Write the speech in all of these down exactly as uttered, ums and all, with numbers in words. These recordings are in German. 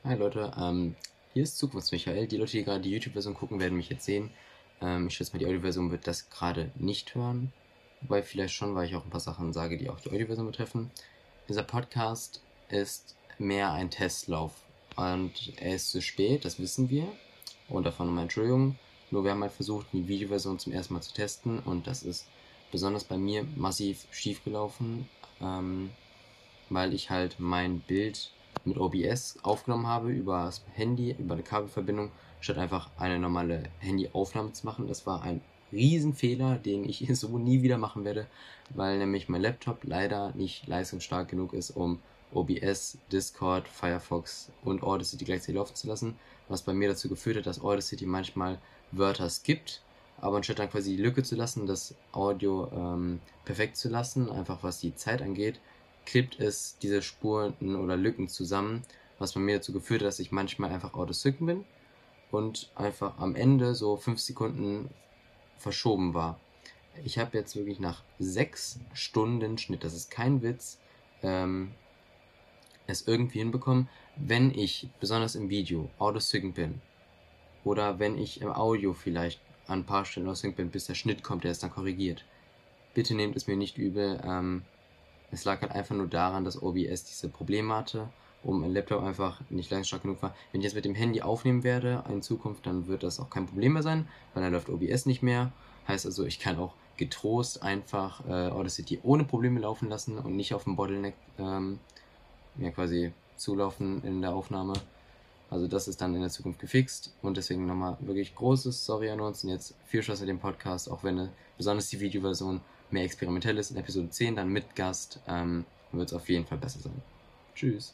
Hi Leute, ähm, hier ist Zukunftsmichael. Die Leute, die gerade die YouTube-Version gucken, werden mich jetzt sehen. Ähm, ich schätze mal, die Audio-Version wird das gerade nicht hören. Wobei vielleicht schon, weil ich auch ein paar Sachen sage, die auch die Audio-Version betreffen. Dieser Podcast ist mehr ein Testlauf. Und er ist zu spät, das wissen wir. Und davon nochmal Entschuldigung. Nur wir haben halt versucht, die Videoversion zum ersten Mal zu testen. Und das ist besonders bei mir massiv schief gelaufen. Ähm, weil ich halt mein Bild mit O B S aufgenommen habe über das Handy, über eine Kabelverbindung, statt einfach eine normale Handyaufnahme zu machen. Das war ein Riesenfehler, den ich so nie wieder machen werde, weil nämlich mein Laptop leider nicht leistungsstark genug ist, um O B S, Discord, Firefox und Audacity gleichzeitig laufen zu lassen, was bei mir dazu geführt hat, dass Audacity manchmal Wörter skippt, aber anstatt dann quasi die Lücke zu lassen, das Audio ähm, perfekt zu lassen, einfach was die Zeit angeht, klippt es diese Spuren oder Lücken zusammen, was bei mir dazu geführt hat, dass ich manchmal einfach out of sync bin und einfach am Ende so fünf Sekunden verschoben war. Ich habe jetzt wirklich nach sechs Stunden Schnitt, das ist kein Witz, ähm, es irgendwie hinbekommen, wenn ich besonders im Video out of sync bin oder wenn ich im Audio vielleicht an ein paar Stellen out of sync bin, bis der Schnitt kommt, der es dann korrigiert. Bitte nehmt es mir nicht übel, ähm, es lag halt einfach nur daran, dass O B S diese Probleme hatte, und mein Laptop einfach nicht leistungsstark genug war. Wenn ich jetzt mit dem Handy aufnehmen werde in Zukunft, dann wird das auch kein Problem mehr sein, weil dann läuft O B S nicht mehr. Heißt also, ich kann auch getrost einfach äh, Audacity ohne Probleme laufen lassen und nicht auf dem Bottleneck ähm, ja, quasi zulaufen in der Aufnahme. Also das ist dann in der Zukunft gefixt und deswegen nochmal wirklich großes Sorry an uns und jetzt viel Spaß mit dem Podcast, auch wenn äh, besonders die Videoversion mehr experimentell ist. In Episode zehn dann mit Gast ähm, wird es auf jeden Fall besser sein. Tschüss.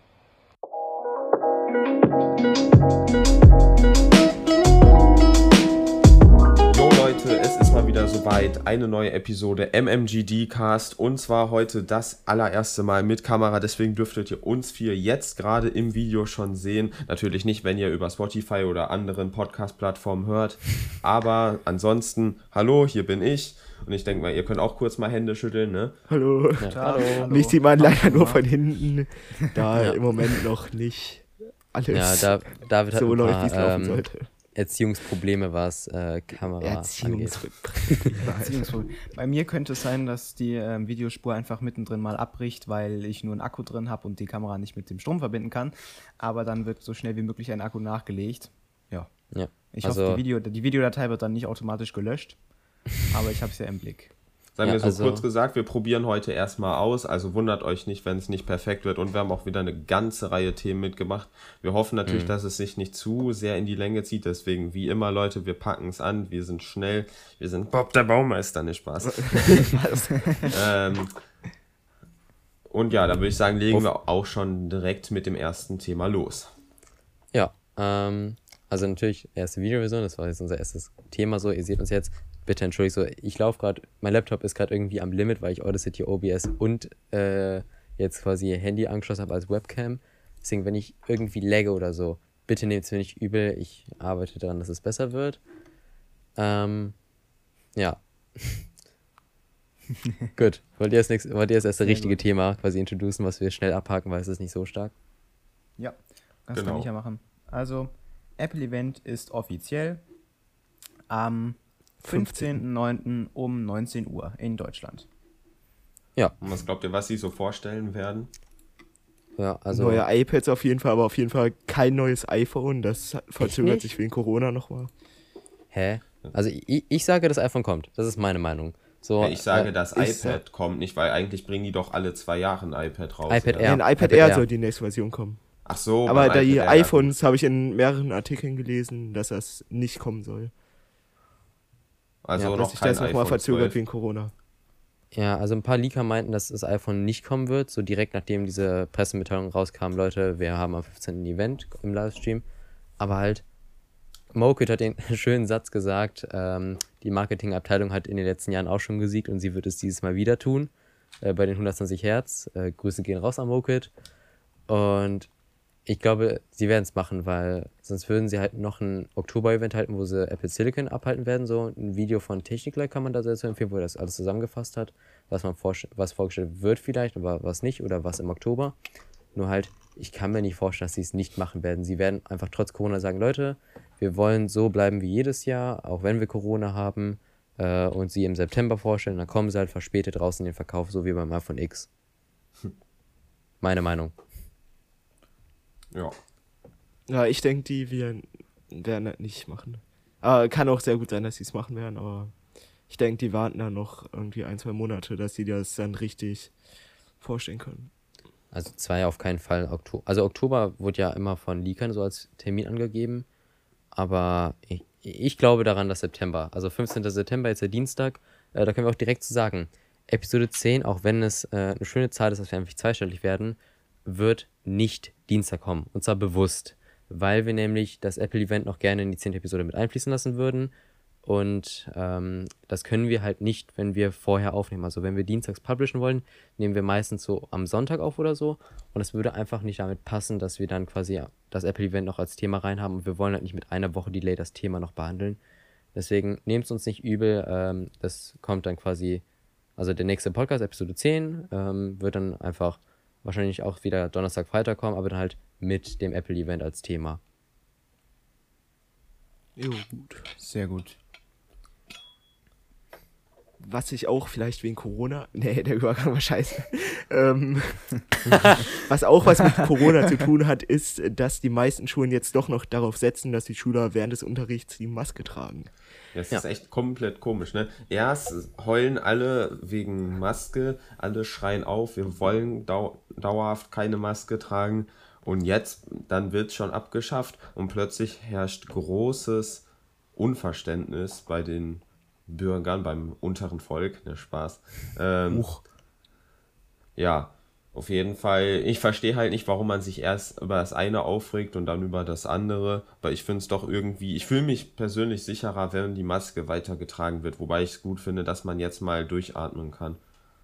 Jo Leute, es ist mal wieder soweit, eine neue Episode M M G D Cast und zwar heute das allererste Mal mit Kamera, deswegen dürftet ihr uns vier jetzt gerade im Video schon sehen. Natürlich nicht, wenn ihr über Spotify oder anderen Podcast-Plattformen hört, aber ansonsten, hallo, hier bin ich. Und ich denke mal, ihr könnt auch kurz mal Hände schütteln, ne? Hallo. Ja. Hallo. Mich sieht man leider nur von hinten, da ja. im Moment noch nicht alles ja, da, David so hat läuft, paar, wie es laufen ähm, sollte. Erziehungsprobleme, was äh, Kamera Erziehungsprobleme. Erziehungsprobleme. Bei mir könnte es sein, dass die ähm, Videospur einfach mittendrin mal abbricht, weil ich nur einen Akku drin habe und die Kamera nicht mit dem Strom verbinden kann. Aber dann wird so schnell wie möglich ein Akku nachgelegt. Ja. ja. Ich also, hoffe, die, Video, die Videodatei wird dann nicht automatisch gelöscht. Aber ich habe es ja im Blick. Sagen ja, wir so also, kurz gesagt, wir probieren heute erstmal aus, also wundert euch nicht, wenn es nicht perfekt wird und wir haben auch wieder eine ganze Reihe Themen mitgemacht. Wir hoffen natürlich, mhm. dass es sich nicht zu sehr in die Länge zieht, deswegen wie immer Leute, wir packen es an, wir sind schnell, wir sind Bob der Baumeister, nicht Spaß. ähm, und ja, da würde ich sagen, legen wir auch schon direkt mit dem ersten Thema los. Ja, ähm, also natürlich erste Videoversion, das war jetzt unser erstes Thema so, ihr seht uns jetzt. Bitte entschuldigt, so, ich laufe gerade, mein Laptop ist gerade irgendwie am Limit, weil ich Audacity, O B S und äh, jetzt quasi Handy angeschlossen habe als Webcam. Deswegen, wenn ich irgendwie lagge oder so, bitte nehmt es mir nicht übel, ich arbeite daran, dass es besser wird. Ähm, ja. Gut, wollt ihr das, nächste, wollt ihr das erste richtige gut. Thema quasi introducen, was wir schnell abhaken, weil es ist nicht so stark? Ja, das genau. kann ich ja machen. Also, Apple Event ist offiziell am fünfzehnten neunten um neunzehn Uhr in Deutschland. Ja. Und was glaubt ihr, was sie so vorstellen werden? Ja, also neue iPads auf jeden Fall, aber auf jeden Fall kein neues iPhone. Das verzögert sich wegen Corona nochmal. Hä? Also ich, ich sage, das iPhone kommt. Das ist meine Meinung. So, ich sage, äh, das iPad kommt nicht, weil eigentlich bringen die doch alle zwei Jahre ein iPad raus. iPad ja. Air. Ja, ein iPad Air soll die nächste Version kommen. Ach so. Aber die iPhones habe ich in mehreren Artikeln gelesen, dass das nicht kommen soll. Also ja, noch dass sich kein das nochmal verzögert zwölf. wegen Corona. Ja, also ein paar Leaker meinten, dass das iPhone nicht kommen wird, so direkt nachdem diese Pressemitteilung rauskam, Leute, wir haben am fünfzehnten Event im Livestream, aber halt, Mokit hat den schönen Satz gesagt, ähm, die Marketingabteilung hat in den letzten Jahren auch schon gesiegt und sie wird es dieses Mal wieder tun, äh, bei den hundertzwanzig Hertz, äh, Grüße gehen raus an Mokit, und ich glaube, sie werden es machen, weil sonst würden sie halt noch ein Oktober-Event halten, wo sie Apple Silicon abhalten werden. So ein Video von Technicolor kann man da sehr zu empfehlen, wo er das alles zusammengefasst hat, was man vorst- was vorgestellt wird vielleicht, aber was nicht, oder was im Oktober. Nur halt, ich kann mir nicht vorstellen, dass sie es nicht machen werden. Sie werden einfach trotz Corona sagen, Leute, wir wollen so bleiben wie jedes Jahr, auch wenn wir Corona haben, äh, und sie im September vorstellen, dann kommen sie halt verspätet raus in den Verkauf, so wie beim iPhone X. Meine Meinung. Ja. Ja, ich denke, die werden, werden das nicht machen. Aber kann auch sehr gut sein, dass sie es machen werden, aber ich denke, die warten dann noch irgendwie ein, zwei Monate, dass sie das dann richtig vorstellen können. Also zwei auf keinen Fall. Oktober. Also Oktober wurde ja immer von Leakern so als Termin angegeben. Aber ich, ich glaube daran, dass September, also fünfzehnten September, jetzt der Dienstag, äh, da können wir auch direkt zu sagen, Episode zehn, auch wenn es äh, eine schöne Zahl ist, dass wir einfach zweistellig werden, wird nicht Dienstag kommen. Und zwar bewusst. Weil wir nämlich das Apple-Event noch gerne in die zehnte Episode mit einfließen lassen würden. Und ähm, das können wir halt nicht, wenn wir vorher aufnehmen. Also wenn wir dienstags publishen wollen, nehmen wir meistens so am Sonntag auf oder so. Und es würde einfach nicht damit passen, dass wir dann quasi das Apple-Event noch als Thema reinhaben. Und wir wollen halt nicht mit einer Woche Delay das Thema noch behandeln. Deswegen nehmt es uns nicht übel. Ähm, das kommt dann quasi, also der nächste Podcast, Episode zehn, ähm, wird dann einfach wahrscheinlich auch wieder Donnerstag, Freitag kommen, aber dann halt mit dem Apple-Event als Thema. Jo, gut. Sehr gut. Was ich auch vielleicht wegen Corona, nee, der Übergang war scheiße, ähm, was auch was mit Corona zu tun hat, ist, dass die meisten Schulen jetzt doch noch darauf setzen, dass die Schüler während des Unterrichts die Maske tragen. Das Ja. ist echt komplett komisch, ne? Erst heulen alle wegen Maske, alle schreien auf, wir wollen dau- dauerhaft keine Maske tragen und jetzt, dann wird es schon abgeschafft und plötzlich herrscht großes Unverständnis bei den Bürgern, beim unteren Volk, ne, Spaß. Ähm, ja, auf jeden Fall. Ich verstehe halt nicht, warum man sich erst über das eine aufregt und dann über das andere, weil ich finde es doch irgendwie, ich fühle mich persönlich sicherer, wenn die Maske weitergetragen wird, wobei ich es gut finde, dass man jetzt mal durchatmen kann.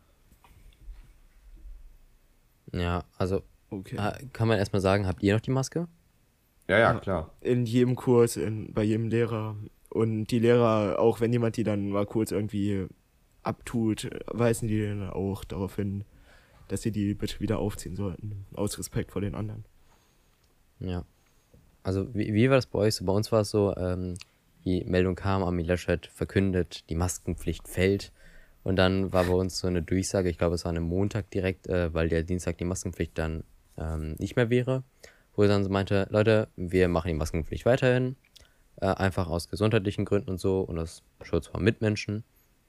Ja, also Okay. äh, kann man erstmal sagen, habt ihr noch die Maske? Ja, ja, Ja. klar. In jedem Kurs, in, bei jedem Lehrer. Und die Lehrer, auch wenn jemand die dann mal kurz irgendwie abtut, weisen die dann auch darauf hin, dass sie die bitte wieder aufziehen sollten. Aus Respekt vor den anderen. Ja. Also wie, wie war das bei euch so? Bei uns war es so, ähm, die Meldung kam, Armin Laschet verkündet, die Maskenpflicht fällt. Und dann war bei uns so eine Durchsage, ich glaube es war ein Montag direkt, äh, weil der Dienstag die Maskenpflicht dann ähm, nicht mehr wäre. Wo er dann so meinte, Leute, wir machen die Maskenpflicht weiterhin. Äh, einfach aus gesundheitlichen Gründen und so und aus Schutz vor Mitmenschen.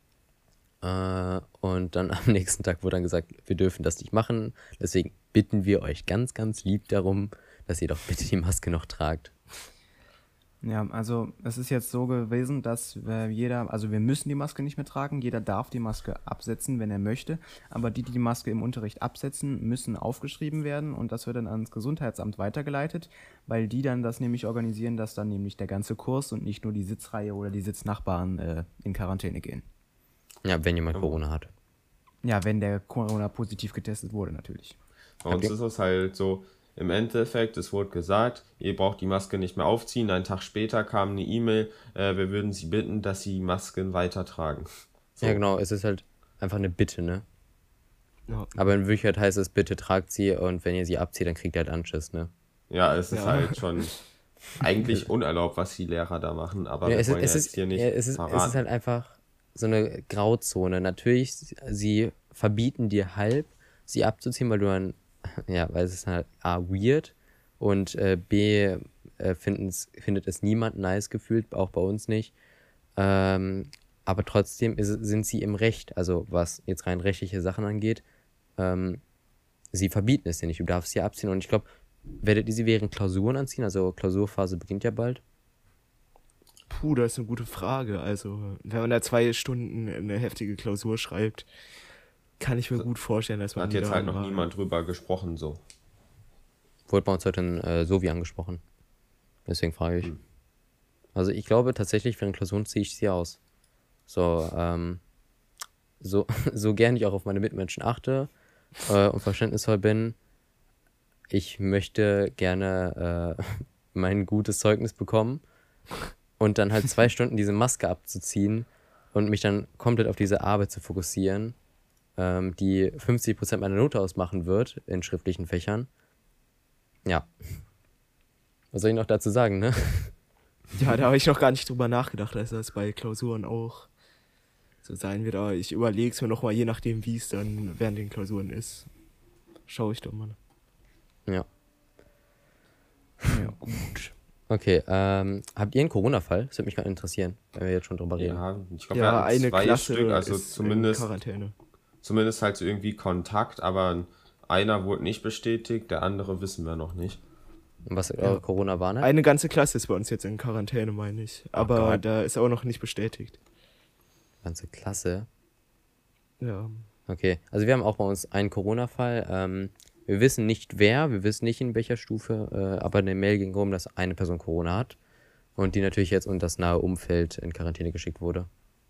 Äh, und dann am nächsten Tag wurde dann gesagt, wir dürfen das nicht machen. Deswegen bitten wir euch ganz, ganz lieb darum, dass ihr doch bitte die Maske noch tragt. Ja, also es ist jetzt so gewesen, dass äh, jeder, also wir müssen die Maske nicht mehr tragen, jeder darf die Maske absetzen, wenn er möchte, aber die, die die Maske im Unterricht absetzen, müssen aufgeschrieben werden und das wird dann ans Gesundheitsamt weitergeleitet, weil die dann das nämlich organisieren, dass dann nämlich der ganze Kurs und nicht nur die Sitzreihe oder die Sitznachbarn äh, in Quarantäne gehen. Ja, wenn jemand Corona hat. Ja, wenn der Corona positiv getestet wurde natürlich. Bei uns Okay. ist es halt so, im Endeffekt, es wurde gesagt, ihr braucht die Maske nicht mehr aufziehen. Einen Tag später kam eine E-Mail, äh, wir würden Sie bitten, dass Sie Masken weitertragen. So. Ja, genau, es ist halt einfach eine Bitte, ne? Ja. Aber in Wirklichkeit heißt es, bitte tragt sie und wenn ihr sie abzieht, dann kriegt ihr halt Anschiss, ne? Ja, es ist Ja. halt schon eigentlich unerlaubt, was die Lehrer da machen, aber Ja, wir es, ist, wollen es, ja jetzt ist, hier nicht ja, es, ist, es verraten. ist halt einfach so eine Grauzone. Natürlich, sie verbieten dir halb, sie abzuziehen, weil du dann, ja, weil es ist halt A, weird und äh, B, äh, finden's, findet es niemand nice gefühlt, auch bei uns nicht. Ähm, aber trotzdem ist, es- sind sie im Recht, also was jetzt rein rechtliche Sachen angeht, ähm, sie verbieten es dir nicht, du darfst sie abziehen und ich glaube, werdet ihr sie während Klausuren anziehen? Also Klausurphase beginnt ja bald. Puh, das ist eine gute Frage. Also, wenn man da zwei Stunden eine heftige Klausur schreibt, kann ich mir gut vorstellen, dass Da man hat jetzt da halt noch mal- niemand drüber gesprochen, so. Wurde bei uns heute in äh, Sovi angesprochen. Deswegen frage ich. Hm. Also ich glaube tatsächlich, während Klausuren ziehe ich sie aus. So, ähm, so, so gern ich auch auf meine Mitmenschen achte äh, und verständnisvoll bin, ich möchte gerne äh, mein gutes Zeugnis bekommen und dann halt zwei Stunden diese Maske abzuziehen und mich dann komplett auf diese Arbeit zu fokussieren, ähm, die fünfzig Prozent meiner Note ausmachen wird in schriftlichen Fächern. Ja. Was soll ich noch dazu sagen, ne? Ja, da habe ich noch gar nicht drüber nachgedacht, dass das bei Klausuren auch so sein wird. Aber ich überlege es mir nochmal, je nachdem, wie es dann während den Klausuren ist. Schaue ich doch mal. Ja. Ja, gut. Okay, ähm, habt ihr einen Corona-Fall? Das würde mich gerade interessieren, wenn wir jetzt schon drüber reden. Ja, ich glaube, wir Ja, hatten eine zwei Klasse Stück, also ist zumindest, in Quarantäne. zumindest halt so irgendwie Kontakt, aber einer wurde nicht bestätigt, der andere wissen wir noch nicht. Und was eure Corona-Warn-App? Eine ganze Klasse ist bei uns jetzt in Quarantäne, meine ich. Aber Gott. da ist auch noch nicht bestätigt. Ganze Klasse. Ja. Okay, also wir haben auch bei uns einen Corona-Fall. Ähm, wir wissen nicht wer, wir wissen nicht in welcher Stufe, äh, aber eine Mail ging rum, dass eine Person Corona hat und die natürlich jetzt unter das nahe Umfeld in Quarantäne geschickt wurde.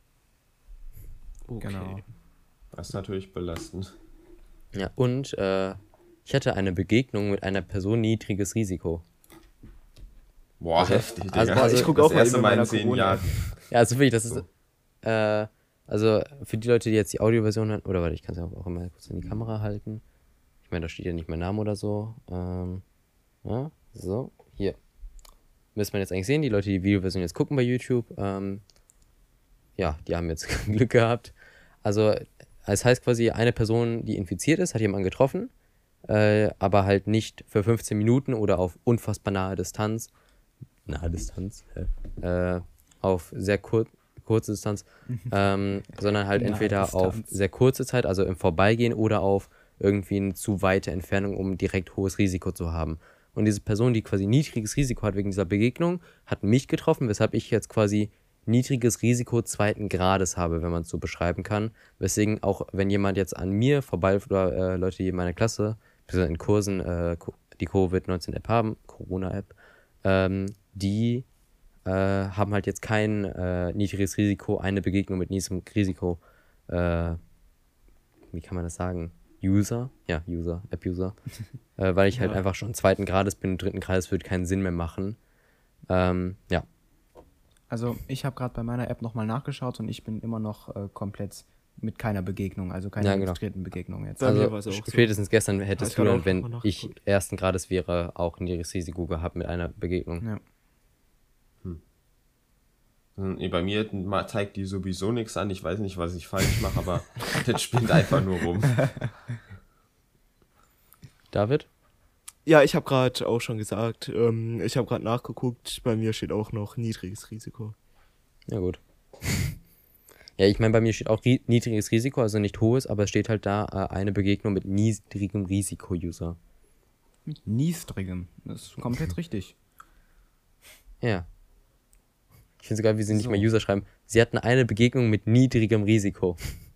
Okay. Genau. Das ist natürlich belastend. Ja, und äh, ich hatte eine Begegnung mit einer Person niedriges Risiko. Boah, Also- heftig, Digga. also- also ich guck das auch mal erste eben Mal in meiner zehn Corona. Jahren. Ja, also wirklich, das ist, So. äh, also für die Leute, die jetzt die Audioversion hören, oder warte, ich kann es ja auch immer kurz in die Kamera halten. Ich meine, da steht ja nicht mein Name oder so. Ähm, ja, so, hier. Müsste man jetzt eigentlich sehen, die Leute, die die Videoversion jetzt gucken bei YouTube, ähm, ja, die haben jetzt Glück gehabt. Also, es heißt quasi, eine Person, die infiziert ist, hat jemanden getroffen, äh, aber halt nicht für fünfzehn Minuten oder auf unfassbar nahe Distanz, nahe Distanz, äh, auf sehr kur kurze Distanz, ähm, sondern halt Nahe entweder auf Distanz. sehr kurze Zeit, also im Vorbeigehen oder auf irgendwie eine zu weite Entfernung, um direkt hohes Risiko zu haben. Und diese Person, die quasi niedriges Risiko hat wegen dieser Begegnung, hat mich getroffen, weshalb ich jetzt quasi niedriges Risiko zweiten Grades habe, wenn man es so beschreiben kann. Weswegen auch, wenn jemand jetzt an mir vorbei oder äh, Leute, die in meiner Klasse, beziehungsweise in Kursen, äh, Co- die Covid neunzehn App haben, Corona-App, ähm, die äh, haben halt jetzt kein äh, niedriges Risiko, eine Begegnung mit niedrigem Risiko, äh, wie kann man das sagen? User? Ja, User, App-User. äh, weil ich halt Ja. einfach schon zweiten Grades bin, dritten Grades würde keinen Sinn mehr machen. Ähm, ja. Also ich habe gerade bei meiner App nochmal nachgeschaut und ich bin immer noch äh, komplett mit keiner Begegnung, also keine Ja, genau. registrierten Begegnungen jetzt. Bei mir Also war's auch sp- so. spätestens gestern Hab hättest ich du gerade dann, auch wenn noch mal ich nachgeguckt. ersten Grades wäre, auch ein niedriges Risiko gehabt mit einer Begegnung. Ja. Nee, bei mir ma- zeigt die sowieso nichts an. Ich weiß nicht, was ich falsch mache, aber das spinnt einfach nur rum. David? Ja, ich habe gerade auch schon gesagt, ähm, ich habe gerade nachgeguckt, bei mir steht auch noch niedriges Risiko. Ja, gut. Ja, ich meine, bei mir steht auch ri niedriges Risiko, also nicht hohes, aber es steht halt da äh, eine Begegnung mit niedrigem Risiko-User. Mit niedrigem. Das ist komplett richtig. Ja. Ich finde sogar, wie sie nicht So. mal User schreiben. Sie hatten eine Begegnung mit niedrigem Risiko.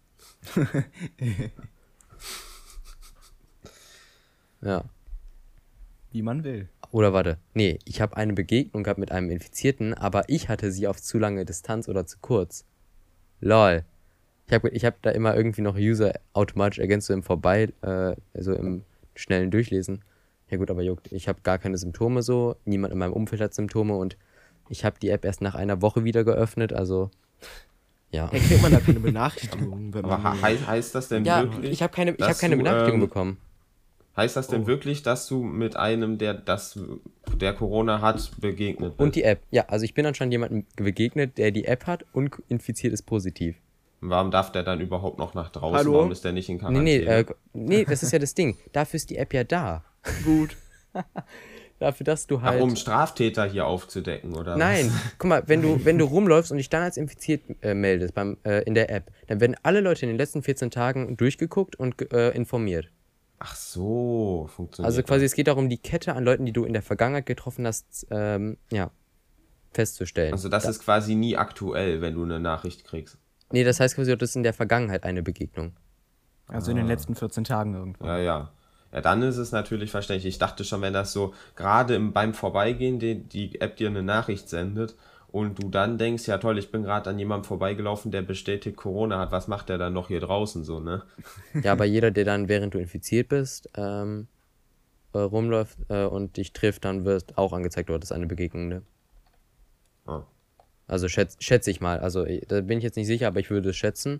Ja. Wie man will. Oder warte, nee, ich habe eine Begegnung gehabt mit einem Infizierten, aber ich hatte sie auf zu lange Distanz oder zu kurz. Lol. Ich habe ich hab da immer irgendwie noch User automatisch ergänzt, so im Vorbei, äh, also im schnellen Durchlesen. Ja gut, aber juckt, ich habe gar keine Symptome so, niemand in meinem Umfeld hat Symptome und ich habe die App erst nach einer Woche wieder geöffnet, also ja. Ja, kriegt man da keine Benachrichtigung, wenn Aber man... he heißt, heißt das denn Ja, wirklich? ich habe keine, ich hab dass keine du, Benachrichtigung ähm, bekommen. Heißt das denn Oh. wirklich, dass du mit einem, der das, der Corona hat, begegnet bist? Und die App, ja, also ich bin anscheinend jemandem begegnet, der die App hat und infiziert ist positiv. Warum darf der dann überhaupt noch nach draußen? Hallo? Warum ist der nicht in Nee, Quarantäne? nee, äh, nee, das ist ja das Ding. Dafür ist die App ja da. Gut. Dafür, dass du Ach, halt... um Straftäter hier aufzudecken, oder? Nein, guck mal, wenn du, wenn du rumläufst und dich dann als infiziert äh, meldest beim, äh, in der App, dann werden alle Leute in den letzten vierzehn Tagen durchgeguckt und äh, informiert. Ach so, funktioniert Also quasi, das. es geht darum, die Kette an Leuten, die du in der Vergangenheit getroffen hast, ähm, ja, festzustellen. Also das Da- ist quasi nie aktuell, wenn du eine Nachricht kriegst. Nee, das heißt quasi, das ist in der Vergangenheit eine Begegnung. Also in den letzten vierzehn Tagen irgendwann. Ja, ja. Ja, dann ist es natürlich verständlich. Ich dachte schon, wenn das so gerade im- beim Vorbeigehen die, die App dir eine Nachricht sendet und du dann denkst, ja toll, ich bin gerade an jemandem vorbeigelaufen, der bestätigt Corona hat, was macht der dann noch hier draußen so, ne? Ja, aber jeder, der dann, während du infiziert bist, ähm, äh, rumläuft äh, und dich trifft, dann wird auch angezeigt, dort ist eine Begegnung, ne? Ah. Also schätz, schätze ich mal. Also äh, da bin ich jetzt nicht sicher, aber ich würde es schätzen.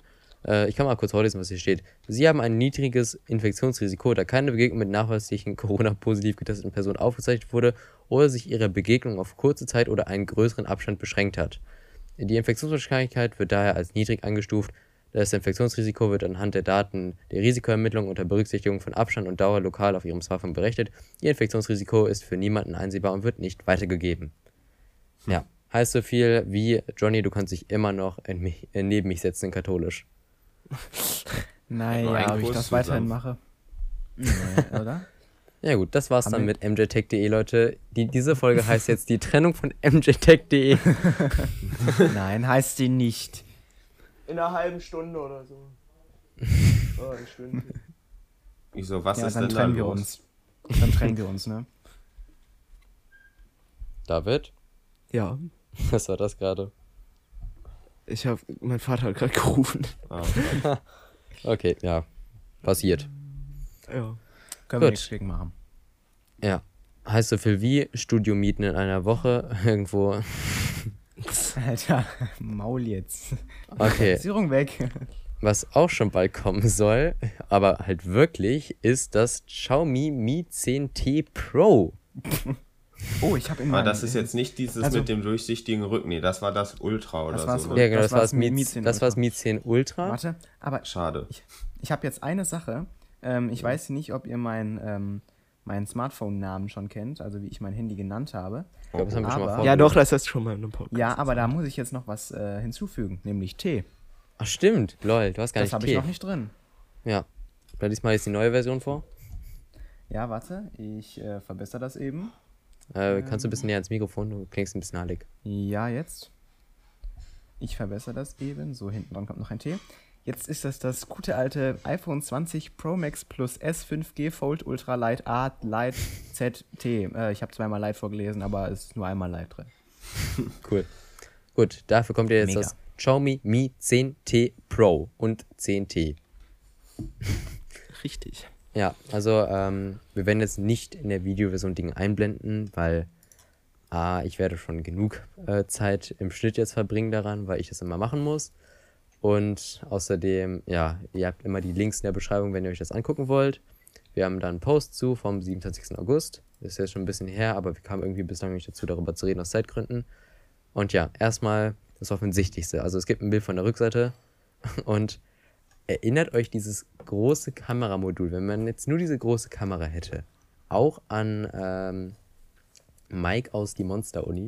Äh, ich kann mal kurz vorlesen, was hier steht. Sie haben ein niedriges Infektionsrisiko, da keine Begegnung mit nachweislichen Corona-positiv getesteten Personen aufgezeichnet wurde oder sich ihre Begegnung auf kurze Zeit oder einen größeren Abstand beschränkt hat. Die Infektionswahrscheinlichkeit wird daher als niedrig eingestuft. Das Infektionsrisiko wird anhand der Daten der Risikoermittlung unter Berücksichtigung von Abstand und Dauer lokal auf Ihrem Smartphone berechnet. Ihr Infektionsrisiko ist für niemanden einsehbar und wird nicht weitergegeben. Hm. Ja, heißt so viel wie, Johnny, du kannst dich immer noch in mich, in neben mich setzen in katholisch. Naja, ob ich das weiterhin mache. Nee, oder? Ja gut, das war's Haben dann wir- mit m j tech punkt de, Leute. Die, diese Folge heißt jetzt die Trennung von m j tech punkt de. Nein, heißt sie nicht. In einer halben Stunde oder so. Oh, ein Stündchen. Ich so, was Ja, ist dann denn da trennen wir los? uns. Dann trennen wir uns, ne? David, Ja, was war das gerade? ich hab, mein Vater hat gerade gerufen. Ah, Okay, ja, passiert. Ja. Können wir Gut. nichts gegen machen. Ja, heißt so viel wie Studio mieten in einer Woche irgendwo. Alter, Maul jetzt. Okay, Versicherung weg. was auch schon bald kommen soll, aber halt wirklich, ist das Xiaomi Mi zehn T Pro. Oh, ich habe in aber meinem... das ist jetzt nicht dieses Also- mit dem durchsichtigen Rücken. Nee, das war das Ultra oder Das war's so. wohl. Ne? Ja, genau, das das, war war's das Mi, Mi zehn das war's Ultra. Mi zehn Ultra. Warte, aber Schade. ich habe jetzt eine Sache. Ähm, ich weiß nicht, ob ihr mein, ähm, meinen Smartphone-Namen schon kennt, also wie ich mein Handy genannt habe. Ich glaube, das haben wir schon mal Aber- vor. Ja, doch, das hast du schon mal in einem Podcast. Ja, aber da muss ich jetzt noch was äh, hinzufügen, nämlich T. Ach stimmt, lol, du hast gar Das nicht habe ich T. noch nicht drin. Ja, dann lies mal jetzt die neue Version vor. Ja, warte, ich äh, verbessere das eben. Äh, kannst du ein bisschen näher ans Mikrofon? Du klingst ein bisschen heilig. Ja, jetzt. Ich verbessere das eben. So, hinten dran kommt noch ein T. Jetzt ist das das gute alte iPhone zwanzig Pro Max Plus S fünf G Fold Ultra Light A Light Z T. Äh, ich habe zweimal Light vorgelesen, aber es ist nur einmal Light drin. Cool. Gut, dafür kommt jetzt Mega. das Xiaomi Mi zehn T Pro und zehn T. Richtig. Ja, also ähm, wir werden jetzt nicht in der Videoversion Dinge einblenden, weil A, ich werde schon genug äh, Zeit im Schnitt jetzt verbringen daran, weil ich das immer machen muss. Und außerdem, ja, ihr habt immer die Links in der Beschreibung, wenn ihr euch das angucken wollt. Wir haben da einen Post zu vom siebenundzwanzigsten August. Das ist jetzt schon ein bisschen her, aber wir kamen irgendwie bislang nicht dazu, darüber zu reden aus Zeitgründen. Und ja, erstmal das Offensichtlichste. Also es gibt ein Bild von der Rückseite und erinnert euch dieses große Kameramodul, wenn man jetzt nur diese große Kamera hätte, auch an ähm, Mike aus die Monster-Uni.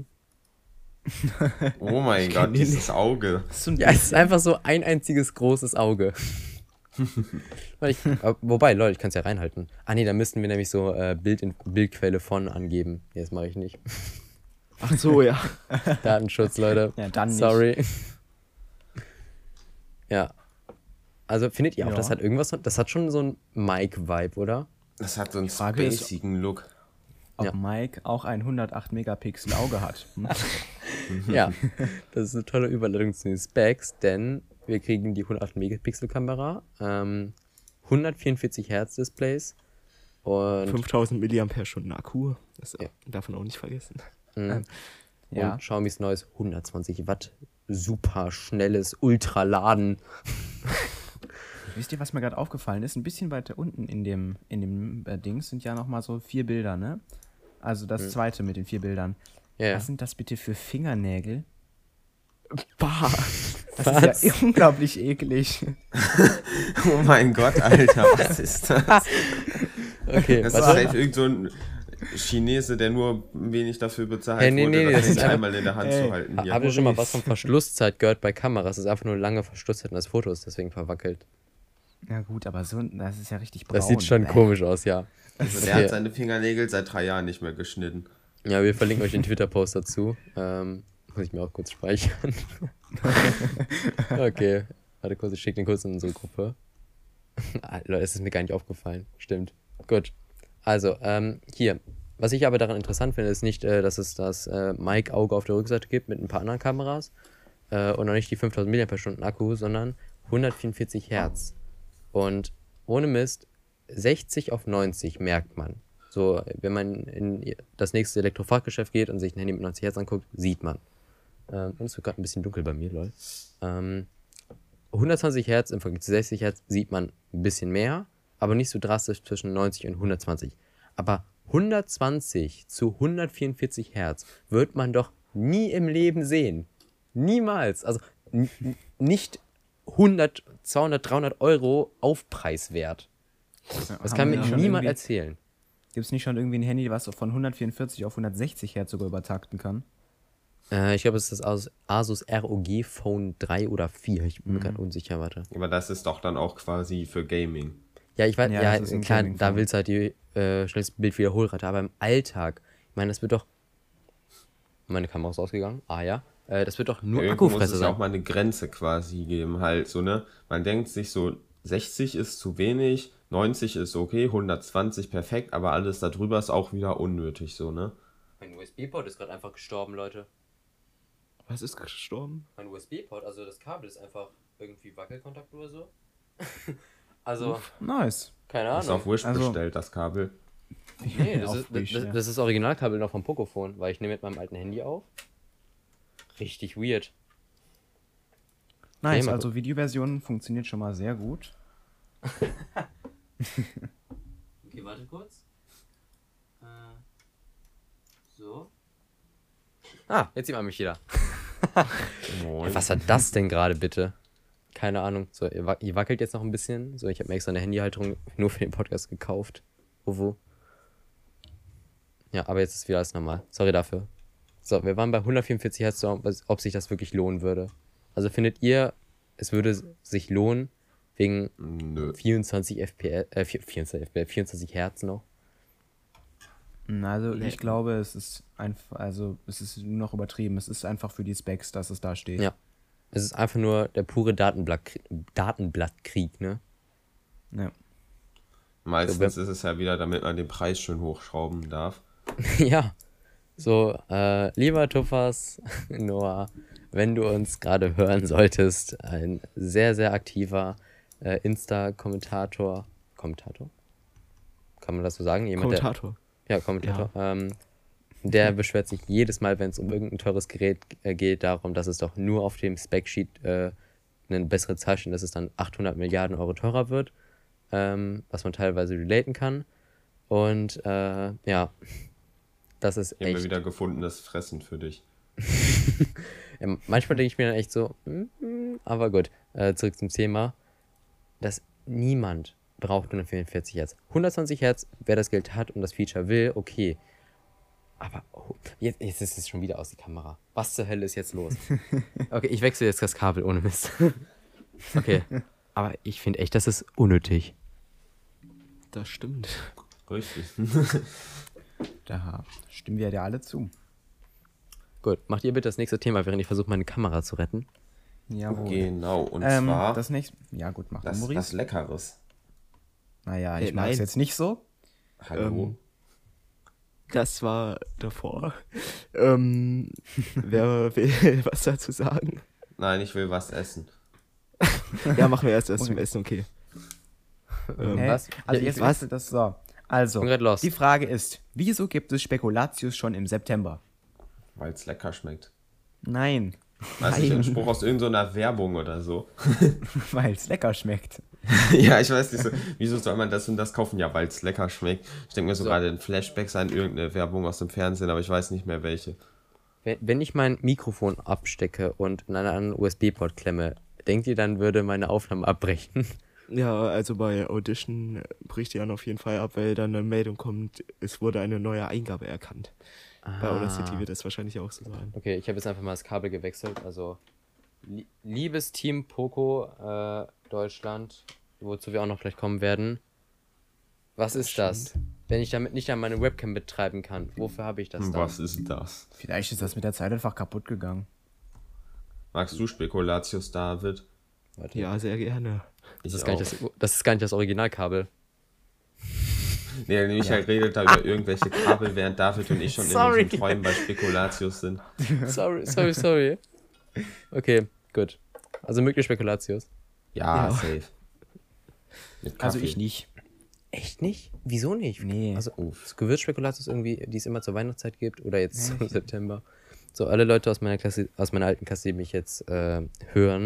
Oh mein Gott, dieses Auge. So ein Ja, es ist einfach so ein einziges großes Auge. Weil ich, aber, wobei, Leute, ich kann es ja reinhalten. Ah nee, da müssten wir nämlich so äh, Bild in, Bildquelle von angeben. Nee, das mache ich nicht. Ach so, ja. Datenschutz, Leute. Ja, dann nicht. Sorry. Ja. Also findet ihr auch, Ja. das hat irgendwas, das hat schon so ein Mike-Vibe, oder? Das hat so einen Frage ist- spacigen Look. Ob Ja. Mike auch ein hundertacht Megapixel Auge hat. Hm? Ja, das ist eine tolle Überleitung zu den Specs, denn wir kriegen die hundertacht Megapixel Kamera, ähm, hundertvierundvierzig Hertz Displays und, fünftausend Milliampere-Stunden Akku. Das Ja. darf man auch nicht vergessen. mh, Ja. und Xiaomi's neues hundertzwanzig Watt super schnelles Ultraladen. Wisst ihr, was mir gerade aufgefallen ist? Ein bisschen weiter unten in dem, in dem äh, Dings sind ja nochmal so vier Bilder, ne? Also das zweite mit den vier Bildern. Ja, ja. Was sind das bitte für Fingernägel? Bah. Das Was? ist ja unglaublich eklig. Oh mein Gott, Alter, was ist das? Okay, Das ist warte. safe irgend so ein Chinese, der nur wenig dafür bezahlt Hey, nee, wurde, nee, das das ist Ding einfach- einmal in der Hand Ey, zu halten. Hier. Habt ihr schon mal was von Verschlusszeit gehört bei Kameras? Das ist einfach nur lange Verschlusszeit und das Foto ist deswegen verwackelt. Ja gut, aber so, das ist ja richtig braun. Das sieht schon Bäh. komisch aus, ja. Also der Okay. hat seine Fingernägel seit drei Jahren nicht mehr geschnitten. Ja, wir verlinken euch den Twitter-Post dazu. Ähm, muss ich mir auch kurz speichern. Okay, warte kurz, ich schicke den kurz in unsere Gruppe. Ah, Leute, es ist mir gar nicht aufgefallen. Stimmt. Gut. Also, ähm, hier. Was ich aber daran interessant finde, ist nicht, äh, dass es das äh, Mic-Auge auf der Rückseite gibt mit ein paar anderen Kameras äh, und auch nicht die fünftausend Milliampere-Stunden Akku, sondern hundertvierundvierzig Hertz. Und ohne Mist, sechzig auf neunzig merkt man. So, wenn man in das nächste Elektrofachgeschäft geht und sich ein Handy mit neunzig Hertz anguckt, sieht man. Ähm, und es wird gerade ein bisschen dunkel bei mir, lol. Ähm, hundertzwanzig Hertz im Vergleich zu sechzig Hertz sieht man ein bisschen mehr, aber nicht so drastisch zwischen neunzig und hundertzwanzig. Aber hundertzwanzig zu hundertvierundvierzig Hertz wird man doch nie im Leben sehen. Niemals. Also n- n- nicht hundert, zweihundert, dreihundert Euro Aufpreiswert. Das kann mir niemand erzählen. Gibt es nicht schon irgendwie ein Handy, was von hundertvierundvierzig auf hundertsechzig Hertz sogar übertakten kann? Äh, ich glaube, es ist das Asus, Asus R O G Phone drei oder vier. Ich bin mir gerade unsicher, warte. Aber das ist doch dann auch quasi für Gaming. Ja, ich weiß, Ja, ja, das ist ein klar, Gaming-Phone. da willst du halt die äh, schnellste Bildwiederholrate, aber im Alltag, ich meine, das wird doch. Meine Kamera ist ausgegangen. Ah ja. Äh, das wird doch nur Irgendwo muss Akkufresser es ja auch sein. mal eine Grenze quasi geben, halt so, ne? Man denkt sich so, sechzig ist zu wenig, neunzig ist okay, hundertzwanzig perfekt, aber alles darüber ist auch wieder unnötig, so, ne? Mein U S B-Port ist gerade einfach gestorben, Leute. Was ist gestorben? Mein U S B-Port, also das Kabel ist einfach irgendwie Wackelkontakt oder so. Also, Nice. keine Ist Ahnung. auf Wish Also- bestellt, das Kabel. Nee, das Auf ist, Wish, das, ja. das ist das Originalkabel noch vom Pocophone, weil ich nehme mit meinem alten Handy auf. Richtig weird. Nice, mal also Videoversion funktioniert schon mal sehr gut. Okay, warte kurz. Äh, so. Ah, jetzt sieht man mich wieder. Moin. Was war das denn gerade bitte? Keine Ahnung. So, ihr, wac- ihr wackelt jetzt noch ein bisschen. So, ich habe mir extra eine Handyhalterung nur für den Podcast gekauft. Ovo. Ja, aber jetzt ist wieder alles normal. Sorry dafür. So, wir waren bei hundertvierundvierzig Hertz, so, was- ob sich das wirklich lohnen würde. Also findet ihr, es würde sich lohnen, wegen Nö. vierundzwanzig F P S, äh, vierundzwanzig F P S, vierundzwanzig Hertz noch? Na, Also Nee. ich glaube, es ist einfach, also es ist nur noch übertrieben. Es ist einfach für die Specs, dass es da steht. Ja. Es ist einfach nur der pure Datenblatt, Datenblattkrieg, ne? Ja. Meistens ist es ja wieder, damit man den Preis schön hochschrauben darf. Ja. So, äh, lieber Tuffas, Noah, wenn du uns gerade hören solltest, ein sehr, sehr aktiver äh, Insta-Kommentator. Kommentator? Kann man das so sagen? Jemand, der, Kommentator. Ja, Kommentator. Ähm, der beschwert sich jedes Mal, wenn es um irgendein teures Gerät äh, geht, darum, dass es doch nur auf dem Specsheet äh, eine bessere Zahl steht, dass es dann achthundert Milliarden Euro teurer wird, ähm, was man teilweise relaten kann. Und äh, ja, das ist Hier haben wir echt. wieder gefundenes Fressen für dich. Ja, manchmal denke ich mir dann echt so, mm, mm, aber gut, äh, zurück zum Thema, dass niemand braucht hundertvierundvierzig Hertz. hundertzwanzig Hertz, wer das Geld hat und das Feature will, okay. Aber oh, jetzt, jetzt ist es schon wieder aus die Kamera. Was zur Hölle ist jetzt los? Okay, ich wechsle jetzt das Kabel ohne Mist. Okay, aber ich finde echt, das ist unnötig. Das stimmt. Richtig. Da stimmen wir dir alle zu. Gut, macht ihr bitte das nächste Thema, während ich versuche, meine Kamera zu retten. Jawohl. Genau, und Ähm, zwar das nächste. Ja, gut, mach das, du, das Maurice. Leckeres. Naja, ich Äh, mag es nein. jetzt nicht so. Hallo. Ähm, Das war davor. Ähm, wer will was dazu sagen? Nein, ich will was essen. Ja, machen wir erst das zum Essen, okay. Ähm, Hä? was? Also Ja, jetzt ich- weißt du das so. Also, bin grad lost. die Frage ist, wieso gibt es Spekulatius schon im September? Weil es lecker schmeckt. Nein, Weißt du, ein Spruch aus irgendeiner Werbung oder so. weil es lecker schmeckt. Ja, ich weiß nicht so, wieso soll man das und das kaufen? Ja, weil es lecker schmeckt. Ich denke mir so, So. gerade in Flashbacks an irgendeine Werbung aus dem Fernsehen, aber ich weiß nicht mehr welche. Wenn, wenn ich mein Mikrofon abstecke und in einen anderen U S B-Port klemme, denkt ihr, dann würde meine Aufnahme abbrechen? Ja, also bei Audition bricht die dann auf jeden Fall ab, weil dann eine Meldung kommt, es wurde eine neue Eingabe erkannt. Bei Audacity wird das wahrscheinlich auch so sein. Okay, ich habe jetzt einfach mal das Kabel gewechselt. Also, li liebes Team Poco äh, Deutschland, wozu wir auch noch gleich kommen werden. Was ist das? Wenn ich damit nicht an meine Webcam betreiben kann, wofür habe ich das dann? Was ist das? Vielleicht ist das mit der Zeit einfach kaputt gegangen. Magst du Spekulatius, David? Warte. Ja, sehr gerne. das, Ich ist gar nicht auch. das, das ist gar nicht das Originalkabel. Nee, Michael redet da über irgendwelche Kabel, während David und ich schon Sorry. in unseren Träumen bei Spekulatius sind. Sorry, sorry, sorry. Okay, gut. Also möglich Spekulatius. Ja, Ja. safe. Mit Also Kaffee. ich nicht. Echt nicht? Wieso nicht? Nee. Also Uff. das Gewürzspekulatius irgendwie, die es immer zur Weihnachtszeit gibt oder jetzt im September. So, alle Leute aus meiner Klasse, aus meiner alten Klasse, die mich jetzt äh, hören,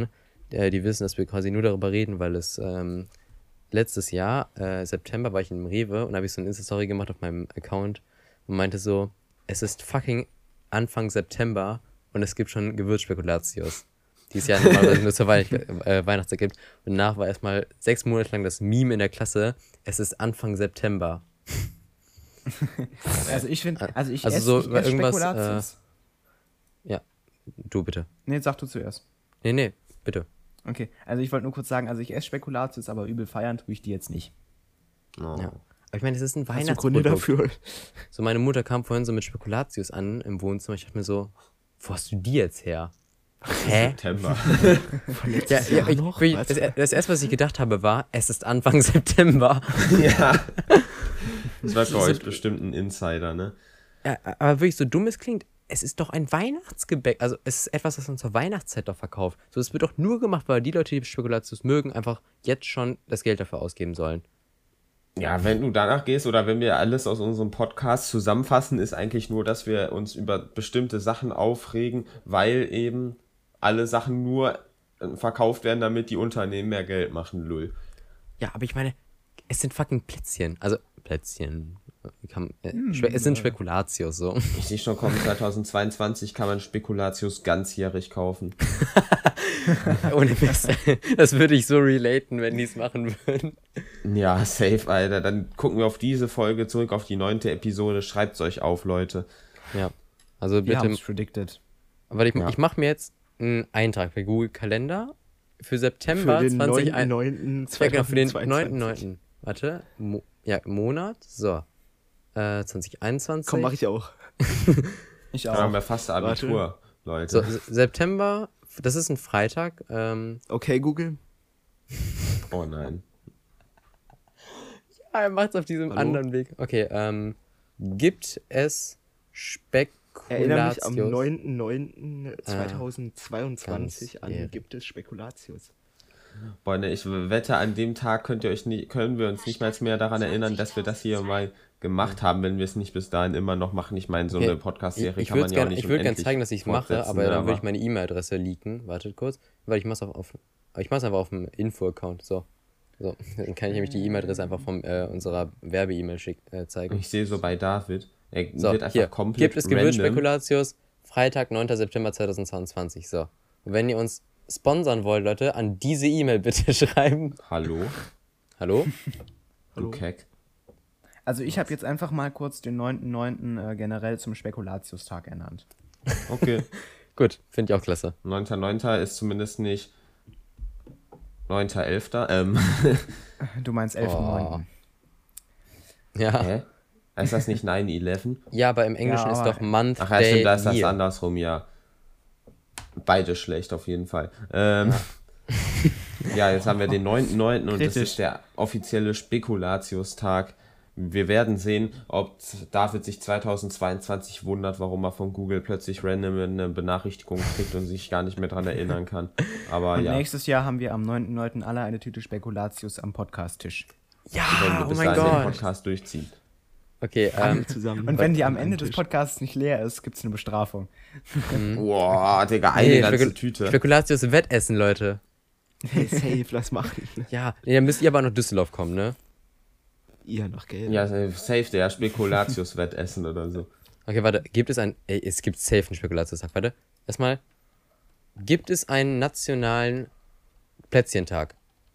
äh, die wissen, dass wir quasi nur darüber reden, weil es ähm, letztes Jahr, äh, September, war ich in einem Rewe und habe ich so eine Insta-Story gemacht auf meinem Account und meinte so, es ist fucking Anfang September und es gibt schon Gewürzspekulatius, die es ja normalerweise nur zur Wei äh, Weihnachtszeit gibt. Und danach war erstmal sechs Monate lang das Meme in der Klasse, es ist Anfang September. Also ich finde, also ich Also esse, so ich esse irgendwas, Spekulatius. Ja, du bitte. Nee, sag du zuerst. Nee, nee, bitte. Okay, also ich wollte nur kurz sagen, also ich esse Spekulatius, aber übel feiern tue ich die jetzt nicht. Oh. Ja. Aber ich meine, es ist ein Hast du Gründe Weihnachtsprodukt. dafür? So, meine Mutter kam vorhin so mit Spekulatius an im Wohnzimmer. Ich dachte mir so, wo hast du die jetzt her? Hä? September. Ja, ja, ich, noch? ich, Was? das, das erste, was ich gedacht habe, war, es ist Anfang September. Ja. Das war für euch bestimmt ein Insider, ne? Ja, aber wirklich so dumm es klingt, es ist doch ein Weihnachtsgebäck. Also es ist etwas, was man zur Weihnachtszeit doch verkauft. So, es wird doch nur gemacht, weil die Leute, die Spekulatius mögen, einfach jetzt schon das Geld dafür ausgeben sollen. Ja, wenn du danach gehst oder wenn wir alles aus unserem Podcast zusammenfassen, ist eigentlich nur, dass wir uns über bestimmte Sachen aufregen, weil eben alle Sachen nur äh, verkauft werden, damit die Unternehmen mehr Geld machen, lull. Ja, aber ich meine, es sind fucking Plätzchen. Also, Plätzchen. Kann, äh, Spe- es sind Spekulatius, so. Ich sehe schon kommen, zweitausendzweiundzwanzig kann man Spekulatius ganzjährig kaufen. Ohne Mist. Das würde ich so relaten, wenn die es machen würden. Ja, safe, Alter. Dann gucken wir auf diese Folge zurück, auf die neunte Episode. Schreibt's euch auf, Leute. Ja. Also Wir bitte. haben es predicted. Warte, ich, Ja. ich mache mir jetzt einen Eintrag bei Google Kalender für September Für den zwanzig neunten neunten Ja, genau, für den neunten zweitausendzweiundzwanzig. neunten Warte. Mo ja, Monat. So. Äh, zwanzig einundzwanzig Komm, mach ich auch. Ich Dann haben auch. wir fast Abitur, Leute. So, S- September, das ist ein Freitag. Ähm, Okay, Google. Oh nein. ah, er macht es auf diesem Hallo? anderen Weg. Okay, ähm, gibt es Erinnere mich, am Spekulatius? neunten neunten zweitausendzweiundzwanzig an ganzjährig. gibt es Spekulatius. Boah, ne, ich wette, an dem Tag könnt ihr euch nie, können wir uns nicht mal mehr daran erinnern, dass wir das hier mal gemacht haben, wenn wir es nicht bis dahin immer noch machen. Ich meine, so Okay, eine Ich, Podcast-Serie ich kann man würde ja auch gerne nicht würd gern unendlich zeigen, dass ich es mache, fortsetzen, aber dann aber- würde ich meine E-Mail-Adresse leaken. Wartet kurz, weil ich mache es auf, auf, ich mach's einfach auf dem Info-Account. So. So. Dann kann ich nämlich die E-Mail-Adresse einfach von äh, unserer Werbe-E-Mail schick- äh, zeigen. Ich sehe so bei David, er So, wird einfach hier, komplett gibt es random. Gewürzspekulatius, Freitag, neunter September zweitausendzweiundzwanzig. So. Und wenn ihr uns sponsern wollt, Leute, an diese E-Mail bitte schreiben. Hallo, Hallo? du Keck. Also ich habe jetzt einfach mal kurz den neunten neunten äh, generell zum Spekulatiustag ernannt. Okay, Gut, finde ich auch klasse. neunter neunter ist zumindest nicht neunter elfter Ähm, Du meinst elften neunten Ja. hä? Ist das nicht nine eleven? Ja, aber im Englischen Ja, ist aber- doch Month, Ach ja, Day, stimmt, da ist das Year. andersrum, ja. Beide schlecht auf jeden Fall. Ähm, ja, jetzt haben wir den neunten neunten und das Kritisch. ist der offizielle Spekulatiustag. Wir werden sehen, ob David sich zweitausendzweiundzwanzig wundert, warum er von Google plötzlich random eine Benachrichtigung kriegt und sich gar nicht mehr dran erinnern kann. Aber Und ja, nächstes Jahr haben wir am neunten neunten alle eine Tüte Spekulatius am Podcast-Tisch. wenn Ja, wir oh bis mein dahin den Gott. Podcast durchziehen. Okay, ähm, Alle zusammen. Und wenn die am an Ende einem des Tisch. Podcasts nicht leer ist, gibt es eine Bestrafung. Boah, Digga, eine nee, ganze Spekul Tüte. Spekulatius Wettessen, Leute. Hey, safe, lass machen. Ja, nee, dann müsst ihr aber nach Düsseldorf kommen, ne? Ihr noch Geld. Ja, safe, der Spekulatius-Wettessen oder so. Okay, warte, gibt es ein, ey, es gibt safe einen Spekulatiustag, warte. Erstmal, gibt es einen nationalen Plätzchentag?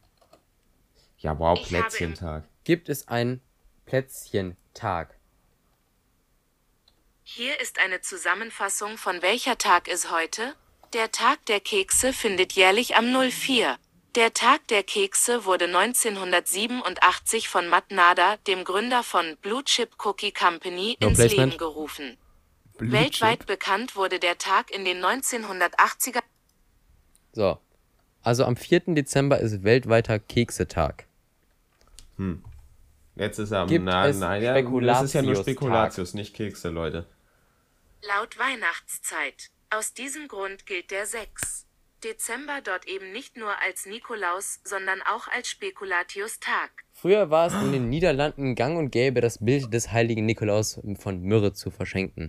Ja, wow, Ich habe im- Plätzchentag. Gibt es einen Plätzchentag? Hier ist eine Zusammenfassung von welcher Tag ist heute? Der Tag der Kekse findet jährlich am null vier. Der Tag der Kekse wurde neunzehnhundertsiebenundachtzig von Matt Nader, dem Gründer von Blue Chip Cookie Company, No ins placement. Leben gerufen. Blue Weltweit Chip. bekannt wurde der Tag in den neunzehnhundertachtziger. So. Also am vierten Dezember ist weltweiter Keksetag. Jetzt ist er am Gibt nein, es nein, ja, das ist ja nur Spekulatius-Tag? Spekulatius, nicht Kekse, Leute. Laut Weihnachtszeit. Aus diesem Grund gilt der sechste Dezember dort eben nicht nur als Nikolaus, sondern auch als Spekulatius-Tag. Früher war es in den Niederlanden gang und gäbe, das Bild des heiligen Nikolaus von Myrrhe zu verschenken.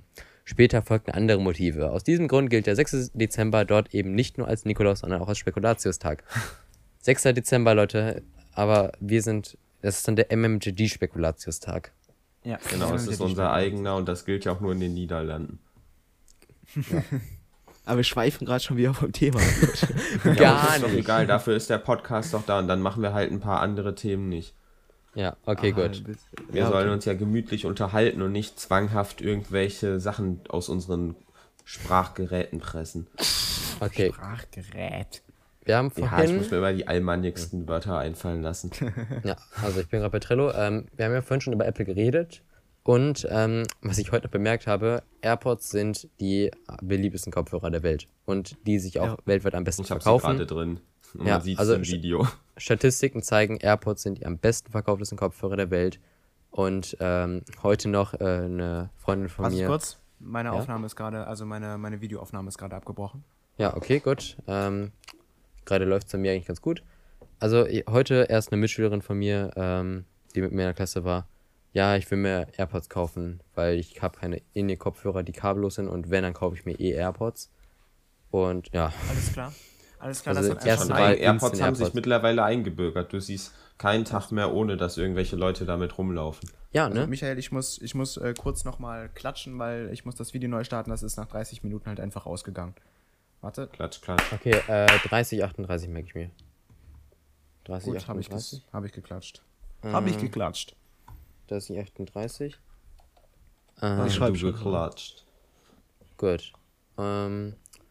Später folgten andere Motive. Aus diesem Grund gilt der sechster Dezember dort eben nicht nur als Nikolaus, sondern auch als Spekulatiustag. sechster Dezember, Leute, aber wir sind, das ist dann der M M G D-Spekulatiustag. Ja, Genau, es ist unser eigener und das gilt ja auch nur in den Niederlanden. Ja. Aber wir schweifen gerade schon wieder vom Thema. Ja, Gar ist doch nicht. egal, dafür ist der Podcast doch da und dann machen wir halt ein paar andere Themen nicht. Ja, okay, Ah, gut. Wir ja, sollen okay. uns ja gemütlich unterhalten und nicht zwanghaft irgendwelche Sachen aus unseren Sprachgeräten pressen. Okay, Sprachgerät. wir haben Ja, ich vorhin... muss mir immer die allmannigsten Wörter einfallen lassen. Ja, also ich bin gerade bei Trello. Ähm, wir haben ja vorhin schon über Apple geredet. Und ähm, was ich heute noch bemerkt habe, AirPods sind die beliebtesten Kopfhörer der Welt. Und die sich auch Ja. weltweit am besten Ich habe sie verkaufen. gerade drin. Und Ja, man sieht es also im Video. Statistiken zeigen, AirPods sind die am besten verkauftesten Kopfhörer der Welt. Und ähm, heute noch äh, eine Freundin von Warte mir... kurz. Meine Ja? Aufnahme ist gerade, also meine, meine Videoaufnahme ist gerade abgebrochen. Ja, okay, gut. Ähm, gerade läuft es bei mir eigentlich ganz gut. Also i- heute erst eine Mitschülerin von mir, ähm, die mit mir in der Klasse war. Ja, ich will mir AirPods kaufen, weil ich habe keine In-Ear-Kopfhörer, die kabellos sind. Und wenn, dann kaufe ich mir eh AirPods. Und ja, Alles klar. Alles klar, Also das hat erste Schon Wahl ein, AirPods Instant haben sich AirPods. mittlerweile eingebürgert. Du siehst keinen Tag mehr, ohne dass irgendwelche Leute damit rumlaufen. ja, Also, ne? Michael, ich muss, ich muss äh, kurz nochmal klatschen, weil ich muss das Video neu starten. Das ist nach dreißig Minuten halt einfach ausgegangen. Warte, Klatsch, klatsch. Okay, äh, dreißig, achtunddreißig merke ich mir. dreißig, gut, habe ich, achtunddreißig. ges- hab ich geklatscht. Ähm, Habe ich geklatscht. dreißig, achtunddreißig. Ich Ähm, schreibe Du schon. geklatscht. gut. Ähm,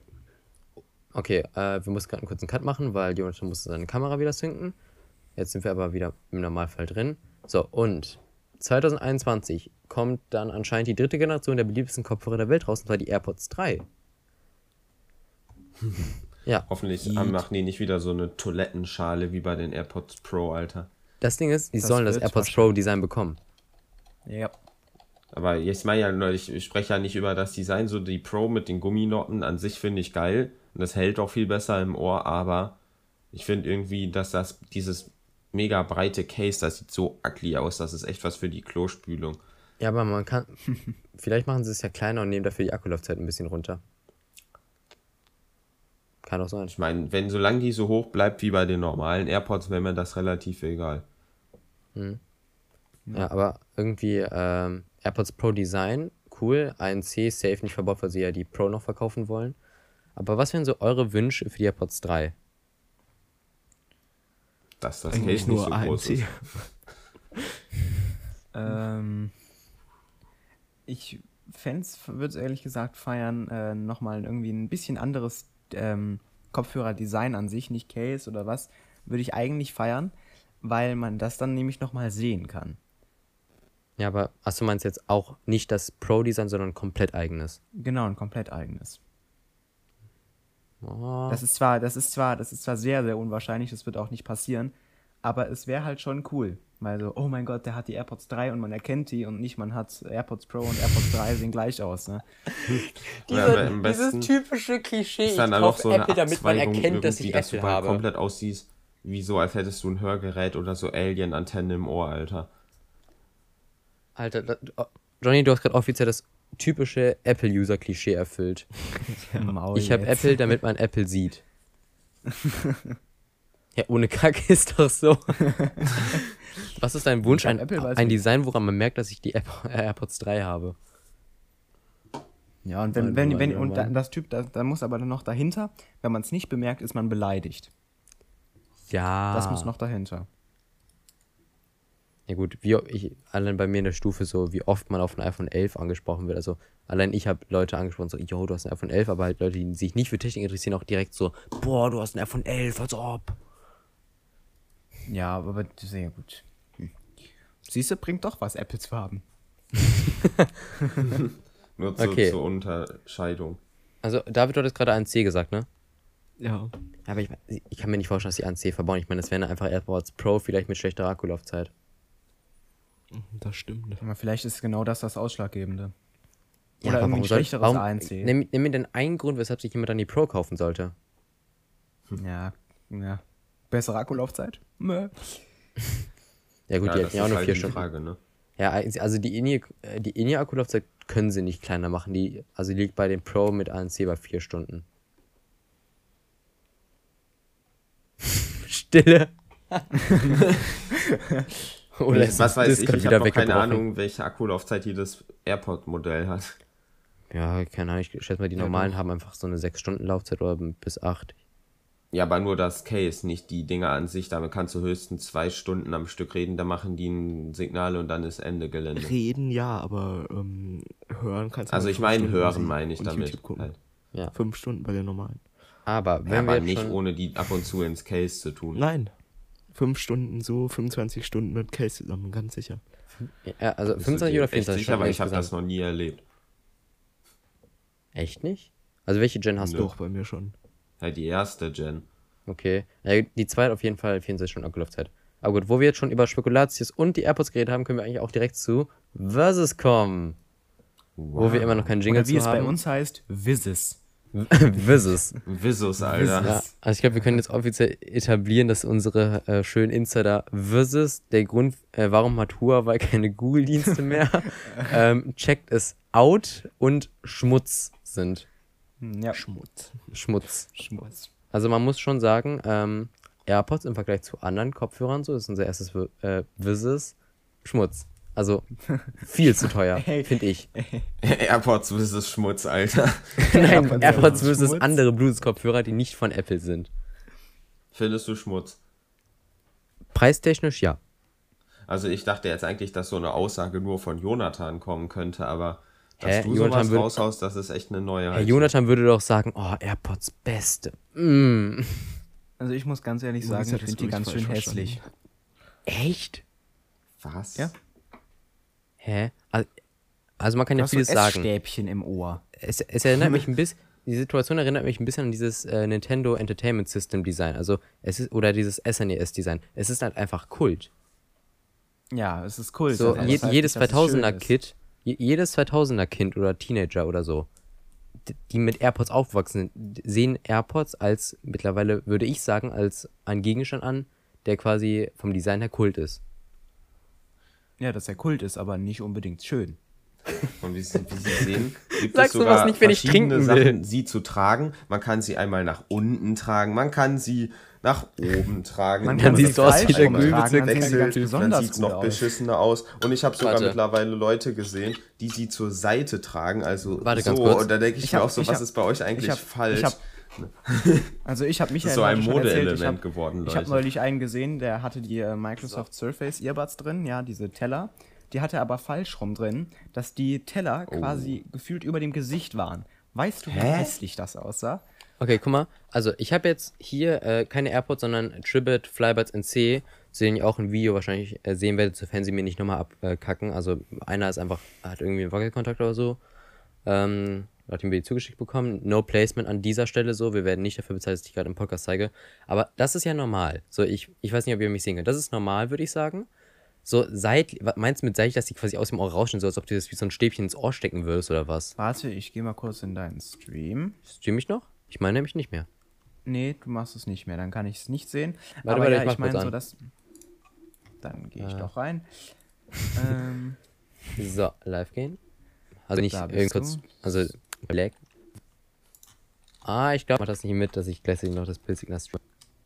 okay, äh, wir mussten gerade einen kurzen Cut machen, weil Jonathan musste seine Kamera wieder synken. Jetzt sind wir aber wieder im Normalfall drin. So, und zwanzig einundzwanzig kommt dann anscheinend die dritte Generation der beliebtesten Kopfhörer der Welt raus, und zwar die AirPods drei. Ja, Hoffentlich Yeet. machen die nicht wieder so eine Toilettenschale wie bei den AirPods Pro, Alter. das Ding ist, die Das sollen das wird's AirPods Pro Design bekommen. Ja. Aber jetzt meine ja nur, ich, ich spreche ja nicht über das Design, so die Pro mit den Gumminoppen an sich finde ich geil. Und das hält auch viel besser im Ohr, aber ich finde irgendwie, dass das, dieses mega breite Case, das sieht so ugly aus, das ist echt was für die Klospülung. Ja, aber man kann. Vielleicht machen sie es ja kleiner und nehmen dafür die Akkulaufzeit ein bisschen runter. Kann auch sein. Ich meine, wenn solange die so hoch bleibt wie bei den normalen AirPods, wäre mir das relativ egal. Ja, aber irgendwie ähm, AirPods Pro Design, cool. A N C safe nicht verbaut, weil sie ja die Pro noch verkaufen wollen. Aber was wären so eure Wünsche für die AirPods drei? Dass das Eigentlich Case nicht nur so groß A N C. ist. Ähm, ich würde es ehrlich gesagt feiern, äh, nochmal irgendwie ein bisschen anderes ähm, Kopfhörerdesign an sich, nicht Case oder was, würde ich eigentlich feiern, weil man das dann nämlich nochmal sehen kann. Ja, aber achso, du meinst jetzt auch nicht das Pro-Design, sondern komplett eigenes. Genau, ein komplett eigenes. Oh, Das ist zwar, das ist zwar, das ist zwar sehr, sehr unwahrscheinlich, das wird auch nicht passieren, aber es wäre halt schon cool. Weil so, oh mein Gott, der hat die AirPods drei und man erkennt die und nicht, man hat AirPods Pro und AirPods drei sehen gleich aus, ne? Ja, aber am besten typische Klischee, ist dann ich auch kaufe so eine Apple, damit man Abzweigung erkennt, dass irgendwie, ich dass du Apple bald habe. komplett aussiehst, wie so, als hättest du ein Hörgerät oder so Alien-Antenne im Ohr, Alter. Alter, da, oh, Johnny, du hast gerade offiziell das typische Apple-User-Klischee erfüllt. Maul Ich habe jetzt. Apple, damit man Apple sieht. Ja, ohne Kack ist doch so. Was ist dein Wunsch? Ich hab Ein, Apple, weiß ein nicht. Design, woran man merkt, dass ich die Air AirPods drei habe. Ja, und wenn, Nein, wenn, nein, wenn nein, und da, nein. das Typ, da, da muss aber dann noch dahinter, wenn man es nicht bemerkt, ist man beleidigt. Ja. Das muss noch dahinter. Ja gut, wie ich, allein bei mir in der Stufe so, wie oft man auf ein iPhone elf angesprochen wird. Also allein ich habe Leute angesprochen, so, yo, du hast ein iPhone elf, aber halt Leute, die sich nicht für Technik interessieren, auch direkt so, boah, du hast ein iPhone elf, als ob. Ja, aber sehr gut. Hm. Siehst du, bringt doch was, Apple zu haben. Nur zu, Okay. zur Unterscheidung. Also David, du hattest gerade A N C gesagt, ne? Ja. Ja, aber ich, ich kann mir nicht vorstellen, dass die A N C verbauen. Ich meine, das wären einfach AirPods Pro, vielleicht mit schlechterer Akkulaufzeit. Das stimmt. Aber vielleicht ist genau das das Ausschlaggebende. Ja, Oder aber irgendwie ein warum soll- schlechteres warum- A N C. Nimm, nimm mir denn einen Grund, weshalb sich jemand dann die Pro kaufen sollte. Ja, ja. Bessere Akkulaufzeit? Mö. Ja gut, Ja, die das hätten ja auch ist nur halt vier die Stunden. Frage, ne? Ja, also die In-Ear- äh, die In-Ear-Akkulaufzeit können sie nicht kleiner machen. Die, also die liegt bei den Pro mit A N C bei vier Stunden. Stille. Oder Ich, ist was das weiß ich, Discord ich habe noch keine weggebrochen? Ahnung, welche Akkulaufzeit jedes AirPod-Modell hat. Ja, keine Ahnung, ich schätze mal, die Ja, normalen doch. haben einfach so eine sechs Stunden Laufzeit oder bis acht. Ja, aber nur das Case, nicht die Dinger an sich. Damit kannst du höchstens zwei Stunden am Stück reden, da machen die ein Signal und dann ist Ende Gelände. Reden ja, aber ähm, hören kannst du Also halt ich fünf meine, Stunden hören Musik meine ich und damit. YouTube gucken. Halt. Ja. Fünf Stunden bei den normalen. Aber Ja, wenn wir aber jetzt nicht schon, ohne die ab und zu ins Case zu tun. Nein. Fünf Stunden so, fünfundzwanzig Stunden mit Case zusammen, ganz sicher. ja, also Bist du fünfundzwanzig dir oder echt vierundzwanzig sicher, Stunden weil ich habe das insgesamt? noch nie erlebt. Echt nicht? Also welche Gen hast Nö. du? Doch, bei mir schon. Ja, die erste Gen. Okay. Ja, die zweite auf jeden Fall vierundzwanzig Stunden Akkulaufzeit. Aber gut, wo wir jetzt schon über Spekulatius und die AirPods geredet haben, können wir eigentlich auch direkt zu Versus kommen. Wo wir immer noch keinen Jingle Oder wie zu es haben. bei uns heißt, Visis. Versus. Visus, Alter. Ja, also ich glaube, wir können jetzt offiziell etablieren, dass unsere äh, schönen Insider Versus, der Grund, äh, warum hat Huawei keine Google-Dienste mehr, ähm, checkt es out und Schmutz sind. Hm, Ja, Schmutz. Schmutz. Schmutz. Also man muss schon sagen, ähm, AirPods im Vergleich zu anderen Kopfhörern, so ist unser erstes äh, Versus, Schmutz. Also viel zu teuer, Hey. finde ich. AirPods Visus Schmutz, Alter. Nein, AirPods AirPods versus versus Schmutz. andere Bluetooth-Kopfhörer, die nicht von Apple sind. Findest du Schmutz? Preistechnisch ja. Also ich dachte jetzt eigentlich, dass so eine Aussage nur von Jonathan kommen könnte, aber dass Hä? du Jonathan sowas würde- raushaust, das ist echt eine neue Herr Jonathan würde doch sagen, oh, AirPods beste. Mm. Also ich muss ganz ehrlich sagen, Maurice hat ich das, finde die glaub ich, ganz falsch schön verstanden. hässlich. Echt? Was? Ja. Hä? Al- Also man kann Du ja hast so vieles sagen. Essstäbchen im Ohr. Es, es erinnert mich ein bisschen, die Situation erinnert mich ein bisschen an dieses äh, Nintendo Entertainment System Design. Also es ist, oder dieses S N E S Design. Es ist halt einfach Kult. Ja, es ist cool. So, Das je, heißt nicht, jedes dass es schön zweitausender ist. Kid, je, jedes zweitausender Kind oder Teenager oder so, d- die mit AirPods aufgewachsen sind, sehen AirPods als, mittlerweile würde ich sagen, als einen Gegenstand an, der quasi vom Design her Kult ist. Ja, dass er Kult ist, aber nicht unbedingt schön. Und wie Sie, wie Sie sehen, gibt Sag es sowas sogar nicht, wenn ich verschiedene trinken will. Sachen, sie zu tragen. Man kann sie einmal nach unten tragen, man kann sie nach oben tragen. Man Dann kann sie siehst du aus wie der falsch Glühwitz tragen, dann sehen sie Wechsel, ganz dann besonders sieht es gut noch aus. beschissener aus. Und ich habe sogar Warte. mittlerweile Leute gesehen, die sie zur Seite tragen. Also Warte, so, ganz kurz. und da denke ich, Ich mir hab- auch so, ich was hab- ist bei euch eigentlich ich hab- falsch? ich hab- Also ich habe mich das ist so ein schon erzählt, ich Modeelement hab- geworden, Ich Leute. habe neulich einen gesehen, der hatte die äh, Microsoft Surface Earbuds drin, ja, diese Teller. Die hatte er aber falsch rum drin, dass die Teller quasi gefühlt über dem Gesicht waren. Weißt du, wie Hä? hässlich das aussah? Okay, guck mal. Also, ich habe jetzt hier äh, keine AirPods, sondern Tribit Flybuds N C, zu denen ihr auch ein Video wahrscheinlich äh, sehen werdet, sofern sie mir nicht nochmal abkacken. Also, einer ist einfach, hat irgendwie einen Wackelkontakt oder so. Ähm, nachdem wir die zugeschickt bekommen. No Placement an dieser Stelle so. Wir werden nicht dafür bezahlt, dass ich gerade im Podcast zeige. Aber das ist ja normal. So, ich, ich weiß nicht, ob ihr mich sehen könnt. Das ist normal, würde ich sagen. So, seitlich, was meinst du mit seitlich, dass die quasi aus dem Ohr rauschen, so als ob du das wie so ein Stäbchen ins Ohr stecken würdest oder was? Warte, ich gehe mal kurz in deinen Stream. Stream ich noch? Ich meine nämlich nicht mehr. Nee, du machst es nicht mehr, dann kann ich es nicht sehen. Warte, Aber warte, ja, ich mach ich meine kurz so, an. dass... Dann gehe ich Äh. doch rein. ähm, So, live gehen. Also nicht Da bist irgend kurz, du. also Black. Ah, ich glaube, mach das nicht mit, dass ich gleichzeitig noch das Bildsignal streame.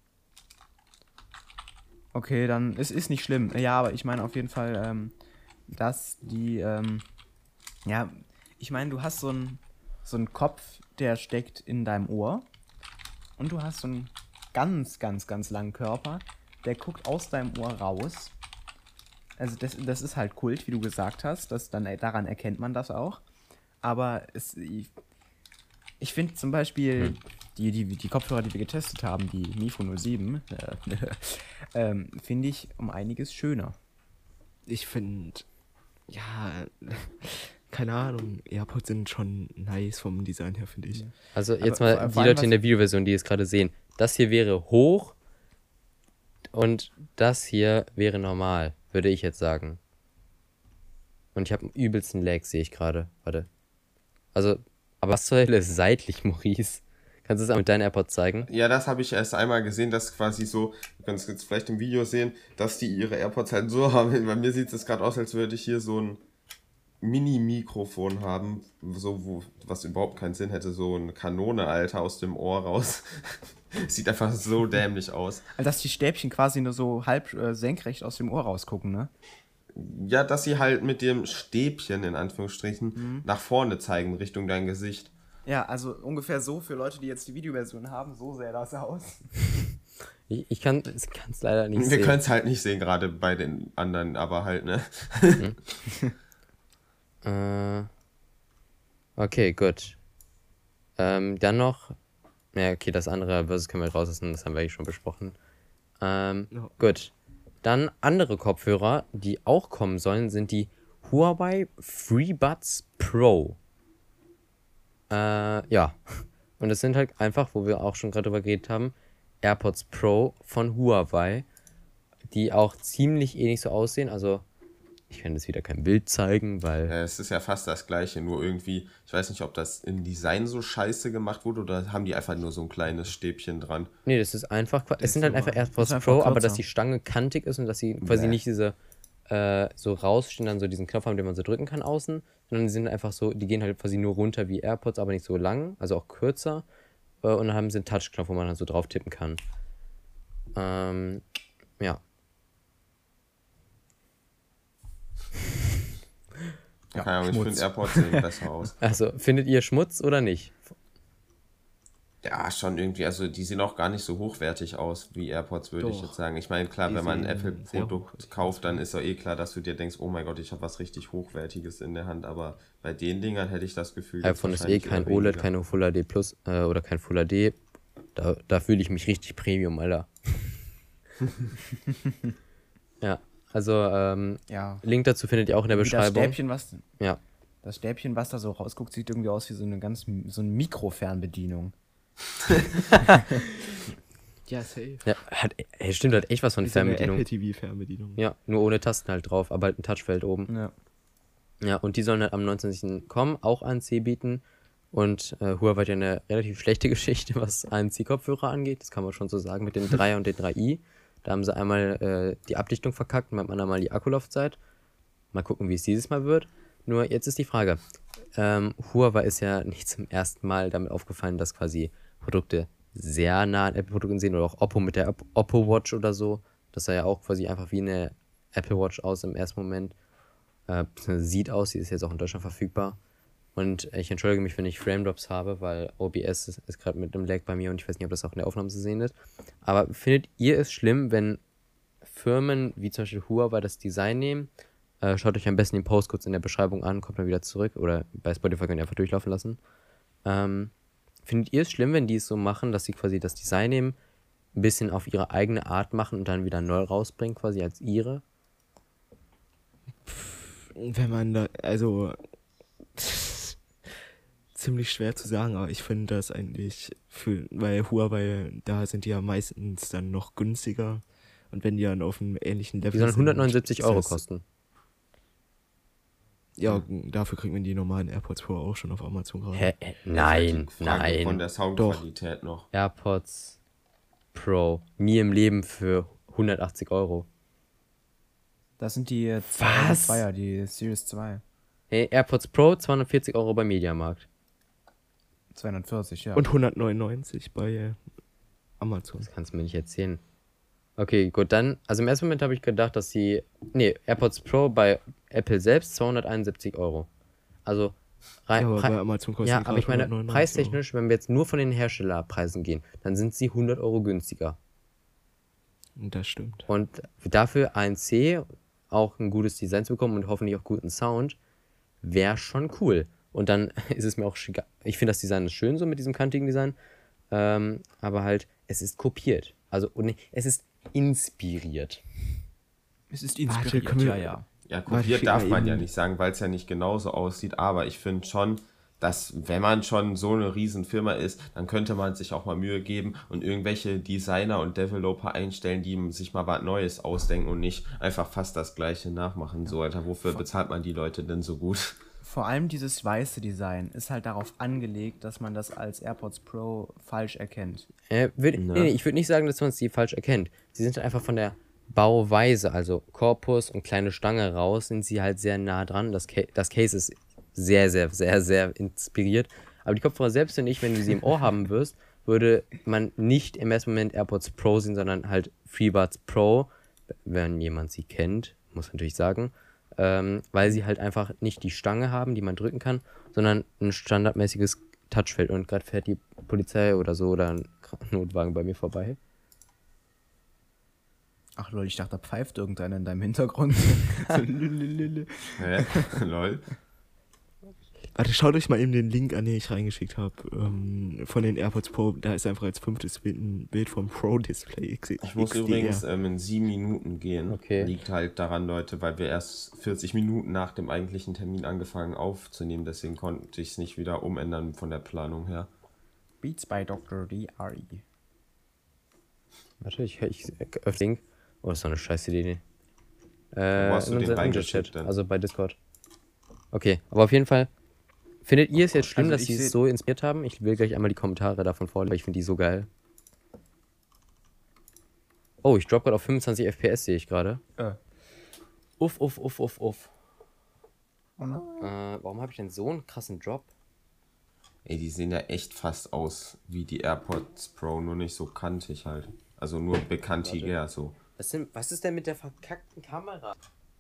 okay, dann, es ist nicht schlimm. Ja, aber ich meine auf jeden Fall, ähm, dass die, ähm, ja, ich meine, du hast so einen so einen Kopf, der steckt in deinem Ohr. Und du hast so einen ganz, ganz, ganz langen Körper, der guckt aus deinem Ohr raus. Also das, das ist halt Kult, wie du gesagt hast. Das, dann, daran erkennt man das auch. Aber es, ich, ich finde zum Beispiel die, die, die Kopfhörer, die wir getestet haben, die Mifo null sieben, äh, ähm, finde ich um einiges schöner. Ich finde, ja, keine Ahnung, AirPods sind schon nice vom Design her, finde ich. Also jetzt Aber mal vor- die vor allem Leute in was- der Videoversion, die es gerade sehen. Das hier wäre hoch und das hier wäre normal, würde ich jetzt sagen. Und ich habe einen übelsten Lag, sehe ich gerade. Warte. Also, aber was zur Hölle ist seitlich, Maurice? Kannst du es auch mit deinen AirPods zeigen? Ja, das habe ich erst einmal gesehen, dass quasi so, du kannst jetzt vielleicht im Video sehen, dass die ihre AirPods halt so haben. Bei mir sieht es gerade aus, als würde ich hier so ein Mini-Mikrofon haben, so wo, was überhaupt keinen Sinn hätte, so eine Kanone, Alter, aus dem Ohr raus. Sieht einfach so dämlich aus. Also, dass die Stäbchen quasi nur so halb äh, senkrecht aus dem Ohr rausgucken, ne? Ja, dass sie halt mit dem Stäbchen, in Anführungsstrichen, mhm. nach vorne zeigen, Richtung dein Gesicht. Ja, also ungefähr so für Leute, die jetzt die Videoversion haben, so sähe das aus. Ich, ich kann es leider nicht Wir sehen. Wir können es halt nicht sehen, gerade bei den anderen, aber halt, ne? äh, okay, gut. Ähm, dann noch, ja, okay, das andere Versus können wir rauslassen, das haben wir eigentlich schon besprochen. Ähm, Ja. Gut. Dann andere Kopfhörer, die auch kommen sollen, sind die Huawei FreeBuds Pro. Äh, ja. Und das sind halt einfach, wo wir auch schon gerade drüber geredet haben, AirPods Pro von Huawei, die auch ziemlich ähnlich so aussehen. Also, ich kann jetzt wieder kein Bild zeigen, weil... Ja, es ist ja fast das Gleiche, nur irgendwie, ich weiß nicht, ob das im Design so scheiße gemacht wurde oder haben die einfach nur so ein kleines Stäbchen dran. Nee, das ist einfach, es sind halt einfach AirPods ist einfach Pro, aber kürzer. dass die Stange kantig ist und dass sie quasi Nee. nicht diese äh, so rausstehen, dann so diesen Knopf haben, den man so drücken kann außen, sondern die sind einfach so, die gehen halt quasi nur runter wie AirPods, aber nicht so lang, also auch kürzer. Äh, und dann haben sie einen Touchknopf, wo man dann so drauf tippen kann. Ähm, ja. Ja, keine Ahnung, ich Schmutz. finde AirPods sehen besser aus. Also, findet ihr Schmutz oder nicht? Ja, schon irgendwie, also die sehen auch gar nicht so hochwertig aus wie AirPods, würde ich Doch. jetzt sagen. Ich meine, klar, Die wenn man ein sehen sehr Apple-Produkt hochwertig kauft, dann ist doch eh klar, dass du dir denkst, oh mein Gott, ich habe was richtig Hochwertiges in der Hand, aber bei den Dingern hätte ich das Gefühl, jetzt iPhone ist eh wahrscheinlich kein eher O L E D, weniger. keine Full H D Plus äh, oder kein Full H D. Da, da fühle ich mich richtig Premium, Alter. Ja, also ähm, Ja. Link dazu findet ihr auch in der Wie das Beschreibung. Stäbchen, was, Ja. das Stäbchen, was da so rausguckt, sieht irgendwie aus wie so eine ganz, so eine Mikrofernbedienung. Ja, safe. Ja, hat, ey, stimmt, hat echt was von Wie so eine Fernbedienung. Apple T V-Fernbedienung. Ja, nur ohne Tasten halt drauf, aber halt ein Touchfeld oben. Ja. Ja, und die sollen halt am neunzehnten kommen, auch A N C bieten. Und äh, Huawei hat ja eine relativ schlechte Geschichte, was A N C-Kopfhörer angeht. Das kann man schon so sagen mit den Dreier und den drei i. Da haben sie einmal äh, die Abdichtung verkackt und beim anderen Mal die Akkulaufzeit. Mal gucken, wie es dieses Mal wird. Nur jetzt ist die Frage. Ähm, Huawei ist ja nicht zum ersten Mal damit aufgefallen, dass quasi Produkte sehr nah an Apple-Produkten sehen oder auch Oppo mit der Op- Oppo Watch oder so. Das sah ja auch quasi einfach wie eine Apple Watch aus im ersten Moment. Äh, beziehungsweise sieht aus, die ist jetzt auch in Deutschland verfügbar. Und ich entschuldige mich, wenn ich Frame Drops habe, weil O B S ist, ist gerade mit einem Lag bei mir und ich weiß nicht, ob das auch in der Aufnahme zu sehen ist. Aber findet ihr es schlimm, wenn Firmen wie zum Beispiel Huawei das Design nehmen? Äh, schaut euch am besten den Post kurz in der Beschreibung an, kommt dann wieder zurück oder bei Spotify könnt ihr einfach durchlaufen lassen. Ähm, findet ihr es schlimm, wenn die es so machen, dass sie quasi das Design nehmen, ein bisschen auf ihre eigene Art machen und dann wieder neu rausbringen, quasi als ihre? Wenn man da, also ziemlich schwer zu sagen, aber ich finde das eigentlich, für, weil Huawei, da sind die ja meistens dann noch günstiger und wenn die dann auf einem ähnlichen Level Die sollen sind, hundertneunundsiebzig ist Euro das- kosten. Ja, dafür kriegt man die normalen AirPods Pro auch schon auf Amazon gerade. Hä? Äh, Nein, Die Frage von nein. der Soundqualität noch. AirPods Pro. Nie im Leben für hundertachtzig Euro. Das sind die äh, Was? Zweier, die Series zwei. Hey, AirPods Pro zweihundertvierzig Euro beim Mediamarkt. zweihundertvierzig, ja. Und hundertneunundneunzig bei äh, Amazon. Das kannst du mir nicht erzählen. Okay, gut, dann, also im ersten Moment habe ich gedacht, dass die, nee, AirPods Pro bei Apple selbst zweihunderteinundsiebzig Euro. Also, rein, Ja, aber Pre- bei Amazon kostet ja die aber gerade ich meine, hundertneunundneunzig preistechnisch, wenn wir jetzt nur von den Herstellerpreisen gehen, dann sind sie hundert Euro günstiger. Euro. Das stimmt. Und dafür A N C auch ein gutes Design zu bekommen und hoffentlich auch guten Sound, wäre schon cool. Und dann ist es mir auch schick- ich finde das Design ist schön so mit diesem kantigen Design, ähm, aber halt, es ist kopiert. Also, und nicht, es ist inspiriert. Es ist Warte, inspiriert, können wir- ja, ja. Ja, Warte, kopiert schick darf mal man ja eben- nicht sagen, weil es ja nicht genauso aussieht, aber ich finde schon, dass wenn man schon so eine Riesenfirma ist, dann könnte man sich auch mal Mühe geben und irgendwelche Designer und Developer einstellen, die sich mal was Neues ausdenken und nicht einfach fast das Gleiche nachmachen. So, Alter, wofür bezahlt man die Leute denn so gut? vor allem dieses weiße Design ist halt darauf angelegt, dass man das als AirPods Pro falsch erkennt. Äh, würd, Ne? nee, nee, ich würde nicht sagen, dass man sie falsch erkennt. Sie sind halt einfach von der Bauweise, also Korpus und kleine Stange raus, sind sie halt sehr nah dran. Das, Ca das Case ist sehr, sehr, sehr, sehr inspiriert. Aber die Kopfhörer selbst und ich, wenn du sie im Ohr haben wirst, würde man nicht im ersten Moment AirPods Pro sehen, sondern halt FreeBuds Pro, wenn jemand sie kennt, muss natürlich sagen, ähm, weil sie halt einfach nicht die Stange haben, die man drücken kann, sondern ein standardmäßiges Touchfeld. Und gerade fährt die Polizei oder so oder ein Notwagen bei mir vorbei. Ach lol, ich dachte, da pfeift irgendeiner in deinem Hintergrund. So, lülülülü. Hä? Lol. Warte, schaut euch mal eben den Link an, den ich reingeschickt habe, ähm, von den AirPods Pro. Da ist einfach als fünftes Bild ein Bild vom Pro-Display. Ich muss übrigens ähm, in sieben Minuten gehen. Okay. Liegt halt daran, Leute, weil wir erst vierzig Minuten nach dem eigentlichen Termin angefangen aufzunehmen. Deswegen konnte ich es nicht wieder umändern von der Planung her. Beats by Doktor D R E. Warte, ich, ich öffne den Link. Oh, das ist doch eine scheiß Idee. Wo Äh, hast du in den unserem reingeschickt Chat, denn? also bei Discord. Okay, aber auf jeden Fall. Findet ihr es jetzt schlimm, Also dass ich sie seh- es so inspiriert haben? Ich will gleich einmal die Kommentare davon vorlesen, weil ich finde die so geil. Oh, ich drop gerade auf fünfundzwanzig F P S, sehe ich gerade. Äh. Uff, uff, uff, uff, uff. Oh nein. Äh, warum habe ich denn so einen krassen Drop? Ey, die sehen ja echt fast aus wie die AirPods Pro, nur nicht so kantig halt. Also nur bekantiger so. Was, sind, was ist denn mit der verkackten Kamera?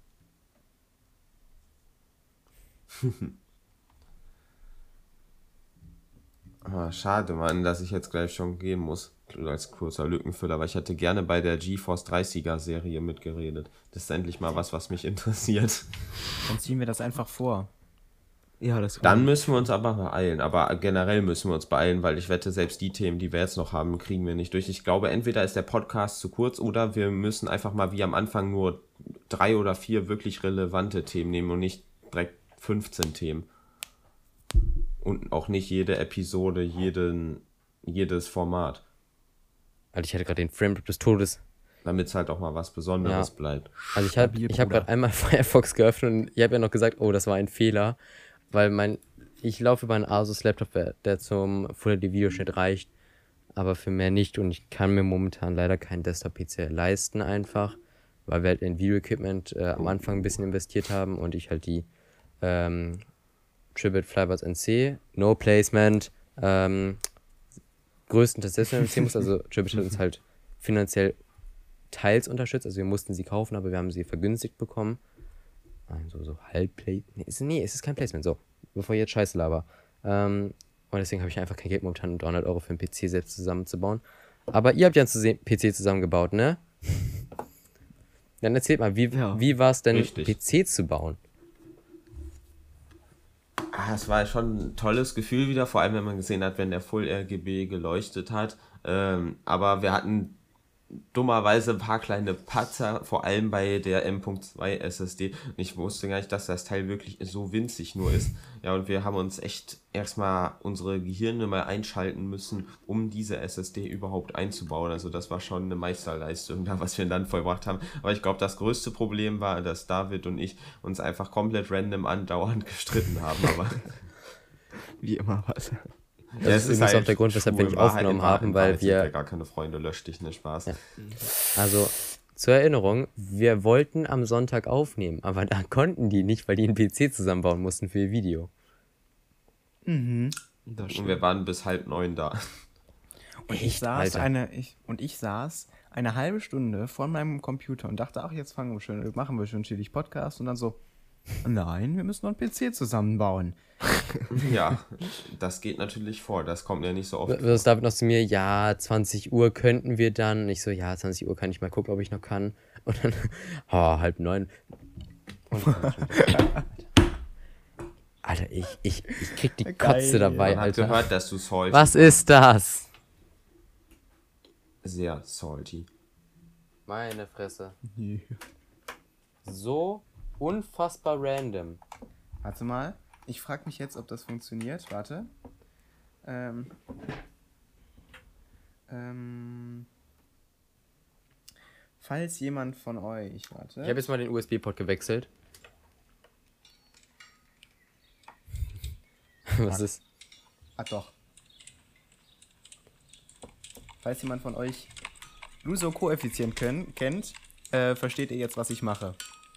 Ah, schade, Mann, dass ich jetzt gleich schon gehen muss. Als kurzer Lückenfüller, aber ich hätte gerne bei der GeForce dreißiger Serie mitgeredet. Das ist endlich mal was, was mich interessiert. Dann ziehen wir das einfach vor. Ja, das Dann müssen wir uns aber beeilen. Aber generell müssen wir uns beeilen, weil ich wette, selbst die Themen, die wir jetzt noch haben, kriegen wir nicht durch. Ich glaube, entweder ist der Podcast zu kurz oder wir müssen einfach mal wie am Anfang nur drei oder vier wirklich relevante Themen nehmen und nicht direkt fünfzehn Themen. Und auch nicht jede Episode, jeden, jedes Format. Alter, ich hatte gerade den Frame des Todes. Damit es halt auch mal was Besonderes Ja. bleibt. Also ich habe Stabil, ich hab Bruder. gerade einmal Firefox geöffnet und ich habe ja noch gesagt, oh, das war ein Fehler, weil mein ich laufe über einen Asus Laptop, der- der zum Full H D Videoschnitt reicht, aber für mehr nicht und ich kann mir momentan leider keinen Desktop-P C leisten einfach, weil wir halt in Video-Equipment äh, am Anfang ein bisschen investiert haben und ich halt die ähm, Tribit FlyBuds N C, No Placement, ähm, größtenteils selbst finanzieren muss, also Tribit hat uns halt finanziell teils unterstützt, also wir mussten sie kaufen, aber wir haben sie vergünstigt bekommen. Also so halb Play. Nee, ist, nee, es ist kein Placement, so. Bevor ich jetzt Scheiße laber. Ähm, und deswegen habe ich einfach kein Geld momentan, um dreihundert Euro für einen P C selbst zusammenzubauen. Aber ihr habt ja einen P C zusammengebaut, ne? Dann erzählt mal, wie, Ja. wie war es denn, Richtig. P C zu bauen? Ah, es war schon ein tolles Gefühl wieder, vor allem wenn man gesehen hat, wenn der Full R G B geleuchtet hat. Ähm, aber wir hatten dummerweise ein paar kleine Patzer, vor allem bei der M Punkt zwei S S D. Und ich wusste gar nicht, dass das Teil wirklich so winzig nur ist. Ja, und wir haben uns echt erstmal unsere Gehirne mal einschalten müssen, um diese S S D überhaupt einzubauen. Also das war schon eine Meisterleistung da, was wir dann vollbracht haben. Aber ich glaube, das größte Problem war, dass David und ich uns einfach komplett random andauernd gestritten haben. Aber Wie immer was. Das ist übrigens auch der Grund, weshalb wir nicht schwul, Wahrheit, aufgenommen in Wahrheit, haben, in weil Wahrheit sind wir- ja gar keine Freunde, lösch dich, ne Spaß. Ja. Also, zur Erinnerung, wir wollten am Sonntag aufnehmen, aber da konnten die nicht, weil die einen P C zusammenbauen mussten für ihr Video. Das Und stimmt. wir waren bis halb neun da. Und ich Echt, saß Alter. eine ich und ich saß eine halbe Stunde vor meinem Computer und dachte, ach, jetzt fangen wir schön, machen wir schön chillig Podcast und dann so, nein, wir müssen noch einen P C zusammenbauen. Ja, das geht natürlich vor. Das kommt ja nicht so oft. Das David noch zu mir, ja, zwanzig Uhr könnten wir dann. Und ich so, ja, zwanzig Uhr kann ich mal gucken, ob ich noch kann. Und dann, oh, halb neun. Und dann schon wieder. Alter, ich, ich, ich krieg die Geil. Kotze dabei, Man hat Alter. gehört, dass du salty Was ist das? Sehr salty. Meine Fresse. So unfassbar random. Warte mal, ich frage mich jetzt, ob das funktioniert. Warte. Ähm. Ähm. Falls jemand von euch, warte. Ich habe jetzt mal den U S B-Port gewechselt. Was ist? Ah, doch. Falls jemand von euch Luso-Koeffizient können, kennt, äh, versteht ihr jetzt, was ich mache.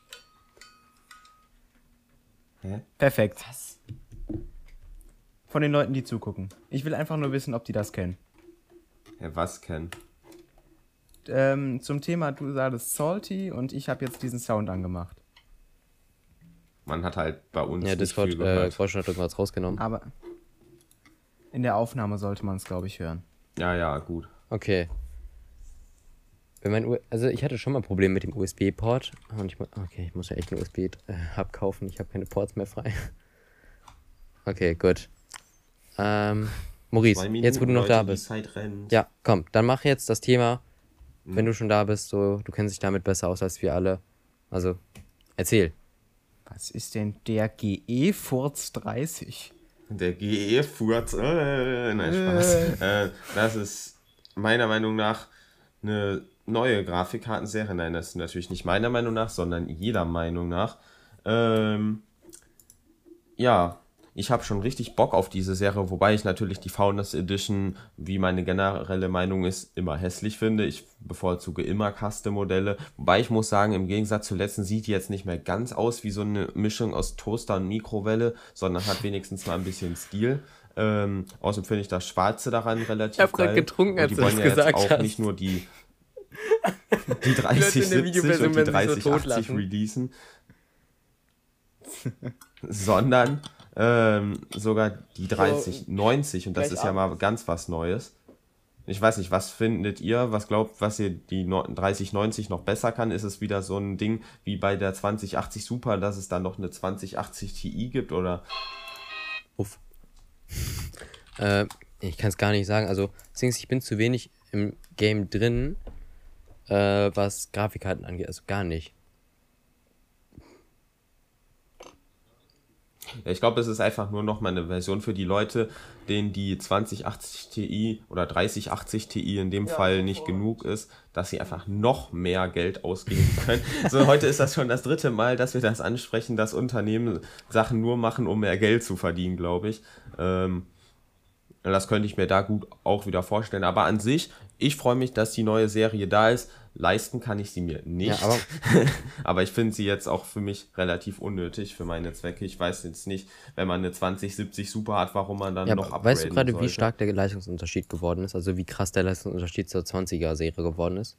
Hä? Perfekt. Was? Von den Leuten, die zugucken. Ich will einfach nur wissen, ob die das kennen. Ja, was kennen? Ähm, zum Thema, du sagst salty und ich habe jetzt diesen Sound angemacht. Man hat halt bei uns Ja, nicht Discord, viel äh, gehört. Quatsch hat irgendwas rausgenommen. Aber in der Aufnahme sollte man es, glaube ich, hören. Ja, ja, gut. Okay. Wenn mein U also ich hatte schon mal Probleme mit dem U S B-Port. Und ich mu okay, ich muss ja echt einen U S B-Hub kaufen. Ich habe keine Ports mehr frei. Okay, gut. Ähm, Maurice, Zwei Minuten, jetzt wo du noch Leute, da die bist. Zeit rennt. Ja, komm, dann mach jetzt das Thema, Mhm. wenn du schon da bist, so, du kennst dich damit besser aus als wir alle. Also, erzähl. Was ist denn der G E-Furz dreißig? Der G E-Furz, äh, nein, Spaß. Äh, das ist meiner Meinung nach eine neue Grafikkartenserie. Nein, das ist natürlich nicht meiner Meinung nach, sondern jeder Meinung nach. Ähm, ja, ich habe schon richtig Bock auf diese Serie, wobei ich natürlich die Founders Edition, wie meine generelle Meinung ist, immer hässlich finde. Ich bevorzuge immer Custom-Modelle. Wobei ich muss sagen, im Gegensatz zur letzten sieht die jetzt nicht mehr ganz aus wie so eine Mischung aus Toaster und Mikrowelle, sondern hat wenigstens mal ein bisschen Stil. Ähm, außerdem finde ich das Schwarze daran relativ Ich hab grad geil. getrunken, Und als die du wollen das ja jetzt gesagt auch hast. nicht nur die, die Leute dreißig in der siebzig Videoversion und die werden sich so dreißig achtzig totlachen. releasen, sondern ähm, sogar die dreißig neunzig und das gleich ist ja mal ganz was Neues. Ich weiß nicht, was findet ihr, was glaubt, was ihr die dreißig neunzig noch besser kann? Ist es wieder so ein Ding wie bei der zwanzig achtzig Super, dass es dann noch eine zwanzig achtzig Ti gibt oder? Uff. äh, ich kann es gar nicht sagen. Also, deswegen, ich bin zu wenig im Game drin, äh, was Grafikkarten angeht. Also gar nicht. Ja, ich glaube, es ist einfach nur noch mal eine Version für die Leute, denen die zwanzig achtzig Ti oder dreißig achtzig Ti in dem Fall nicht genug ist, dass sie einfach noch mehr Geld ausgeben können. So, heute ist das schon das dritte Mal, dass wir das ansprechen, dass Unternehmen Sachen nur machen, um mehr Geld zu verdienen, glaube ich. Ähm, das könnte ich mir da gut auch wieder vorstellen. Aber an sich, ich freue mich, dass die neue Serie da ist. Leisten kann ich sie mir nicht. Ja, aber aber ich finde sie jetzt auch für mich relativ unnötig für meine Zwecke. Ich weiß jetzt nicht, wenn man eine zwanzig siebzig Super hat, warum man dann ja, noch aber upgraden weißt du gerade, wie sollte. stark der Leistungsunterschied geworden ist? Also wie krass der Leistungsunterschied zur zwanziger-Serie geworden ist?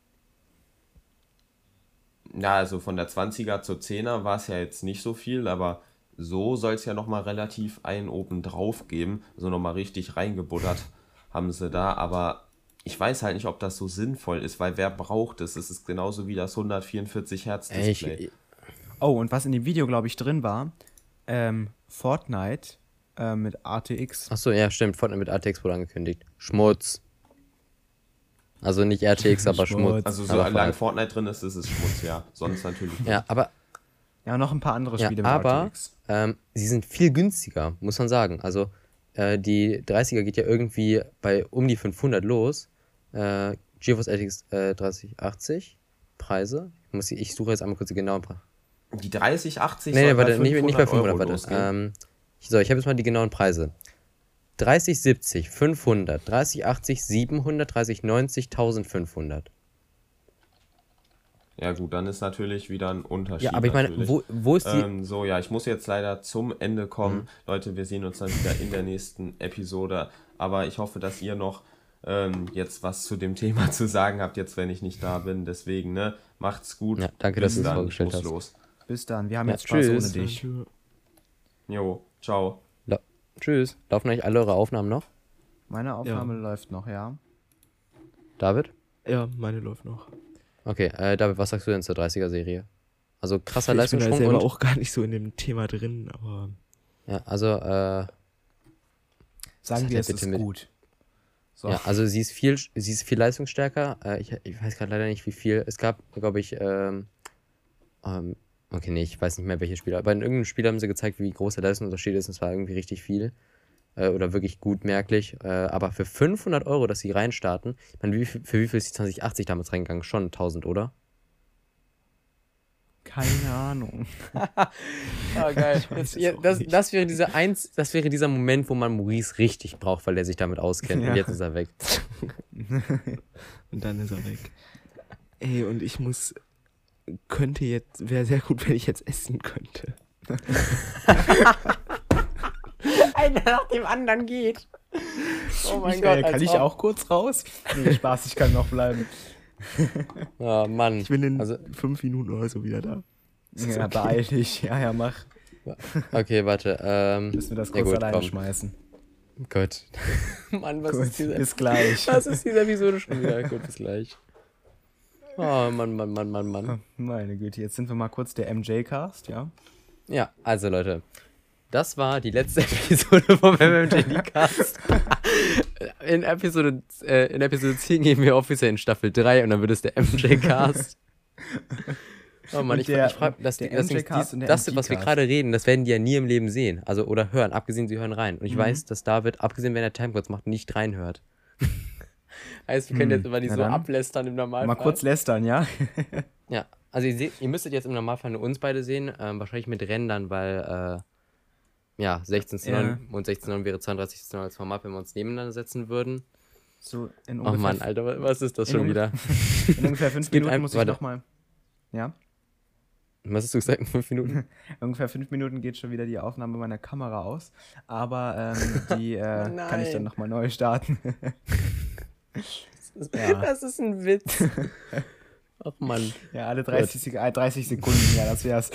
Ja, also von der zwanziger zur zehner war es ja jetzt nicht so viel, aber so soll es ja nochmal relativ einen oben drauf geben. Also nochmal richtig reingebuttert haben sie da, aber ich weiß halt nicht, ob das so sinnvoll ist, weil wer braucht es? Es ist genauso wie das hundertvierundvierzig Hertz Ey, ich, Display. Oh, und was in dem Video, glaube ich, drin war, ähm, Fortnite äh, mit R T X. achso, ja, stimmt. Fortnite mit R T X wurde angekündigt. Schmutz. Also nicht R T X, aber Schmutz. Schmutz. Also aber solange Fortnite. Fortnite drin ist, ist es Schmutz, ja. Sonst natürlich nicht. Ja, aber Ja, noch ein paar andere Ja, Spiele mit R aber T X. ähm, sie sind viel günstiger, muss man sagen. Also äh, die dreißiger geht ja irgendwie bei um die fünfhundert los. Äh, GeForce R T X äh, dreißig achtzig Preise. Ich, muss, ich suche jetzt einmal kurz die genauen Preise. Die dreißig achtzig Nee, nee, soll bei warte, nicht, nicht bei fünfhundert, Euro warte. losgehen. Ähm, ich- so, ich habe jetzt mal die genauen Preise. dreißig siebzig, fünfhundert, dreißig achtzig, siebenhundert, dreißig neunzig, eintausendfünfhundert. Ja gut, dann ist natürlich wieder ein Unterschied. Ja, aber ich meine, natürlich. wo, wo ist die... Ähm, so, ja, ich muss jetzt leider zum Ende kommen. Mhm. Leute, wir sehen uns dann wieder in der nächsten Episode. Aber ich hoffe, dass ihr noch ähm, jetzt was zu dem Thema zu sagen habt, jetzt wenn ich nicht da bin. Deswegen, ne, macht's gut. Ja, danke, Bis dass du es dann. vorgestellt Ich muss hast. los. Bis dann, wir haben Ja, jetzt Spaß tschüss. ohne dich. Jo, ciao. La Tschüss. Laufen eigentlich alle eure Aufnahmen noch? Meine Aufnahme läuft noch, ja. David? Ja, meine läuft noch. Okay, äh, David, was sagst du denn zur dreißiger-Serie? Also krasser Ich bin da Leistungssprung selber und... auch gar nicht so in dem Thema drin, aber Ja, also, äh, Sagen hat wir, er es bitte ist mit- gut. So. ja, also sie ist viel, sie ist viel leistungsstärker. Äh, ich, ich weiß gerade leider nicht, wie viel. Es gab, glaube ich, ähm, ähm, okay, nee, ich weiß nicht mehr, welche Spiele. Aber in irgendeinem Spiel haben sie gezeigt, wie groß der Leistungsunterschied ist. Und es war irgendwie richtig viel. Äh, oder wirklich gut merklich. Äh, aber für fünfhundert Euro, dass sie reinstarten, ich meine, wie, viel- für wie viel ist die zwanzig achtzig damals reingegangen? Schon tausend, oder? Keine Ahnung. Oh, geil. Das, ja, das, das, wäre dieser eins, das wäre dieser Moment, wo man Maurice richtig braucht, weil er sich damit auskennt. Ja. Und jetzt ist er weg. Und dann ist er weg. Ey, und ich muss, könnte jetzt, wäre sehr gut, wenn ich jetzt essen könnte. Einer nach dem anderen geht. Oh mein Ich, Gott. äh, kann als ich ob- auch kurz raus? Nee, Spaß, ich kann noch bleiben. Oh Mann. Ich bin in Also, fünf Minuten oder so wieder da. Ja, beeil dich. Ja, ja, mach. okay, warte. Ähm, Müssen wir das ja kurz gut, alleine komm. schmeißen. Gut. Mann, was Gut, ist dieser... bis gleich. Was ist diese Episode schon wieder? Gut, bis gleich. Oh Mann, Mann, Mann, Mann, Mann. Meine Güte, jetzt sind wir mal kurz der M J-Cast, ja? Ja, also Leute, das war die letzte Episode vom M M J D-Cast. In Episode, äh, in Episode zehn gehen wir offiziell in Staffel drei und dann wird es der M J-Cast. Oh Mann, Und ich, der- ich frage, das, der das, Ding- M J-Cast die- und der das was wir M T-Cast. gerade reden, das werden die ja nie im Leben sehen. Also, oder hören, abgesehen, sie hören rein. Und ich Mhm. weiß, dass David, abgesehen, wenn er Timecodes macht, nicht reinhört. Heißt, wir können Hm, jetzt immer die na so dann. ablästern im Normalfall. Mal kurz lästern, ja? Ja, also ihr, seht, ihr müsstet jetzt im Normalfall nur uns beide sehen, ähm, wahrscheinlich mit Rändern, weil äh, ja, sechzehn zu neun Ja. und sechzehn zu neun wäre zweiunddreißig zu neun als Format, wenn wir uns nebeneinander setzen würden. So in Oh ungefähr, Mann, Alter, was ist das in schon ungef- wieder? in ungefähr fünf Es gibt Minuten ein- muss ich warte. nochmal. Ja? Was hast du gesagt, in fünf Minuten? Ungefähr fünf Minuten geht schon wieder die Aufnahme meiner Kamera aus. Aber ähm, die äh, kann ich dann Nein. nochmal neu starten. Das ist, Ja. das ist ein Witz. Ach Mann. Ja, alle dreißig, Sek äh, dreißig Sekunden, ja, das wär's.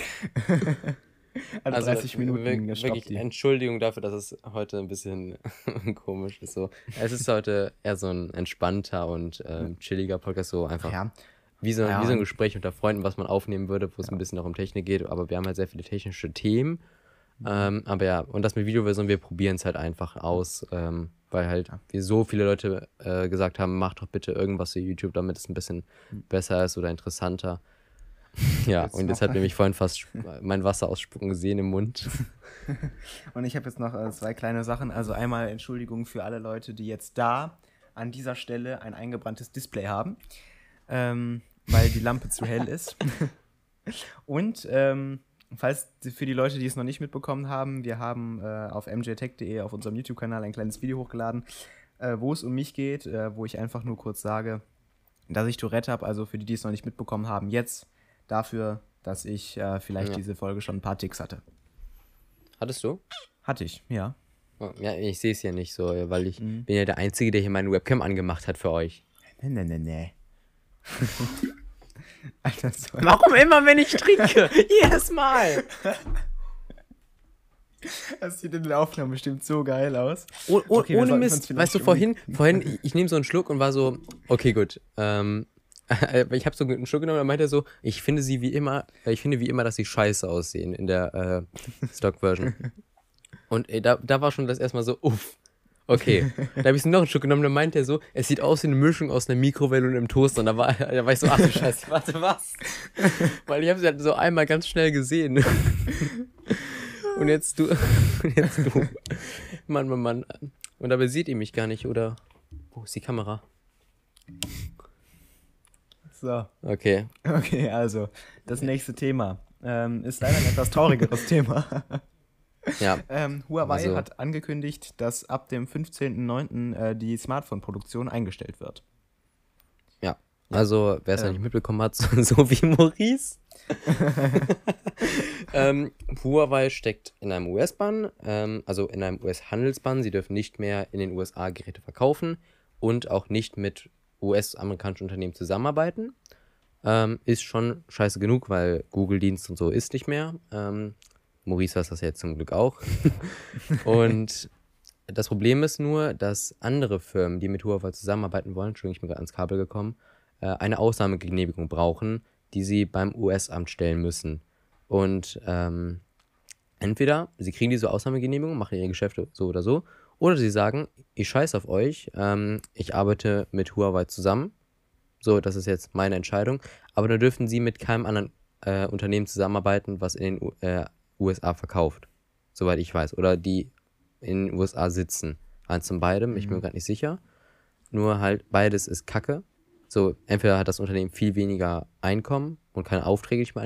alle Also, dreißig Minuten wir- gestoppt wirklich die. Entschuldigung dafür, dass es heute ein bisschen komisch ist. So. Es ist heute eher so ein entspannter und ähm, chilliger Podcast, so einfach Ja, wie so, Ja, wie so ein und- Gespräch unter Freunden, was man aufnehmen würde, wo es ein bisschen auch um Technik geht, aber wir haben halt sehr viele technische Themen. Ähm, aber ja, und das mit Videoversion, wir probieren es halt einfach aus, ähm, weil halt wir so viele Leute äh, gesagt haben, mach doch bitte irgendwas für YouTube, damit es ein bisschen besser ist oder interessanter. Ja, Jetzt und jetzt noch- hat nämlich vorhin fast sp- mein Wasser ausspucken gesehen im Mund. und ich habe jetzt noch äh, zwei kleine Sachen. Also einmal Entschuldigung für alle Leute, die jetzt da an dieser Stelle ein eingebranntes Display haben, ähm, weil die Lampe zu hell ist. Und ähm, falls die- für die Leute, die es noch nicht mitbekommen haben, wir haben äh, auf m j tech punkt de auf unserem YouTube-Kanal ein kleines Video hochgeladen, äh, wo es um mich geht, äh, wo ich einfach nur kurz sage, dass ich Tourette habe. Also für die, die es noch nicht mitbekommen haben, jetzt dafür, dass ich äh, vielleicht Ja. diese Folge schon ein paar Ticks hatte. Hattest du? Hatte ich, ja. Oh, ja, ich sehe es ja nicht so, weil ich Mhm. bin ja der Einzige, der hier meine Webcam angemacht hat für euch. Nee, nee, nee, nee. Alter, so. Warum immer, wenn ich trinke? Jedes Mal. Das sieht in der Aufnahme bestimmt so geil aus. Oh, oh, Okay, wir ohne sollten uns Mist, vielleicht weißt du, vorhin, vorhin, ich, ich nehme so einen Schluck und war so, okay, gut. Ähm, ich habe so einen Schluck genommen und er meinte so, ich finde sie wie immer, äh, ich finde wie immer, dass sie scheiße aussehen in der äh, Stock-Version. Und ey, da, da war schon das erstmal so, uff. Okay, da habe ich noch einen Schluck genommen, dann meinte er so, es sieht aus wie eine Mischung aus einer Mikrowelle und einem Toaster. Und da war, da war ich so, ach du Scheiße, warte, was? Weil ich habe sie halt so einmal ganz schnell gesehen. Und jetzt du, und jetzt du. Mann, Mann, Mann. Und dabei seht ihr mich gar nicht, oder? Wo ist die Kamera? So, Okay. okay, also, das nächste Thema ähm, ist leider ein etwas traurigeres Thema. Ja, Ähm, Huawei Also- hat angekündigt, dass ab dem fünfzehnten neunten äh, die Smartphone-Produktion eingestellt wird. ja. Also, wer es noch Ähm. nicht mitbekommen hat, so, so wie Maurice. ähm, Huawei steckt in einem U S-Bann, ähm, also in einem U S-Handelsbann. Sie dürfen nicht mehr in den U S A Geräte verkaufen und auch nicht mit U S-amerikanischen Unternehmen zusammenarbeiten. Ähm, ist schon scheiße genug, weil Google-Dienst und so ist nicht mehr. Ähm, Maurice weiß das ja jetzt zum Glück auch. Und das Problem ist nur, dass andere Firmen, die mit Huawei zusammenarbeiten wollen, Entschuldigung, ich bin gerade ans Kabel gekommen, äh, eine Ausnahmegenehmigung brauchen, die sie beim U S-Amt stellen müssen. Und ähm, entweder sie kriegen diese Ausnahmegenehmigung, machen ihre Geschäfte so oder so, oder sie sagen, ich scheiß auf euch, ähm, ich arbeite mit Huawei zusammen. So, das ist jetzt meine Entscheidung. Aber dann dürfen sie mit keinem anderen äh, Unternehmen zusammenarbeiten, was in den U äh, U S A verkauft. Soweit ich weiß. Oder die in den U S A sitzen. Eins von beidem, ich bin mir gerade nicht sicher. Nur halt, beides ist Kacke. So, entweder hat das Unternehmen viel weniger Einkommen und keine Aufträge nicht mehr annehmen,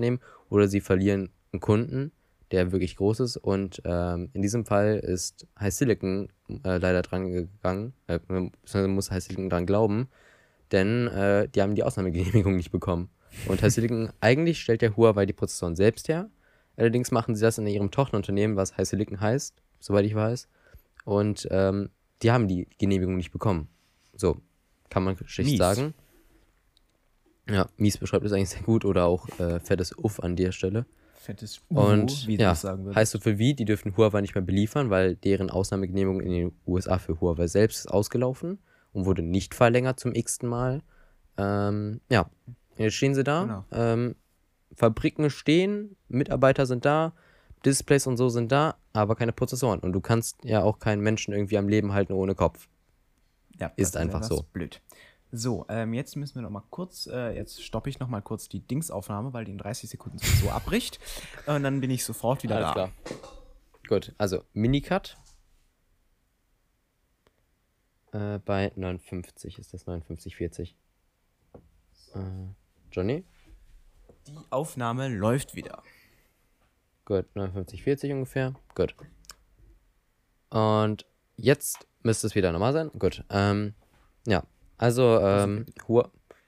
oder sie verlieren einen Kunden, der wirklich groß ist. Und ähm, in diesem Fall ist HiSilicon äh, leider dran gegangen, äh, man muss HiSilicon dran glauben, denn äh, die haben die Ausnahmegenehmigung nicht bekommen. Und HiSilicon, eigentlich stellt der Huawei die Prozessoren selbst her. Allerdings machen sie das in ihrem Tochterunternehmen, was HiSilicon heißt, soweit ich weiß. Und ähm, die haben die Genehmigung nicht bekommen. So, kann man schlicht Mies. sagen. Ja, mies beschreibt es eigentlich sehr gut. Oder auch äh, fettes Uff an der Stelle. Fettes Und wie du ja, es sagen würdest. heißt so viel wie, die dürfen Huawei nicht mehr beliefern, weil deren Ausnahmegenehmigung in den U S A für Huawei selbst ist ausgelaufen und wurde nicht verlängert zum x-ten Mal. Ähm, ja, jetzt stehen sie da. Genau. Ähm, Fabriken stehen, Mitarbeiter sind da, Displays und so sind da, aber keine Prozessoren. Und du kannst ja auch keinen Menschen irgendwie am Leben halten ohne Kopf. Ja, Ist das einfach etwas so. Blöd. So, ähm, jetzt müssen wir noch mal kurz, äh, jetzt stoppe ich noch mal kurz die Dingsaufnahme, weil die in dreißig Sekunden so abbricht. Und dann bin ich sofort wieder Alles da. klar. Gut, also Minicut äh, bei neunundfünfzig ist das neunundfünfzig vierzig. Äh, Johnny? Die Aufnahme läuft wieder. Gut, neunundfünfzig vierzig ungefähr. Gut. Und jetzt müsste es wieder normal sein. Gut. Ähm, ja, also, ähm, Hua-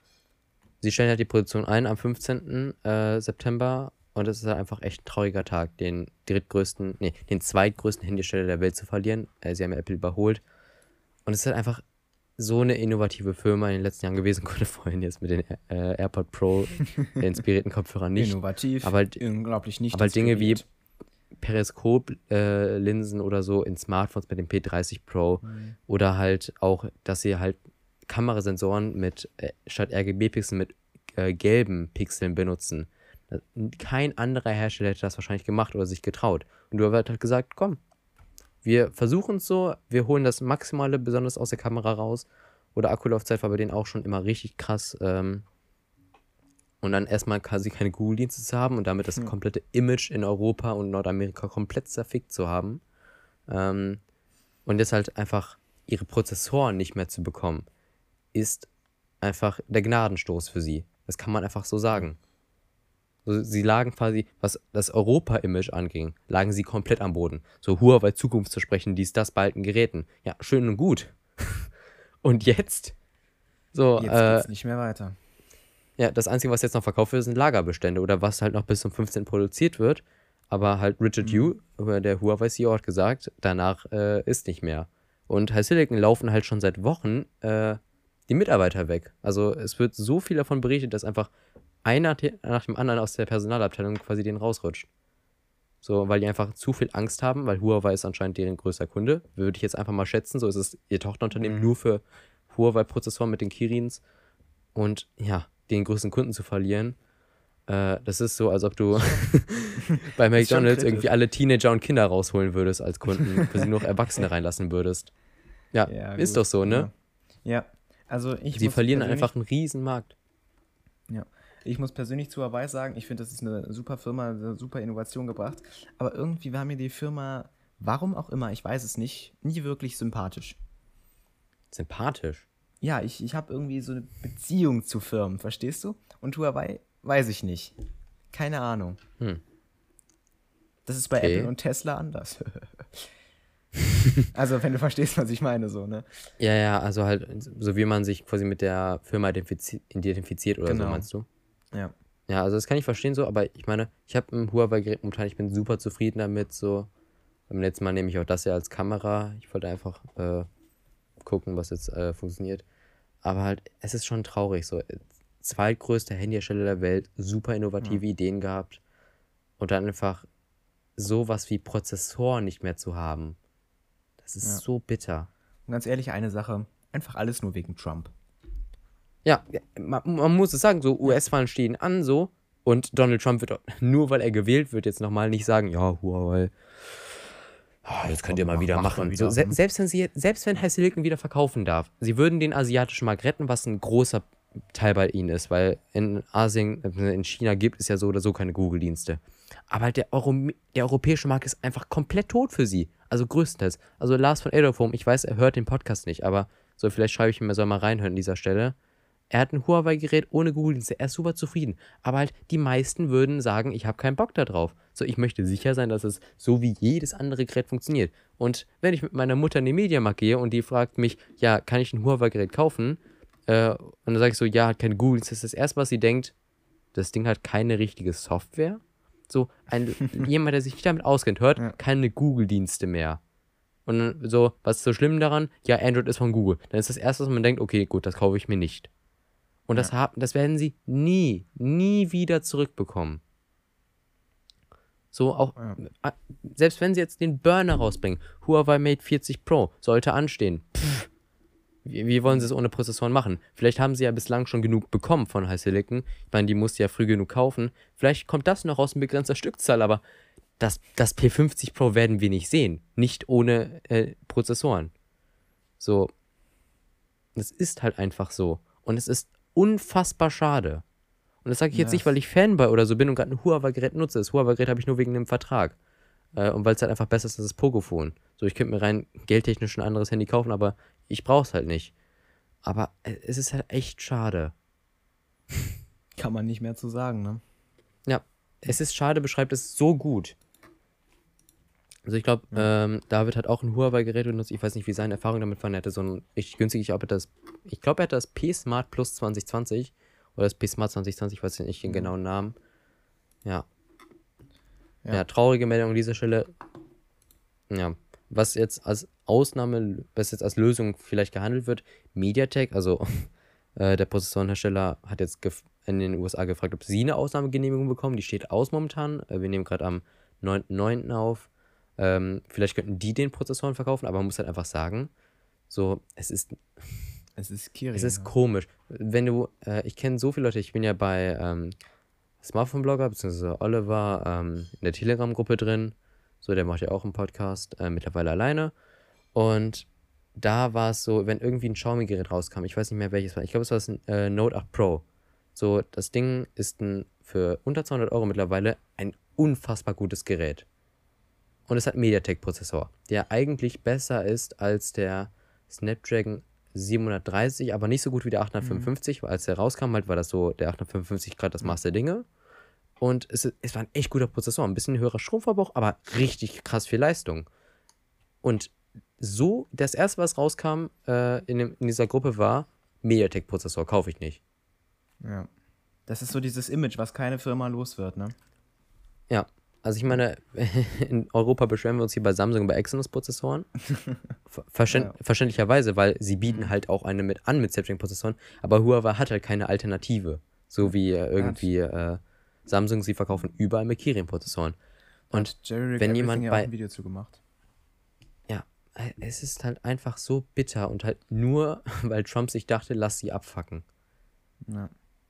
sie stellen halt die Produktion ein am fünfzehnten Äh, September und es ist halt einfach echt ein trauriger Tag, den drittgrößten, nee, den zweitgrößten Handyhersteller der Welt zu verlieren. Äh, sie haben ja Apple überholt. Und es ist halt einfach so eine innovative Firma in den letzten Jahren gewesen. Konnte vorhin jetzt mit den äh, AirPod Pro, der inspirierten Kopfhörer nicht. Innovativ, aber halt- unglaublich nicht aber halt Dinge wie inspiriert. Periskop-Linsen oder so in Smartphones mit dem P dreißig Pro oder halt auch, dass sie halt Kamerasensoren mit äh, statt R G B-Pixeln mit äh, gelben Pixeln benutzen. Das- Kein anderer Hersteller hätte das wahrscheinlich gemacht oder sich getraut. Und du hast halt gesagt, komm, wir versuchen es so, wir holen das Maximale besonders aus der Kamera raus. Oder Akkulaufzeit war bei denen auch schon immer richtig krass. Ähm, und dann erstmal quasi keine Google-Dienste zu haben und damit das komplette Image in Europa und Nordamerika komplett zerfickt zu haben. Ähm, und jetzt halt einfach ihre Prozessoren nicht mehr zu bekommen, ist einfach der Gnadenstoß für sie. Das kann man einfach so sagen. So, sie lagen quasi, was das Europa-Image anging, lagen sie komplett am Boden. So Huawei Zukunft zu sprechen, dies, das bei alten Geräten. Ja, schön und gut. Und jetzt? So, Jetzt äh, geht's nicht mehr weiter. ja, das Einzige, was jetzt noch verkauft wird, sind Lagerbestände oder was halt noch bis zum fünfzehnten produziert wird. Aber halt Richard Yu, der Huawei-C E O, hat gesagt, danach äh, ist nicht mehr. Und HiSilicon laufen halt schon seit Wochen äh, die Mitarbeiter weg. Also es wird so viel davon berichtet, dass einfach einer te- nach dem anderen aus der Personalabteilung quasi den rausrutscht. So, weil die einfach zu viel Angst haben, weil Huawei ist anscheinend deren größter Kunde. Würde ich jetzt einfach mal schätzen. So ist es ihr Tochterunternehmen nur für Huawei-Prozessoren mit den Kirins. Und ja, den größten Kunden zu verlieren, äh, das ist so, als ob du bei McDonalds kritisch. irgendwie alle Teenager und Kinder rausholen würdest als Kunden, quasi nur noch Erwachsene reinlassen würdest. Ja, Ja, ist gut. doch so, ne? Ja, ja. Also ich Sie muss verlieren persönlich- einfach einen riesen Markt. Ja. Ich muss persönlich zu Huawei sagen, ich finde, das ist eine super Firma, eine super Innovation gebracht. Aber irgendwie war mir die Firma, warum auch immer, ich weiß es nicht, nie wirklich sympathisch. Sympathisch. Ja, ich, ich habe irgendwie so eine Beziehung zu Firmen, verstehst du? Und Huawei, weiß ich nicht. Keine Ahnung. Hm. Das ist bei Okay. Apple und Tesla anders. Also, wenn du verstehst, was ich meine, so, ne? Ja, ja, also halt, so wie man sich quasi mit der Firma identifizi- identifiziert oder Genau. so, meinst du? Ja. Ja, also das kann ich verstehen so, aber ich meine, ich habe ein Huawei-Gerät momentan, ich bin super zufrieden damit, so. Beim letzten Mal nehme ich auch das ja als Kamera. Ich wollte einfach äh, gucken, was jetzt äh, funktioniert. Aber halt, es ist schon traurig, so. Zweitgrößter Handyhersteller der Welt, super innovative Ideen gehabt und dann einfach sowas wie Prozessoren nicht mehr zu haben. Das ist Ja. so bitter. Und ganz ehrlich, eine Sache, einfach alles nur wegen Trump. Ja, ja, man, man muss es sagen, so U S-Wahlen stehen an, so. Und Donald Trump wird, auch- nur weil er gewählt wird, jetzt nochmal nicht sagen, ja, Huawei, ah, das könnt ihr mal Mach- wieder macht mal machen. wieder, so, se hm. selbst wenn sie, selbst wenn HiSilicon wieder verkaufen darf, sie würden den asiatischen Markt retten, was ein großer Teil bei ihnen ist, weil in Asien, äh, in China gibt es ja so oder so keine Google-Dienste. Aber halt der, Euro der europäische Markt ist einfach komplett tot für sie. Also größtenteils. Also Lars von Edophone, ich weiß, er hört den Podcast nicht, aber so vielleicht schreibe ich ihm, er soll mal reinhören an dieser Stelle. Er hat ein Huawei-Gerät ohne Google-Dienste. Er ist super zufrieden. Aber halt die meisten würden sagen, ich habe keinen Bock da drauf. So, ich möchte sicher sein, dass es so wie jedes andere Gerät funktioniert. Und wenn ich mit meiner Mutter in den Mediamarkt gehe und die fragt mich, ja, kann ich ein Huawei-Gerät kaufen? Äh, und dann sage ich so, ja, hat kein Google-Dienste. Das ist das Erste, was sie denkt, das Ding hat keine richtige Software. So, ein, jemand, der sich nicht damit auskennt, hört Ja. keine Google-Dienste mehr. Und dann so, was ist so schlimm daran? Ja, Android ist von Google. Dann ist das Erste, was man denkt, okay, gut, das kaufe ich mir nicht. Und das, haben, das werden sie nie, nie wieder zurückbekommen. So auch, Ja. äh, selbst wenn sie jetzt den Burner rausbringen, Huawei Mate vierzig Pro, sollte anstehen. Pff, wie, wie wollen sie es ohne Prozessoren machen? Vielleicht haben sie ja bislang schon genug bekommen von HiSilicon. Ich meine, die musst du ja früh genug kaufen. Vielleicht kommt das noch aus begrenzter Stückzahl, aber das, das P fünfzig Pro werden wir nicht sehen. Nicht ohne äh, Prozessoren. So, das ist halt einfach so. Und es ist unfassbar schade. Und das sage ich jetzt Ja, nicht, weil ich Fanboy oder so bin und gerade ein Huawei-Gerät nutze. Das Huawei-Gerät habe ich nur wegen dem Vertrag. Äh, und weil es halt einfach besser ist als das Pocophone. So, ich könnte mir rein geldtechnisch ein anderes Handy kaufen, aber ich brauche es halt nicht. Aber äh, es ist halt echt schade. Kann man nicht mehr zu sagen, ne? Ja, es ist schade, beschreibt es so gut. Also ich glaube, ähm, David hat auch ein Huawei-Gerät benutzt. Ich weiß nicht, wie seine Erfahrung damit war. Er hatte so ein richtig günstig, ich glaube, das, ich glaube, er hat das P-Smart Plus zwanzig zwanzig oder das P-Smart zwanzig zwanzig, ich weiß nicht den genauen Namen. Ja. Ja. Ja, traurige Meldung an dieser Stelle. Ja, was jetzt als Ausnahme, was jetzt als Lösung vielleicht gehandelt wird, MediaTek, also äh, der Prozessorenhersteller hat jetzt gef- in den U S A gefragt, ob sie eine Ausnahmegenehmigung bekommen. Die steht aus momentan. Äh, wir nehmen gerade am neunten neunten auf. Ähm, vielleicht könnten die den Prozessoren verkaufen, aber man muss halt einfach sagen, so, es ist, Es ist Kiri. es ist ja. komisch. Wenn du, äh, ich kenne so viele Leute, ich bin ja bei ähm, Smartphone-Blogger, beziehungsweise Oliver ähm, in der Telegram-Gruppe drin. So, der macht ja auch einen Podcast, äh, mittlerweile alleine. Und da war es so, wenn irgendwie ein Xiaomi-Gerät rauskam, ich weiß nicht mehr welches war, ich glaube, es war das äh, Note acht Pro. So, das Ding ist ein, für unter zweihundert Euro mittlerweile ein unfassbar gutes Gerät. Und es hat einen MediaTek-Prozessor, der eigentlich besser ist als der Snapdragon siebenhundertdreißig, aber nicht so gut wie der achthundertfünfundfünfzig, weil als der rauskam, halt war das so, der achthundertfünfundfünfzig gerade das Maß der Dinge. Und es, ist- es war ein echt guter Prozessor, ein bisschen höherer Stromverbrauch, aber richtig krass viel Leistung. Und so, das erste, was rauskam äh, in, dem, in dieser Gruppe war, MediaTek-Prozessor, kaufe ich nicht. Ja. Das ist so dieses Image, was keine Firma los wird, ne? Ja, also ich meine, in Europa beschweren wir uns hier bei Samsung über Exynos-Prozessoren. Ver verständ Ja. Verständlicherweise, weil sie bieten halt auch eine mit an mit Snapdragon-Prozessoren, aber Huawei hat halt keine Alternative. So wie äh, irgendwie äh, Samsung, sie verkaufen überall mit Kirin-Prozessoren. Und Hat Jerry Rick wenn Everything jemand ja auch bei- ein Video zu gemacht. ja, äh, es ist halt einfach so bitter und halt nur, weil Trump sich dachte, lass sie abfacken. Ja.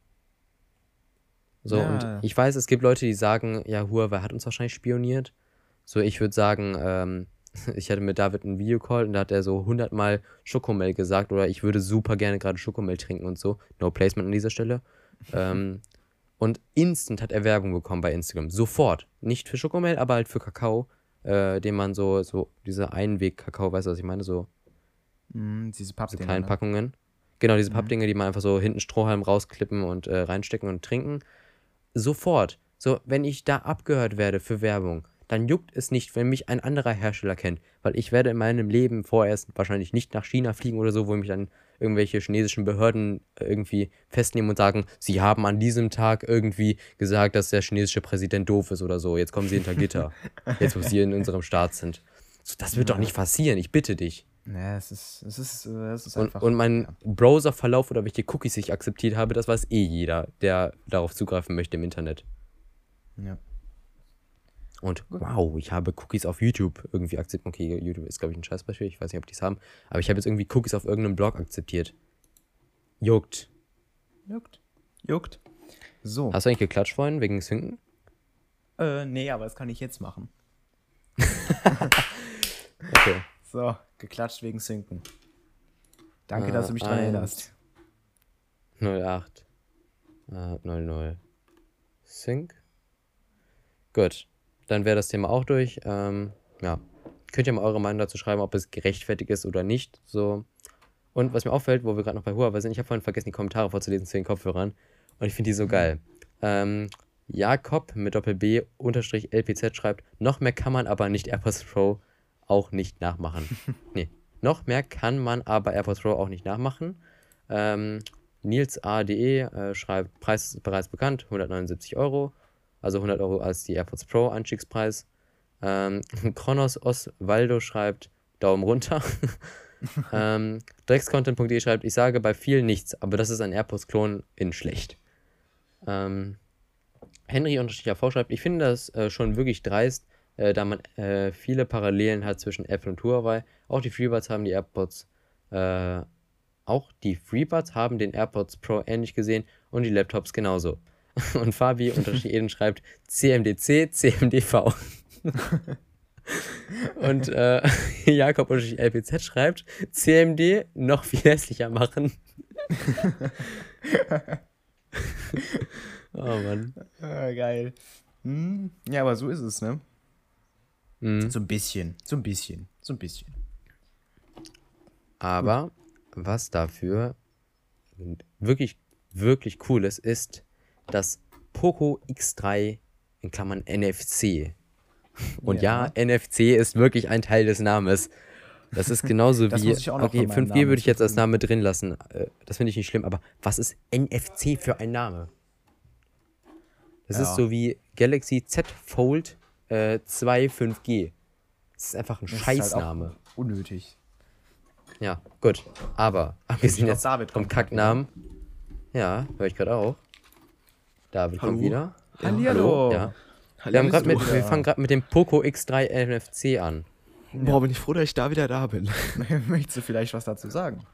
So, Ja. und ich weiß, es gibt Leute, die sagen, ja, Huawei hat uns wahrscheinlich spioniert. So, ich würde sagen, ähm, ich hatte mit David einen Videocall und da hat er so hundertmal Schokomel gesagt oder ich würde super gerne gerade Schokomel trinken und so. No placement an dieser Stelle. ähm, und instant hat er Werbung bekommen bei Instagram. Sofort. Nicht für Schokomel, aber halt für Kakao, äh, den man so, so, diese Einweg-Kakao, weißt du, was ich meine? So, Mhm, diese so Pappdinger, kleinen ne? Packungen. Genau, diese Mhm. Pappdinge, die man einfach so hinten Strohhalm rausklippen und äh, reinstecken und trinken. Sofort. So, wenn ich da abgehört werde für Werbung, dann juckt es nicht, wenn mich ein anderer Hersteller kennt. Weil ich werde in meinem Leben vorerst wahrscheinlich nicht nach China fliegen oder so, wo mich dann irgendwelche chinesischen Behörden irgendwie festnehmen und sagen, sie haben an diesem Tag irgendwie gesagt, dass der chinesische Präsident doof ist oder so. Jetzt kommen sie hinter Gitter. Jetzt, wo sie in unserem Staat sind. So, das wird doch nicht passieren, ich bitte dich. Ja, es ist, es ist, äh, es ist Und, einfach. und mein ja. Browserverlauf oder welche Cookies ich akzeptiert habe, das weiß eh jeder, der darauf zugreifen möchte im Internet. Ja. Und wow, ich habe Cookies auf YouTube irgendwie akzeptiert. Okay, YouTube ist, glaube ich, ein Scheißbeispiel. Ich weiß nicht, ob die es haben. Aber ich habe jetzt irgendwie Cookies auf irgendeinem Blog akzeptiert. Juckt. Juckt. Juckt. So. Hast du eigentlich geklatscht vorhin wegen Synken? Äh, nee, aber das kann ich jetzt machen. Okay. So, geklatscht wegen Synken. Danke, Äh, dass du mich dran eins. erinnerst. null acht. Äh, null null. Sync. Gut. Dann wäre das Thema auch durch. Ähm, ja. Könnt ihr mal eure Meinung dazu schreiben, ob es gerechtfertigt ist oder nicht. So. Und was mir auffällt, wo wir gerade noch bei Huawei sind, ich habe vorhin vergessen, die Kommentare vorzulesen zu den Kopfhörern. Und ich finde die so geil. Ähm, Jakob mit Doppel-B unterstrich L P Z schreibt, noch mehr kann man aber nicht AirPods Pro auch nicht nachmachen. Nee, noch mehr kann man aber AirPods Pro auch nicht nachmachen. Ähm, Nils A D E äh, schreibt, Preis ist bereits bekannt, hundertneunundsiebzig Euro. Also hundert Euro als die AirPods Pro Einstiegspreis. Ähm, Kronos Osvaldo schreibt, Daumen runter. ähm, Dreckscontent punkt de schreibt, ich sage bei vielen nichts, aber das ist ein AirPods-Klon in schlecht. Ähm, Henry A V schreibt, ich finde das äh, schon wirklich dreist, äh, da man äh, viele Parallelen hat zwischen Apple und Huawei. Auch die FreeBuds haben die AirPods, äh, auch die FreeBuds haben den AirPods Pro ähnlich gesehen und die Laptops genauso. Und Fabi Eden schreibt C M D C, C M D V. Und äh, Jakob L P Z schreibt C M D noch viel hässlicher machen. Oh Mann. Ah, geil. Hm. Ja, aber so ist es, ne? Mhm. So ein bisschen, so ein bisschen, so ein bisschen. Aber was dafür wirklich, wirklich cool ist, ist das Poco X drei in Klammern N F C. Und ja. ja, N F C ist wirklich ein Teil des Namens. Das ist genauso das wie, muss ich auch noch okay, von meinem fünf G Namen würde ich jetzt als hinzufügen. Name drin lassen. Äh, Das finde ich nicht schlimm, aber was ist N F C für ein Name? Das Ja. ist so wie Galaxy Z Fold äh, zwei fünf G. Das ist einfach ein Das ist halt Scheißname. auch unnötig. Ja, gut. Aber abgesehen glaub, jetzt David vom kommt Kacknamen. Ja, höre ich gerade auch. David Hallo? kommt wieder. Hallihallo. Ja. Wir, haben grad bist mit, du. wir fangen gerade mit dem Poco X drei N F C an. Boah, bin ich froh, dass ich da wieder da bin. Möchtest du vielleicht was dazu sagen?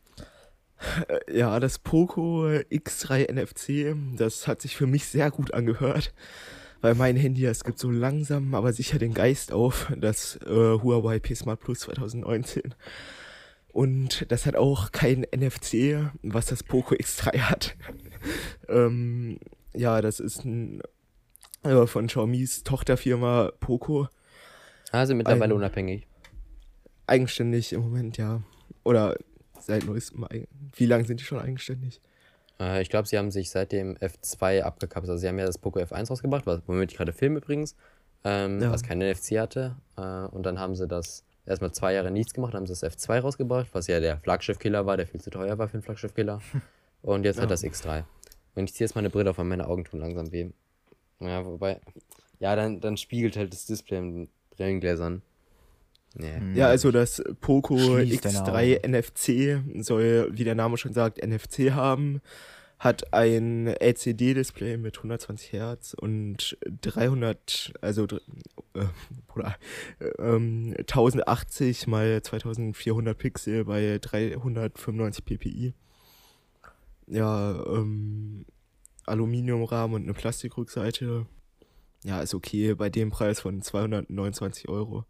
Ja, das Poco X drei N F C, das hat sich für mich sehr gut angehört, weil mein Handy, es gibt so langsam, aber sicher den Geist auf, das äh, Huawei P Smart Plus zwanzig neunzehn. Und das hat auch kein N F C, was das Poco X drei hat. ähm, ja, das ist ein äh, von Xiaomis Tochterfirma Poco. Also mittlerweile Ein- unabhängig. Eigenständig im Moment, ja. Oder seit neuestem. eigen- Wie lange sind die schon eigenständig? Äh, ich glaube, sie haben sich seit dem F zwei abgekapselt. Also sie haben ja das Poco F eins rausgebracht, was- womit ich gerade filme übrigens, ähm, Ja. was kein N F C hatte. Äh, und dann haben sie das erstmal zwei Jahre nichts gemacht, haben sie das F zwei rausgebracht, was ja der Flaggschiff-Killer war, der viel zu teuer war für einen Flaggschiff-Killer. Und jetzt Ja. hat das X drei. Und ich ziehe jetzt meine Brille auf, weil meine Augen tun langsam weh. Ja, wobei, ja, dann, dann spiegelt halt das Display in den Brillengläsern. Nee. Ja, also das Poco Schließ deine X drei Augen. N F C soll, wie der Name schon sagt, N F C haben. Hat ein L C D-Display mit hundertzwanzig Hertz und dreihundert, also dr- äh, Bruder, äh, ähm, tausendachtzig mal zweitausendvierhundert Pixel bei dreihundertfünfundneunzig ppi. Ja, ähm, Aluminiumrahmen und eine Plastikrückseite. Ja, ist okay bei dem Preis von zweihundertneunundzwanzig Euro.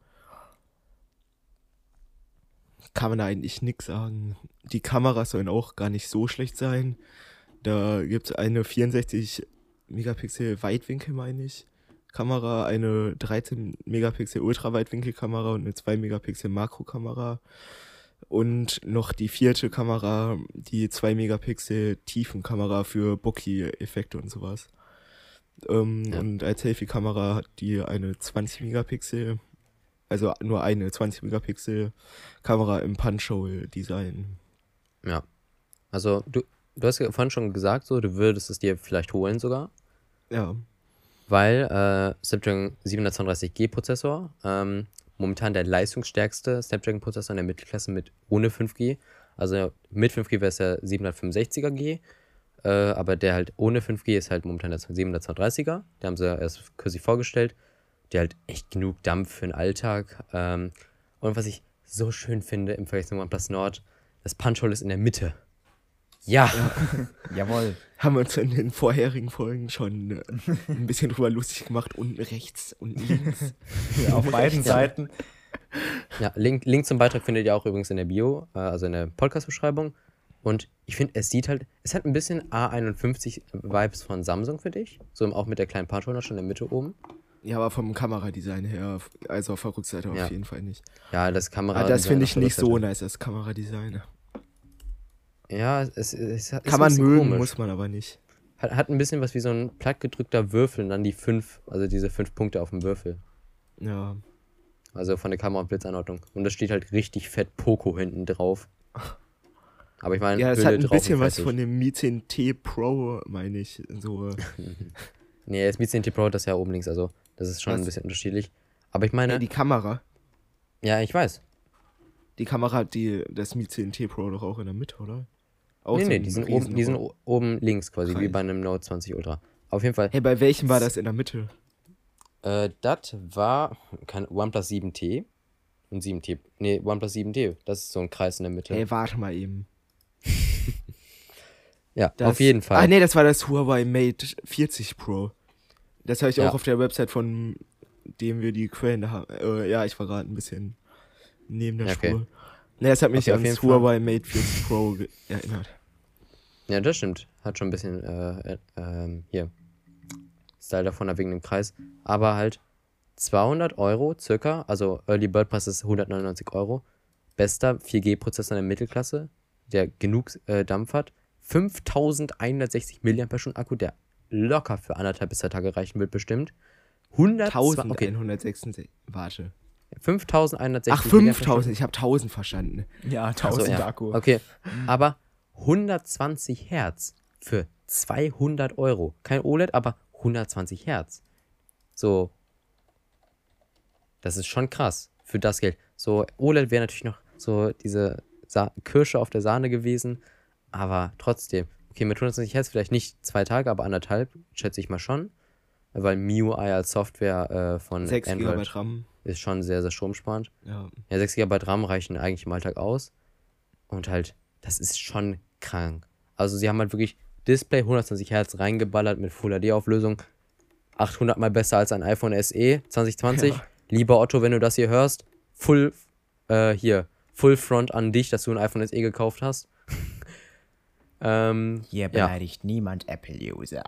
Kann man da eigentlich nix sagen. Die Kameras sollen auch gar nicht so schlecht sein. Da gibt es eine vierundsechzig Megapixel Weitwinkel, meine ich, Kamera, eine dreizehn Megapixel Ultraweitwinkelkamera und eine zwei Megapixel Makrokamera. Und noch die vierte Kamera, die zwei Megapixel Tiefenkamera für Bokeh-Effekte und sowas. Ähm, Ja. Und als Selfie-Kamera hat die eine zwanzig Megapixel, also nur eine zwanzig Megapixel Kamera im Punch-Hole-Design. Ja. Also, du, du hast ja vorhin schon gesagt, so, du würdest es dir vielleicht holen sogar, Ja, weil äh, Snapdragon siebenhundertzweiunddreißig G Prozessor, ähm, momentan der leistungsstärkste Snapdragon-Prozessor in der Mittelklasse mit ohne fünf G. Also mit fünf G wäre es der siebenhundertfünfundsechziger G, äh, aber der halt ohne fünf G ist halt momentan der siebenhundertzweiunddreißiger. Der haben sie ja erst kürzlich vorgestellt. Der halt echt genug Dampf für den Alltag. Ähm, und was ich so schön finde im Vergleich zum OnePlus Nord, das Punch-Hole ist in der Mitte. Ja! Jawohl. haben wir uns in den vorherigen Folgen schon äh, ein bisschen drüber lustig gemacht. Unten rechts und links. Ja, auf beiden Ja. Seiten. Ja, Link, Link zum Beitrag findet ihr auch übrigens in der Bio, äh, also in der Podcast-Beschreibung. Und ich finde, es sieht halt, es hat ein bisschen A einundfünfzig Vibes von Samsung für dich. So auch mit der kleinen Punch-Hole schon in der Mitte oben. Ja, aber vom Kameradesign her, also auf der Rückseite Ja. auf jeden Fall nicht. Ja, das Kamera. Aber das finde ich auf der nicht so Rückseite. nice, das Kameradesign. Ja, es, es hat- ist Kann ein man bisschen mögen, komisch. muss man aber nicht. Hat, hat ein bisschen was wie so ein plattgedrückter Würfel und dann die fünf, also diese fünf Punkte auf dem Würfel. Ja. Also von der Kamera- und Blitzanordnung. Und da steht halt richtig fett Poco hinten drauf. Aber ich meine, Ja, es Hülle hat ein drauf bisschen und was fertig. von dem Mi zehn T Pro, meine ich. So, Nee, das Mi zehn T Pro, das ist ja oben links, also das ist schon Was? ein bisschen unterschiedlich. Aber ich meine, ja, die Kamera. ja, ich weiß. Die Kamera hat die, das Mi zehn T Pro doch auch in der Mitte, oder? Auch nee, so nee, ein die sind, oben, die sind Riesenrohr. o- oben links quasi, wie Kreis. bei einem Note zwanzig Ultra. Auf jeden Fall, Hey, bei welchem war das in der Mitte? äh, das war kein OnePlus sieben T und sieben T. Nee, OnePlus sieben T, das ist so ein Kreis in der Mitte. Hey, warte mal eben. ja, Das, auf jeden Fall. Ah, nee, das war das Huawei Mate vierzig Pro. Das habe ich Ja. auch auf der Website, von dem wir die Quellen haben. Äh, ja, ich war gerade ein bisschen neben der Ja, okay. Spur. Nee, das hat mich Okay, auf jeden ans Fall. Huawei Mate vierzig Pro ge- erinnert. Ja, das stimmt. Hat schon ein bisschen, äh, äh, ähm, hier, Style davon wegen dem Kreis. Aber halt zweihundert Euro circa, also Early Bird Preis ist hundertneunundneunzig Euro. Bester vier G-Prozessor in der Mittelklasse, der genug äh, Dampf hat. fünftausendeinhundertsechzig Milliampere-Stunden Akku, der locker für anderthalb bis zwei Tage reichen wird bestimmt. hundert, okay, elfhundertsechsundsechzig. Warte. fünftausendeinhundertsechzig Ach, fünftausend. Ich habe tausend verstanden. Ja, Achso, tausend ja. Akku. Okay, aber hundertzwanzig Hertz für zweihundert Euro. Kein O L E D, aber hundertzwanzig Hertz. So, das ist schon krass für das Geld. So, O L E D wäre natürlich noch so diese Sa Kirsche auf der Sahne gewesen, aber trotzdem. Okay, mit hundertzwanzig Hertz vielleicht nicht zwei Tage, aber anderthalb, schätze ich mal schon. Weil M I U I als Software äh, von sechs Android Gigabyte RAM. ist schon sehr, sehr stromsparend. Ja. Ja, sechs Gigabyte RAM reichen eigentlich im Alltag aus. Und halt, das ist schon krank. Also sie haben halt wirklich Display hundertzwanzig Hertz reingeballert mit Full H D-Auflösung. achthundert mal besser als ein iPhone S E zwanzig zwanzig. Ja. Lieber Otto, wenn du das hier hörst, Full, äh, hier, Full Front an dich, dass du ein iPhone S E gekauft hast. ähm, Hier ja. beleidigt niemand Apple-User.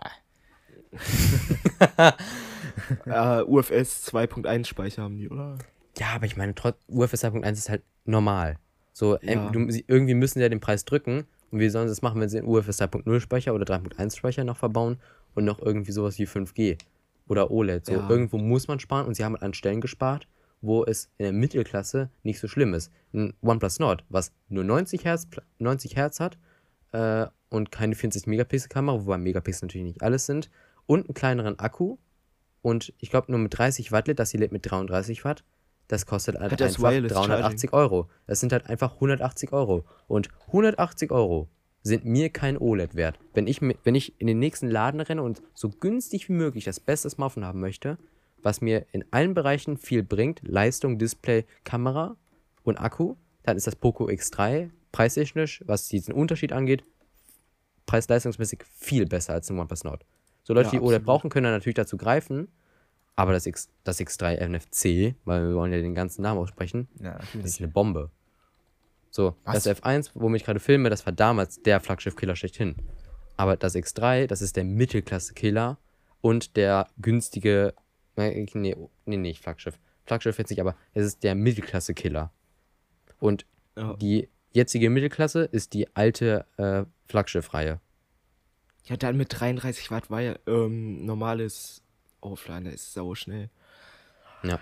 Äh, U F S zwei Punkt eins Speicher haben die, oder? Ja, aber ich meine, trotz U F S zwei Punkt eins ist halt normal. So, Ja. ähm, du, sie- irgendwie müssen sie ja den Preis drücken. Und wie sollen sie das machen, wenn sie den U F S drei Punkt null Speicher oder drei Punkt eins Speicher noch verbauen und noch irgendwie sowas wie fünf G oder O L E D. So, Ja. irgendwo muss man sparen und sie haben an Stellen gespart, wo es in der Mittelklasse nicht so schlimm ist. Ein OnePlus Nord, was nur neunzig Hertz, pl- neunzig Hertz hat äh, und keine vierzig Megapixel Kamera, wobei Megapixel natürlich nicht alles sind, und einen kleineren Akku und ich glaube nur mit dreißig Watt lädt, das hier lädt mit dreiunddreißig Watt. Das kostet halt Hat das einfach Wireless dreihundertachtzig Euro. Das sind halt einfach hundertachtzig Euro. Und hundertachtzig Euro sind mir kein O L E D wert. Wenn ich, mi- wenn ich in den nächsten Laden renne und so günstig wie möglich das beste Smartphone haben möchte, was mir in allen Bereichen viel bringt, Leistung, Display, Kamera und Akku, dann ist das Poco X drei preistechnisch, was diesen Unterschied angeht, preis-leistungsmäßig viel besser als ein OnePlus Nord. So Leute, Ja, die O L E D absolut. brauchen, können dann natürlich dazu greifen, aber das, X, das X drei N F C, weil wir wollen ja den ganzen Namen aussprechen, Ja, das ist natürlich. eine Bombe. So, Was? das F eins, womit ich gerade filme, das war damals der Flaggschiff-Killer schlechthin. Aber das X drei, das ist der Mittelklasse-Killer und der günstige, äh, nee, nee, nicht Flaggschiff. Flaggschiff jetzt nicht, aber es ist der Mittelklasse-Killer. Und Ja. die jetzige Mittelklasse ist die alte äh, Flaggschiff-Reihe. Ja, dann mit dreiunddreißig Watt war ja ähm, normales Offline, das ist sau schnell. Ja.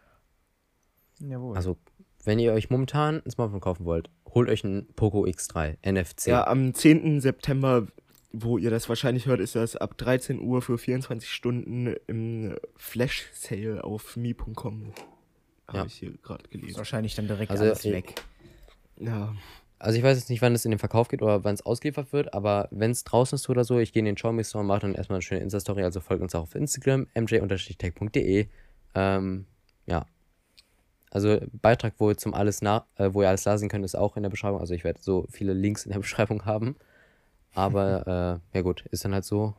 Jawohl. Also, wenn ihr euch momentan ein Smartphone kaufen wollt, holt euch ein Poco X drei, N F C. Ja, am zehnten September, wo ihr das wahrscheinlich hört, ist das ab dreizehn Uhr für vierundzwanzig Stunden im Flash-Sale auf mi punkt com. Habe Ja. ich hier gerade ist gelesen. wahrscheinlich dann direkt Also, alles äh, weg. Ja. Also ich weiß jetzt nicht, wann es in den Verkauf geht oder wann es ausgeliefert wird, aber wenn es draußen ist oder so, ich gehe in den Xiaomi Store und mache dann erstmal eine schöne Insta-Story, also folgt uns auch auf Instagram, m j tech punkt d e. Ähm, ja. Also Beitrag, wo ihr zum alles nach, äh, wo ihr alles nachsehen könnt, ist auch in der Beschreibung. Also ich werde so viele Links in der Beschreibung haben. Aber äh, ja gut, ist dann halt so.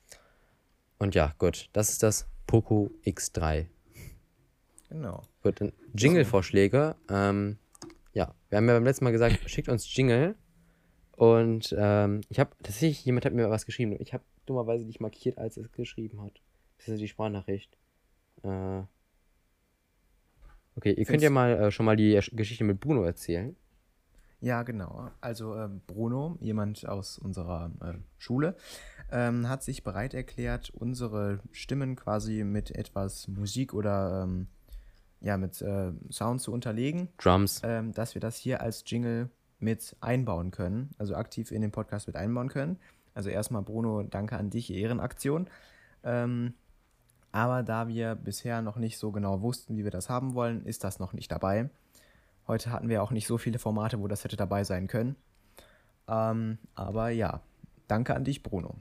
Und ja, gut, das ist das Poco X drei. Genau. Gut, dann Jingle-Vorschläge. Ähm, ja, wir haben ja beim letzten Mal gesagt, schickt uns Jingle. Und ähm, ich habe tatsächlich, jemand hat mir was geschrieben. Ich habe dummerweise nicht markiert, als er es geschrieben hat. Das ist die Sprachnachricht. Äh, okay, ihr könnt ja mal äh, schon mal die Geschichte mit Bruno erzählen. Ja, genau. Also ähm, Bruno, jemand aus unserer äh, Schule, ähm, hat sich bereit erklärt, unsere Stimmen quasi mit etwas Musik oder ähm, ja, mit äh, Sound zu unterlegen, Drums. ähm, dass wir das hier als Jingle mit einbauen können, also aktiv in den Podcast mit einbauen können. Also erstmal Bruno, danke an dich, Ehrenaktion. Ähm, aber da wir bisher noch nicht so genau wussten, wie wir das haben wollen, ist das noch nicht dabei. Heute hatten wir auch nicht so viele Formate, wo das hätte dabei sein können. Ähm, aber ja, danke an dich, Bruno.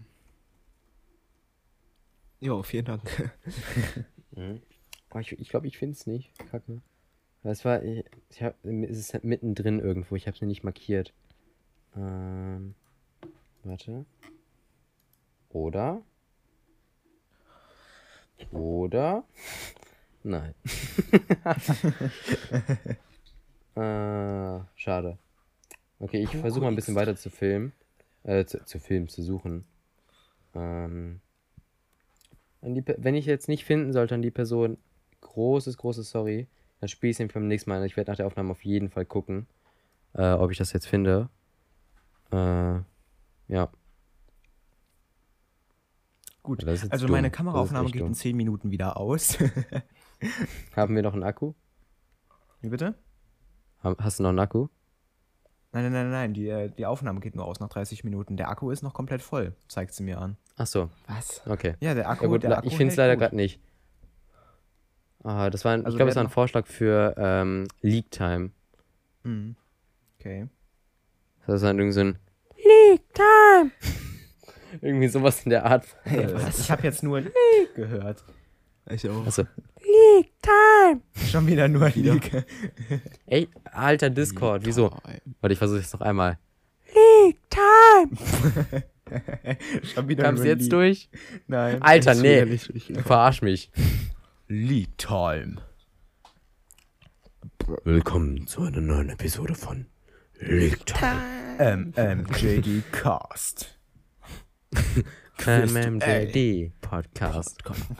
Jo, vielen Dank. Mhm. Oh, ich ich glaube, ich finde es nicht. Kacke. Das war, ich, ich hab, es ist halt mittendrin irgendwo. Ich habe es mir nicht markiert. Ähm, warte. Oder? Oder? Nein. äh, schade. Okay, ich versuche mal ein bisschen weiter zu filmen. Äh, zu, zu filmen, zu suchen. Ähm, an die, Pe- wenn ich jetzt nicht finden sollte an die Person, großes, großes Sorry. Dann spiele ich es nämlich beim nächsten Mal. Ich werde nach der Aufnahme auf jeden Fall gucken, äh, ob ich das jetzt finde. Äh, ja. Gut, Das ist jetzt also dumm. meine Das ist Kameraaufnahme echt geht in dumm. zehn Minuten wieder aus. Haben wir noch einen Akku? Wie bitte? Ha- Hast du noch einen Akku? Nein, nein, nein, nein, die, äh, die Aufnahme geht nur aus nach dreißig Minuten. Der Akku ist noch komplett voll, zeigt sie mir an. Ach so, Was? okay. Ja, der Akku, Ja gut, der le- Akku ich finde es hält leider gut. gerade nicht. Ah, das war ein, Also ich glaube, es werden war ein noch- Vorschlag für ähm, Leak Time. Mhm. Okay. Das war dann irgendwie so ein Leak Time. Irgendwie sowas in der Art. Hey, was? Ich habe jetzt nur Leak gehört. Ich auch. Achso. Leak Time. Schon wieder nur Leak. Ey, alter Discord, wieso? Time. Warte, ich versuche es noch einmal. Leak Time. Schon wieder Kam's nur jetzt Leak. durch? Nein. Alter, Das ist wieder nee. nicht richtig. Du verarsch mich. Leak Time. Willkommen zu einer neuen Episode von Leak Time. M M J D Cast. M M J D Podcast.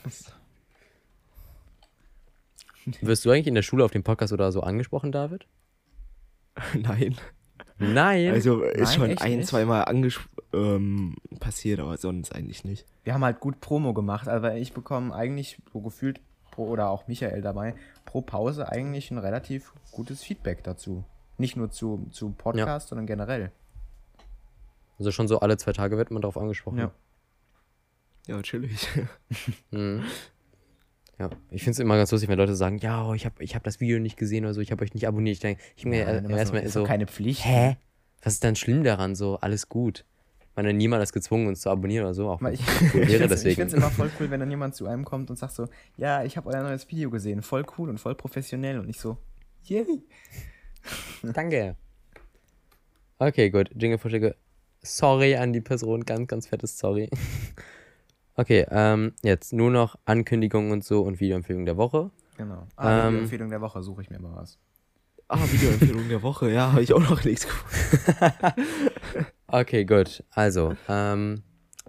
Wirst du eigentlich in der Schule auf dem Podcast oder so angesprochen, David? Nein. Nein. Also ist Nein, schon echt ein, nicht? zweimal anges ähm, passiert, aber sonst eigentlich nicht. Wir haben halt gut Promo gemacht, aber ich bekomme eigentlich so gefühlt, pro, oder auch Michael dabei, pro Pause eigentlich ein relativ gutes Feedback dazu. Nicht nur zu, zu Podcast, sondern generell. also schon so alle zwei Tage wird man darauf angesprochen. Ja. Ja, chillig. Mhm. Ja, ich finde es immer ganz lustig, wenn Leute sagen, ja, oh, ich habe ich hab das Video nicht gesehen oder so, ich habe euch nicht abonniert. Ich denke, ich mir Nein, aber erstmal ist so, doch keine Pflicht. hä? Was ist denn schlimm daran? So, alles gut. Ich meine, niemand ist gezwungen, uns zu abonnieren oder so. Auch Weil ich, cool ich wäre finde es deswegen. immer voll cool, wenn dann jemand zu einem kommt und sagt so, ja, ich habe euer neues Video gesehen, voll cool und voll professionell und ich so, yay. Danke. Okay, gut. Jingle-Vorschläge. Sorry an die Person. Ganz, ganz fettes Sorry. Okay, ähm, jetzt nur noch Ankündigungen und so und Videoempfehlung der Woche. Genau. Ah, Ähm, die Empfehlung der Woche suche ich mir mal was. Ah, Videoempfehlung der Woche. Ja, habe ich auch noch nichts gefunden. Okay, gut. Also, ähm,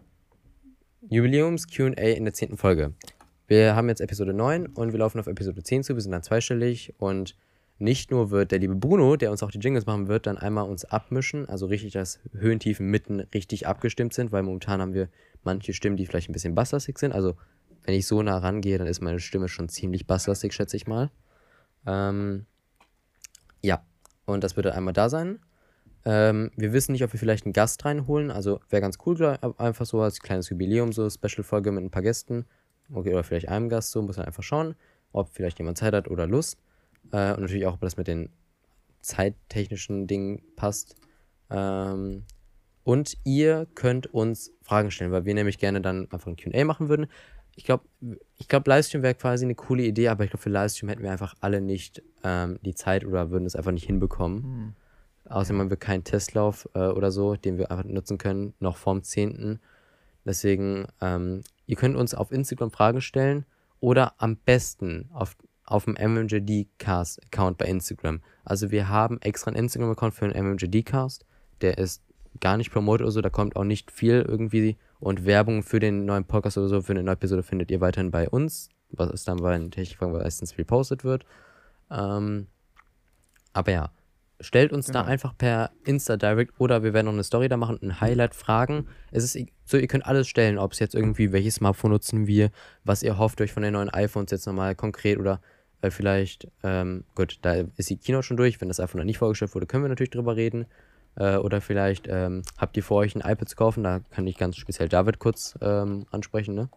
Jubiläums-Q und A in der zehnten Folge. Wir haben jetzt Episode neun und wir laufen auf Episode zehn zu. Wir sind dann zweistellig und nicht nur wird der liebe Bruno, der uns auch die Jingles machen wird, dann einmal uns abmischen, also richtig, dass Höhen, Tiefen, Mitten richtig abgestimmt sind, weil momentan haben wir manche Stimmen, die vielleicht ein bisschen basslastig sind. Also, wenn ich so nah rangehe, dann ist meine Stimme schon ziemlich basslastig, schätze ich mal. Ähm, ja, und das wird dann einmal da sein. Ähm, wir wissen nicht, ob wir vielleicht einen Gast reinholen. Also wäre ganz cool, glaub- einfach so als kleines Jubiläum, so Special-Folge mit ein paar Gästen. Okay, oder vielleicht einem Gast, so muss man einfach schauen, ob vielleicht jemand Zeit hat oder Lust. Äh, und natürlich auch, ob das mit den zeittechnischen Dingen passt. Ähm, und ihr könnt uns Fragen stellen, weil wir nämlich gerne dann einfach ein Q und A machen würden. Ich glaube, ich glaub, Livestream wäre quasi eine coole Idee, aber ich glaube, für Livestream hätten wir einfach alle nicht ähm, die Zeit oder würden es einfach nicht hinbekommen. Außerdem haben wir keinen Testlauf äh, oder so, den wir einfach nutzen können, noch vorm zehnten. Deswegen, ähm, ihr könnt uns auf Instagram Fragen stellen oder am besten auf, auf dem M M J D-Cast-Account bei Instagram. Also wir haben extra einen Instagram-Account für den M M J D-Cast. Der ist gar nicht promotet oder so, da kommt auch nicht viel irgendwie und Werbung für den neuen Podcast oder so, für eine neue Episode findet ihr weiterhin bei uns, was ist dann bei den Technikfragen meistens repostet wird. Ähm, aber ja, stellt uns da Genau. einfach per Insta-Direct oder wir werden noch eine Story da machen, ein Highlight fragen. Es ist e- so, ihr könnt alles stellen, ob es jetzt irgendwie, welches Smartphone nutzen wir, was ihr hofft euch von den neuen iPhones jetzt nochmal konkret oder äh, vielleicht, ähm, gut, da ist die Keynote schon durch, wenn das iPhone noch nicht vorgestellt wurde, können wir natürlich drüber reden. Äh, oder vielleicht ähm, habt ihr vor euch ein iPad zu kaufen, da kann ich ganz speziell David kurz ähm, ansprechen, ne?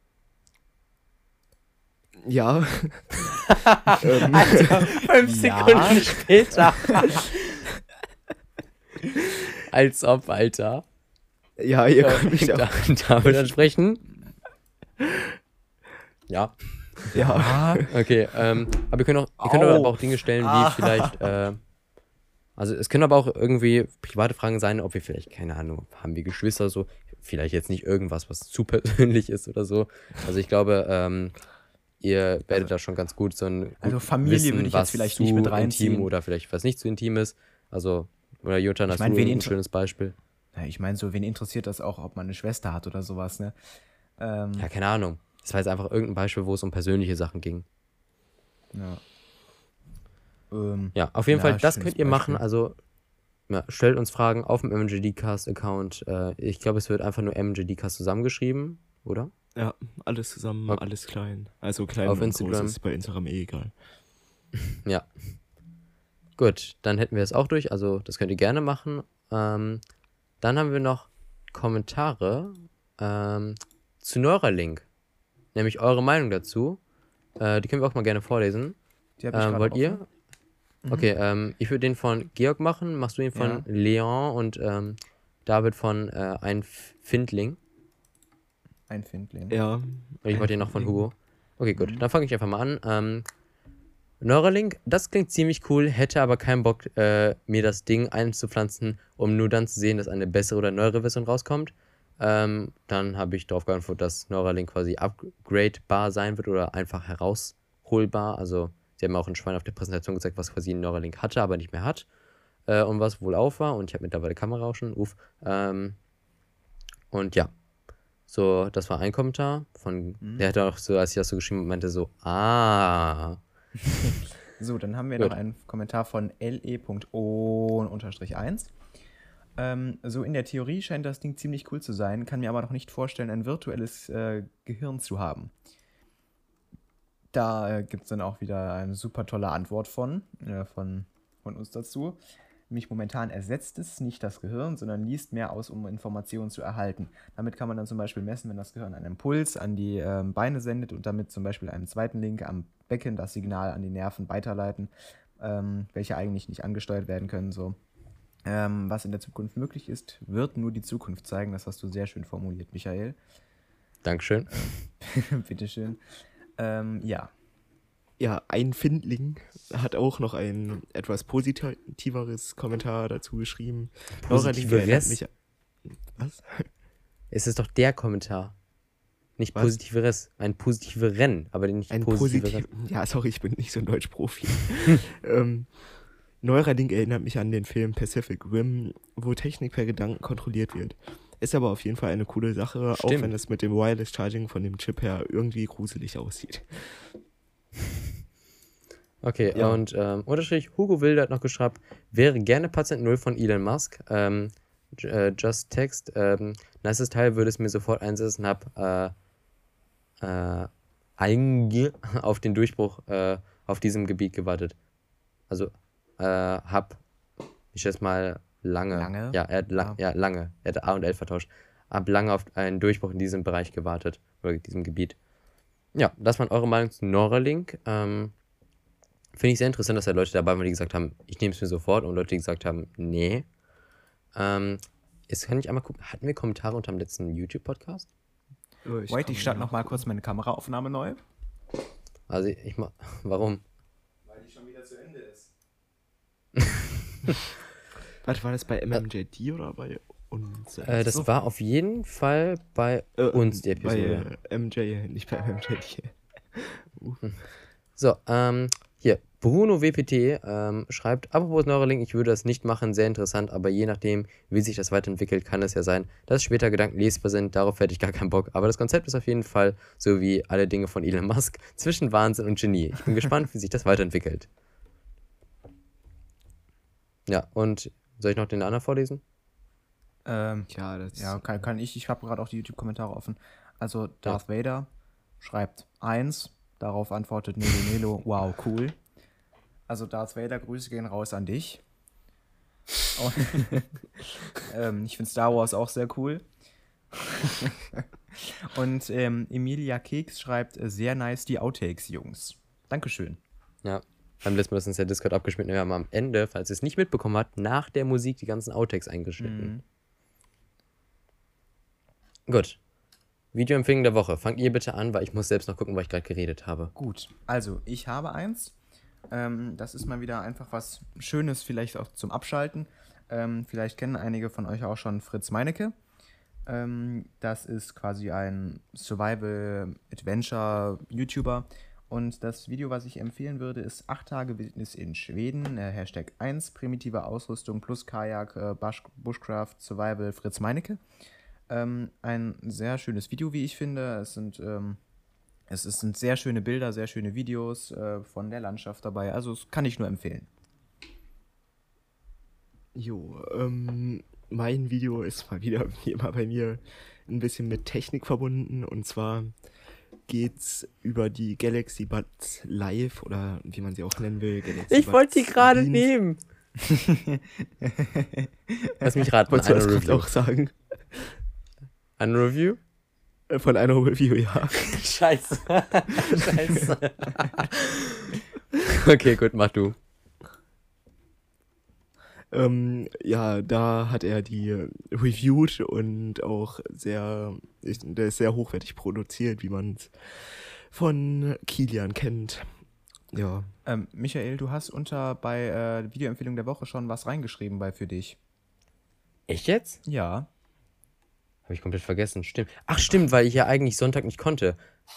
Ja. ähm, Fünf Ja. Sekunden später. Als ob, Alter. ja, ihr könnt mich Da, auch. David ansprechen. Ja, Ja. okay. Ähm, aber ihr könnt, auch, ihr könnt Au. aber auch Dinge stellen, wie Ah. vielleicht. Äh, also, es können aber auch irgendwie private Fragen sein, ob wir vielleicht, keine Ahnung, haben wir Geschwister so. Vielleicht jetzt nicht irgendwas, was zu persönlich ist oder so. Also, ich glaube, ähm, ihr werdet da schon ganz gut so ein. Also gut Familie wissen, würde ich was jetzt vielleicht zu nicht mit intim reinziehen. oder vielleicht was nicht zu intim ist. Also, oder Jotan, Ich hast mein, du wen ein inter- schönes Beispiel? Ja, ich meine, so, wen interessiert das auch, ob man eine Schwester hat oder sowas, ne? Ähm, Ja, keine Ahnung. Das war jetzt einfach irgendein Beispiel, wo es um persönliche Sachen ging. ja. Ähm, Ja, auf jeden Ja, Fall, das schönes könnt ihr machen. Beispiel. Also, ja, stellt uns Fragen auf dem M J D Cast-Account. Äh, ich glaube, es wird einfach nur M J D Cast zusammengeschrieben, oder? Ja, alles zusammen, Okay. alles klein. Also klein Auf und Instagram. groß ist bei Instagram eh egal. Ja. Gut, dann hätten wir es auch durch. Also, das könnt ihr gerne machen. Ähm, dann haben wir noch Kommentare ähm, zu Neuralink. Nämlich eure Meinung dazu. Äh, die können wir auch mal gerne vorlesen. die hab ich Ähm, grad wollt offen. ihr? Okay, ähm, ich würde den von Georg machen. Machst du den von Ja. Leon und ähm, David von äh, ein Findling? Ein Findling. Ja. Und ich wollte den noch von Findling. Hugo. Okay, gut. Mhm. Dann fange ich einfach mal an. Ähm, Neuralink, das klingt ziemlich cool, hätte aber keinen Bock, äh, mir das Ding einzupflanzen, um nur dann zu sehen, dass eine bessere oder neuere Version rauskommt. Ähm, dann habe ich darauf geantwortet, dass Neuralink quasi upgradebar sein wird oder einfach herausholbar. Also, sie haben auch in Schwein auf der Präsentation gezeigt, was quasi Neuralink hatte, aber nicht mehr hat. Äh, und was wohl auf war. Und ich habe mittlerweile Kamera auch schon. Uff. Ähm, und ja. So, das war ein Kommentar von, Mhm. der hat auch so, als ich das so geschrieben habe, meinte so, ah. So, dann haben wir Gut. noch einen Kommentar von L E O eins. Ähm, so in der Theorie scheint das Ding ziemlich cool zu sein, kann mir aber noch nicht vorstellen, ein virtuelles äh, Gehirn zu haben. Da äh, gibt es dann auch wieder eine super tolle Antwort von, äh, von, von uns dazu. Nämlich momentan ersetzt es nicht das Gehirn, sondern liest mehr aus, um Informationen zu erhalten. Damit kann man dann zum Beispiel messen, wenn das Gehirn einen Impuls an die ähm, Beine sendet und damit zum Beispiel einen zweiten Link am Becken das Signal an die Nerven weiterleiten, ähm, welche eigentlich nicht angesteuert werden können. So. Ähm, was in der Zukunft möglich ist, wird nur die Zukunft zeigen. Das hast du sehr schön formuliert, Michael. Dankeschön. Bitteschön. Ähm, ja. Ja, ein Findling hat auch noch ein etwas positiveres Kommentar dazu geschrieben. Neuralink erinnert Positiveres? mich an- Was? Es ist doch der Kommentar. Nicht Was? positiveres, ein positiveren, aber nicht Ein positiveren. positiv. Ja, sorry, ich bin nicht so ein Deutschprofi. ähm, Neuralink erinnert mich an den Film Pacific Rim, wo Technik per Gedanken kontrolliert wird. Ist aber auf jeden Fall eine coole Sache, auch Stimmt. wenn es mit dem Wireless Charging von dem Chip her irgendwie gruselig aussieht. Okay, Ja. und ähm, Unterstrich Hugo Wilde hat noch geschrieben, wäre gerne Patient null von Elon Musk. Ähm, j- äh, Just Text. Ähm, nices Teil, würde es mir sofort einsetzen, hab äh, äh, einge auf den Durchbruch äh, auf diesem Gebiet gewartet. Also, äh, hab, ich schätze mal, lange. Lange? Ja, er hat la ja. lange. Er hat A und L vertauscht. Hab lange auf einen Durchbruch in diesem Bereich gewartet. Oder in diesem Gebiet. Ja, das waren eure Meinung zu Neuralink. Ähm, Finde ich sehr interessant, dass da Leute dabei waren, die gesagt haben, ich nehme es mir sofort, und Leute, die gesagt haben, nee. Ähm, jetzt kann ich einmal gucken, hatten wir Kommentare unter dem letzten YouTube-Podcast? Oh, Wait, komm ich starte nach. noch mal kurz meine Kameraaufnahme neu. Also ich mach, warum? Weil die schon wieder zu Ende ist. Warte, war das bei M M J D oder bei uns? Äh, das So. war auf jeden Fall bei Äh, uns, die Episode. Bei äh, M J, nicht bei M M J D. So, ähm, hier, Bruno W P T ähm, schreibt, apropos Neuralink, ich würde das nicht machen, sehr interessant, aber je nachdem, wie sich das weiterentwickelt, kann es ja sein, dass später Gedanken lesbar sind, darauf hätte ich gar keinen Bock. Aber das Konzept ist auf jeden Fall, so wie alle Dinge von Elon Musk, zwischen Wahnsinn und Genie. Ich bin gespannt, wie sich das weiterentwickelt. Ja, und soll ich noch den anderen vorlesen? Ähm, Ja, das ja, kann, kann ich. Ich habe gerade auch die YouTube-Kommentare offen. Also Darth Vader schreibt eins, darauf antwortet Nelo Nelo, wow, cool. Also Darth Vader, Grüße gehen raus an dich. Und, ähm, ich finde Star Wars auch sehr cool. Und ähm, Emilia Keks schreibt, äh, sehr nice die Outtakes, Jungs. Dankeschön. Ja, beim letzten Mal ist uns der Discord abgeschnitten. Wir haben am Ende, falls ihr es nicht mitbekommen habt, nach der Musik die ganzen Outtakes eingeschnitten. Mhm. Gut. Videoempfehlung der Woche. Fangt ihr bitte an, weil ich muss selbst noch gucken, weil ich gerade geredet habe. Gut, also ich habe eins. Ähm, das ist mal wieder einfach was Schönes, vielleicht auch zum Abschalten. Ähm, vielleicht kennen einige von euch auch schon Fritz Meinecke. Ähm, das ist quasi ein Survival-Adventure-YouTuber. Und das Video, was ich empfehlen würde, ist acht Tage Wildnis in Schweden. Äh, Hashtag eins, primitive Ausrüstung plus Kajak, äh, Bush Bushcraft, Survival, Fritz Meinecke. Ähm, ein sehr schönes Video, wie ich finde. Es sind, ähm, es, es sind sehr schöne Bilder, sehr schöne Videos äh, von der Landschaft dabei. Also das kann ich nur empfehlen. Jo, ähm, mein Video ist mal wieder wie immer bei mir ein bisschen mit Technik verbunden. Und zwar geht's über die Galaxy Buds Live oder wie man sie auch nennen will. Galaxy Ich wollte die Buds gerade Dienst. nehmen. Lass mich raten. Wolltest du Eine das gerade Review. auch sagen? Eine Review? Äh, Von einer Review, ja. Scheiße. Scheiße. Okay, gut, mach du. Ähm, ja, da hat er die äh, reviewed und auch sehr, ich, der ist sehr hochwertig produziert, wie man es von Kilian kennt. Ja, Ähm, Michael, du hast unter bei äh, Videoempfehlung der Woche schon was reingeschrieben bei für dich. Echt jetzt? Ja. Habe ich komplett vergessen. Stimmt. Ach, stimmt, weil ich ja eigentlich Sonntag nicht konnte.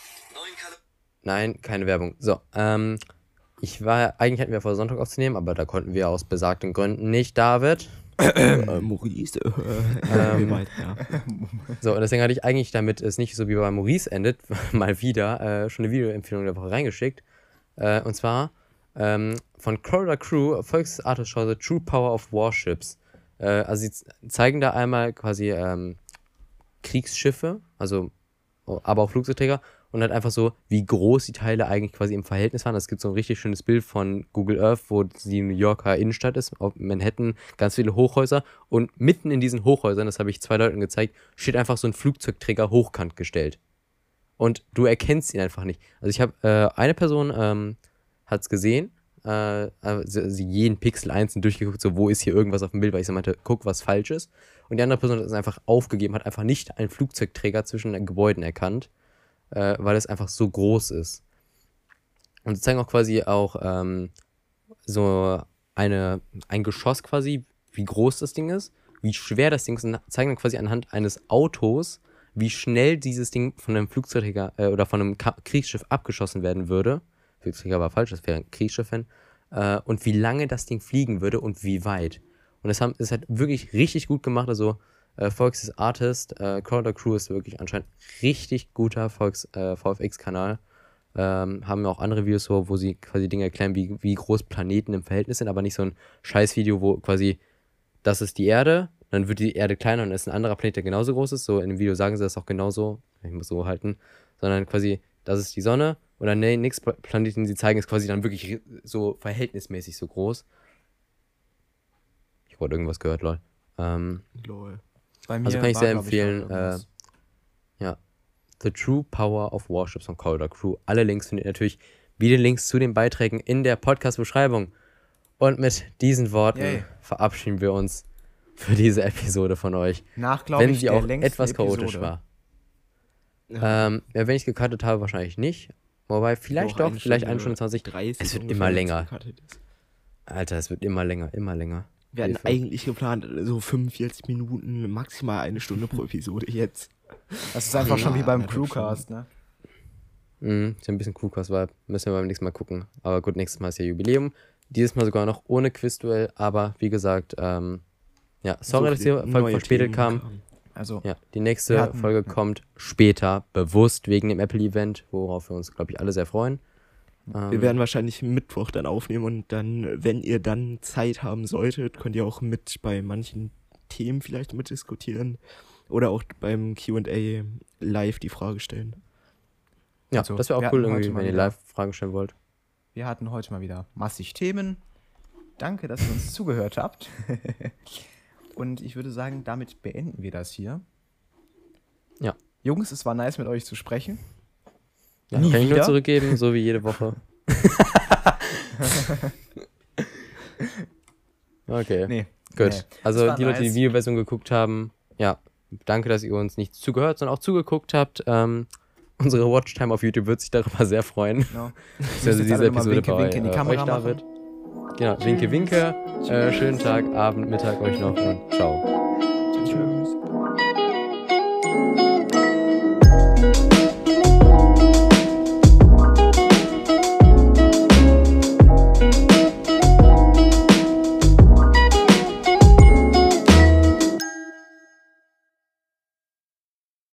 Nein, keine Werbung. So, ähm, ich war, eigentlich hatten wir vor, Sonntag aufzunehmen, aber da konnten wir aus besagten Gründen nicht, David. äh, Maurice, äh, äh, wir meinten, ja. So, und deswegen hatte ich eigentlich, damit es nicht so wie bei Maurice endet, mal wieder äh, schon eine Videoempfehlung der Woche reingeschickt. Äh, und zwar ähm, von Corridor Crew, Volksarthochschau The True Power of Warships. Äh, also sie z- zeigen da einmal quasi ähm, Kriegsschiffe, also aber auch Flugzeugträger und halt einfach so, wie groß die Teile eigentlich quasi im Verhältnis waren. Es gibt so ein richtig schönes Bild von Google Earth, wo die New Yorker Innenstadt ist, auf Manhattan, ganz viele Hochhäuser und mitten in diesen Hochhäusern, das habe ich zwei Leuten gezeigt, steht einfach so ein Flugzeugträger hochkant gestellt. Und du erkennst ihn einfach nicht. Also ich habe, äh, eine Person ähm, hat es gesehen, äh, also sie jeden Pixel einzeln durchgeguckt, so wo ist hier irgendwas auf dem Bild, weil ich so meinte, guck, was falsch ist. Und die andere Person hat es einfach aufgegeben, hat einfach nicht einen Flugzeugträger zwischen den Gebäuden erkannt, äh, weil es einfach so groß ist. Und sie zeigen auch quasi auch ähm, so eine, ein Geschoss quasi, wie groß das Ding ist, wie schwer das Ding ist und zeigen dann quasi anhand eines Autos, wie schnell dieses Ding von einem Flugzeugträger äh, oder von einem Ka- Kriegsschiff abgeschossen werden würde. Flugzeugträger war falsch, das wäre ein Kriegsschiff hin. Äh, und wie lange das Ding fliegen würde und wie weit. Und das haben, ist halt wirklich richtig gut gemacht. Also äh, Volks ist Artist, äh, Corridor Crew ist wirklich anscheinend richtig guter Volks äh, V F X-Kanal. Ähm, haben auch andere Videos, so, wo sie quasi Dinge erklären, wie, wie groß Planeten im Verhältnis sind, aber nicht so ein Scheiß-Video, wo quasi, das ist die Erde, dann wird die Erde kleiner und dann ist ein anderer Planet, der genauso groß ist. So in dem Video sagen sie das auch genauso, ich muss so halten, sondern quasi, das ist die Sonne und dann der nächste Planet, den sie zeigen, ist quasi dann wirklich so verhältnismäßig so groß. Ich wurde irgendwas gehört, lol. Ähm, Lol. Bei mir Also kann ich war, sehr glaub empfehlen, gerade irgendwas. ja, The True Power of Warships von Corridor Crew. Alle Links findet ihr natürlich, wie den Links zu den Beiträgen in der Podcast-Beschreibung. Und mit diesen Worten Yay. verabschieden wir uns für diese Episode von euch. Nach, glaube Wenn ich, sie der auch längsten etwas chaotisch Episode. war. Ja, Ähm, ja, wenn ich gecuttet habe, wahrscheinlich nicht. Wobei, vielleicht doch, vielleicht eine Stunde zwanzig. dreißig Es wird ungefähr, immer wenn's länger. gecuttet ist. Alter, es wird immer länger, immer länger. Wir hatten Hilfe. eigentlich geplant, so fünfundvierzig Minuten, maximal eine Stunde pro Episode jetzt. Das ist einfach Ja, schon wie beim anderthalb Crewcast, ne? Mhm, ist ja ein bisschen Crewcast-Vibe. Müssen wir beim nächsten Mal gucken. Aber gut, nächstes Mal ist ja Jubiläum. Dieses Mal sogar noch ohne Quizduell, aber wie gesagt, ähm, ja, sorry, dass die viele Folge neue verspätet Themen kam. kamen. Also, Ja, die nächste Wir hatten- Folge ja. kommt später, bewusst wegen dem Apple-Event, worauf wir uns, glaube ich, alle sehr freuen. Ähm, Wir werden wahrscheinlich Mittwoch dann aufnehmen und dann, wenn ihr dann Zeit haben solltet, könnt ihr auch mit bei manchen Themen vielleicht mitdiskutieren oder auch beim Q und A live die Frage stellen. ja, Also, das wäre wir auch cool, hatten heute irgendwie, mal wenn ihr wieder- live Fragen stellen wollt. Wir hatten heute mal wieder massig Themen. Danke, dass ihr uns zugehört habt. Und ich würde sagen, damit beenden wir das hier. Ja. Jungs, es war nice, mit euch zu sprechen. Ja, Nie kann ich nur wieder? zurückgeben, so wie jede Woche. Okay, Nee. gut. nee. Also Es war die Leute, die die nice. Videoversion geguckt haben, ja, danke, dass ihr uns nicht zugehört, sondern auch zugeguckt habt. Ähm, unsere Watchtime auf YouTube wird sich darüber sehr freuen. Genau. Dass jetzt diese alle mal Episode Winke, bei Winke in die äh, Kamera euch da machen. wird. Genau, winke, winke. Äh, schönen Tag, Abend, Mittag euch noch und ciao.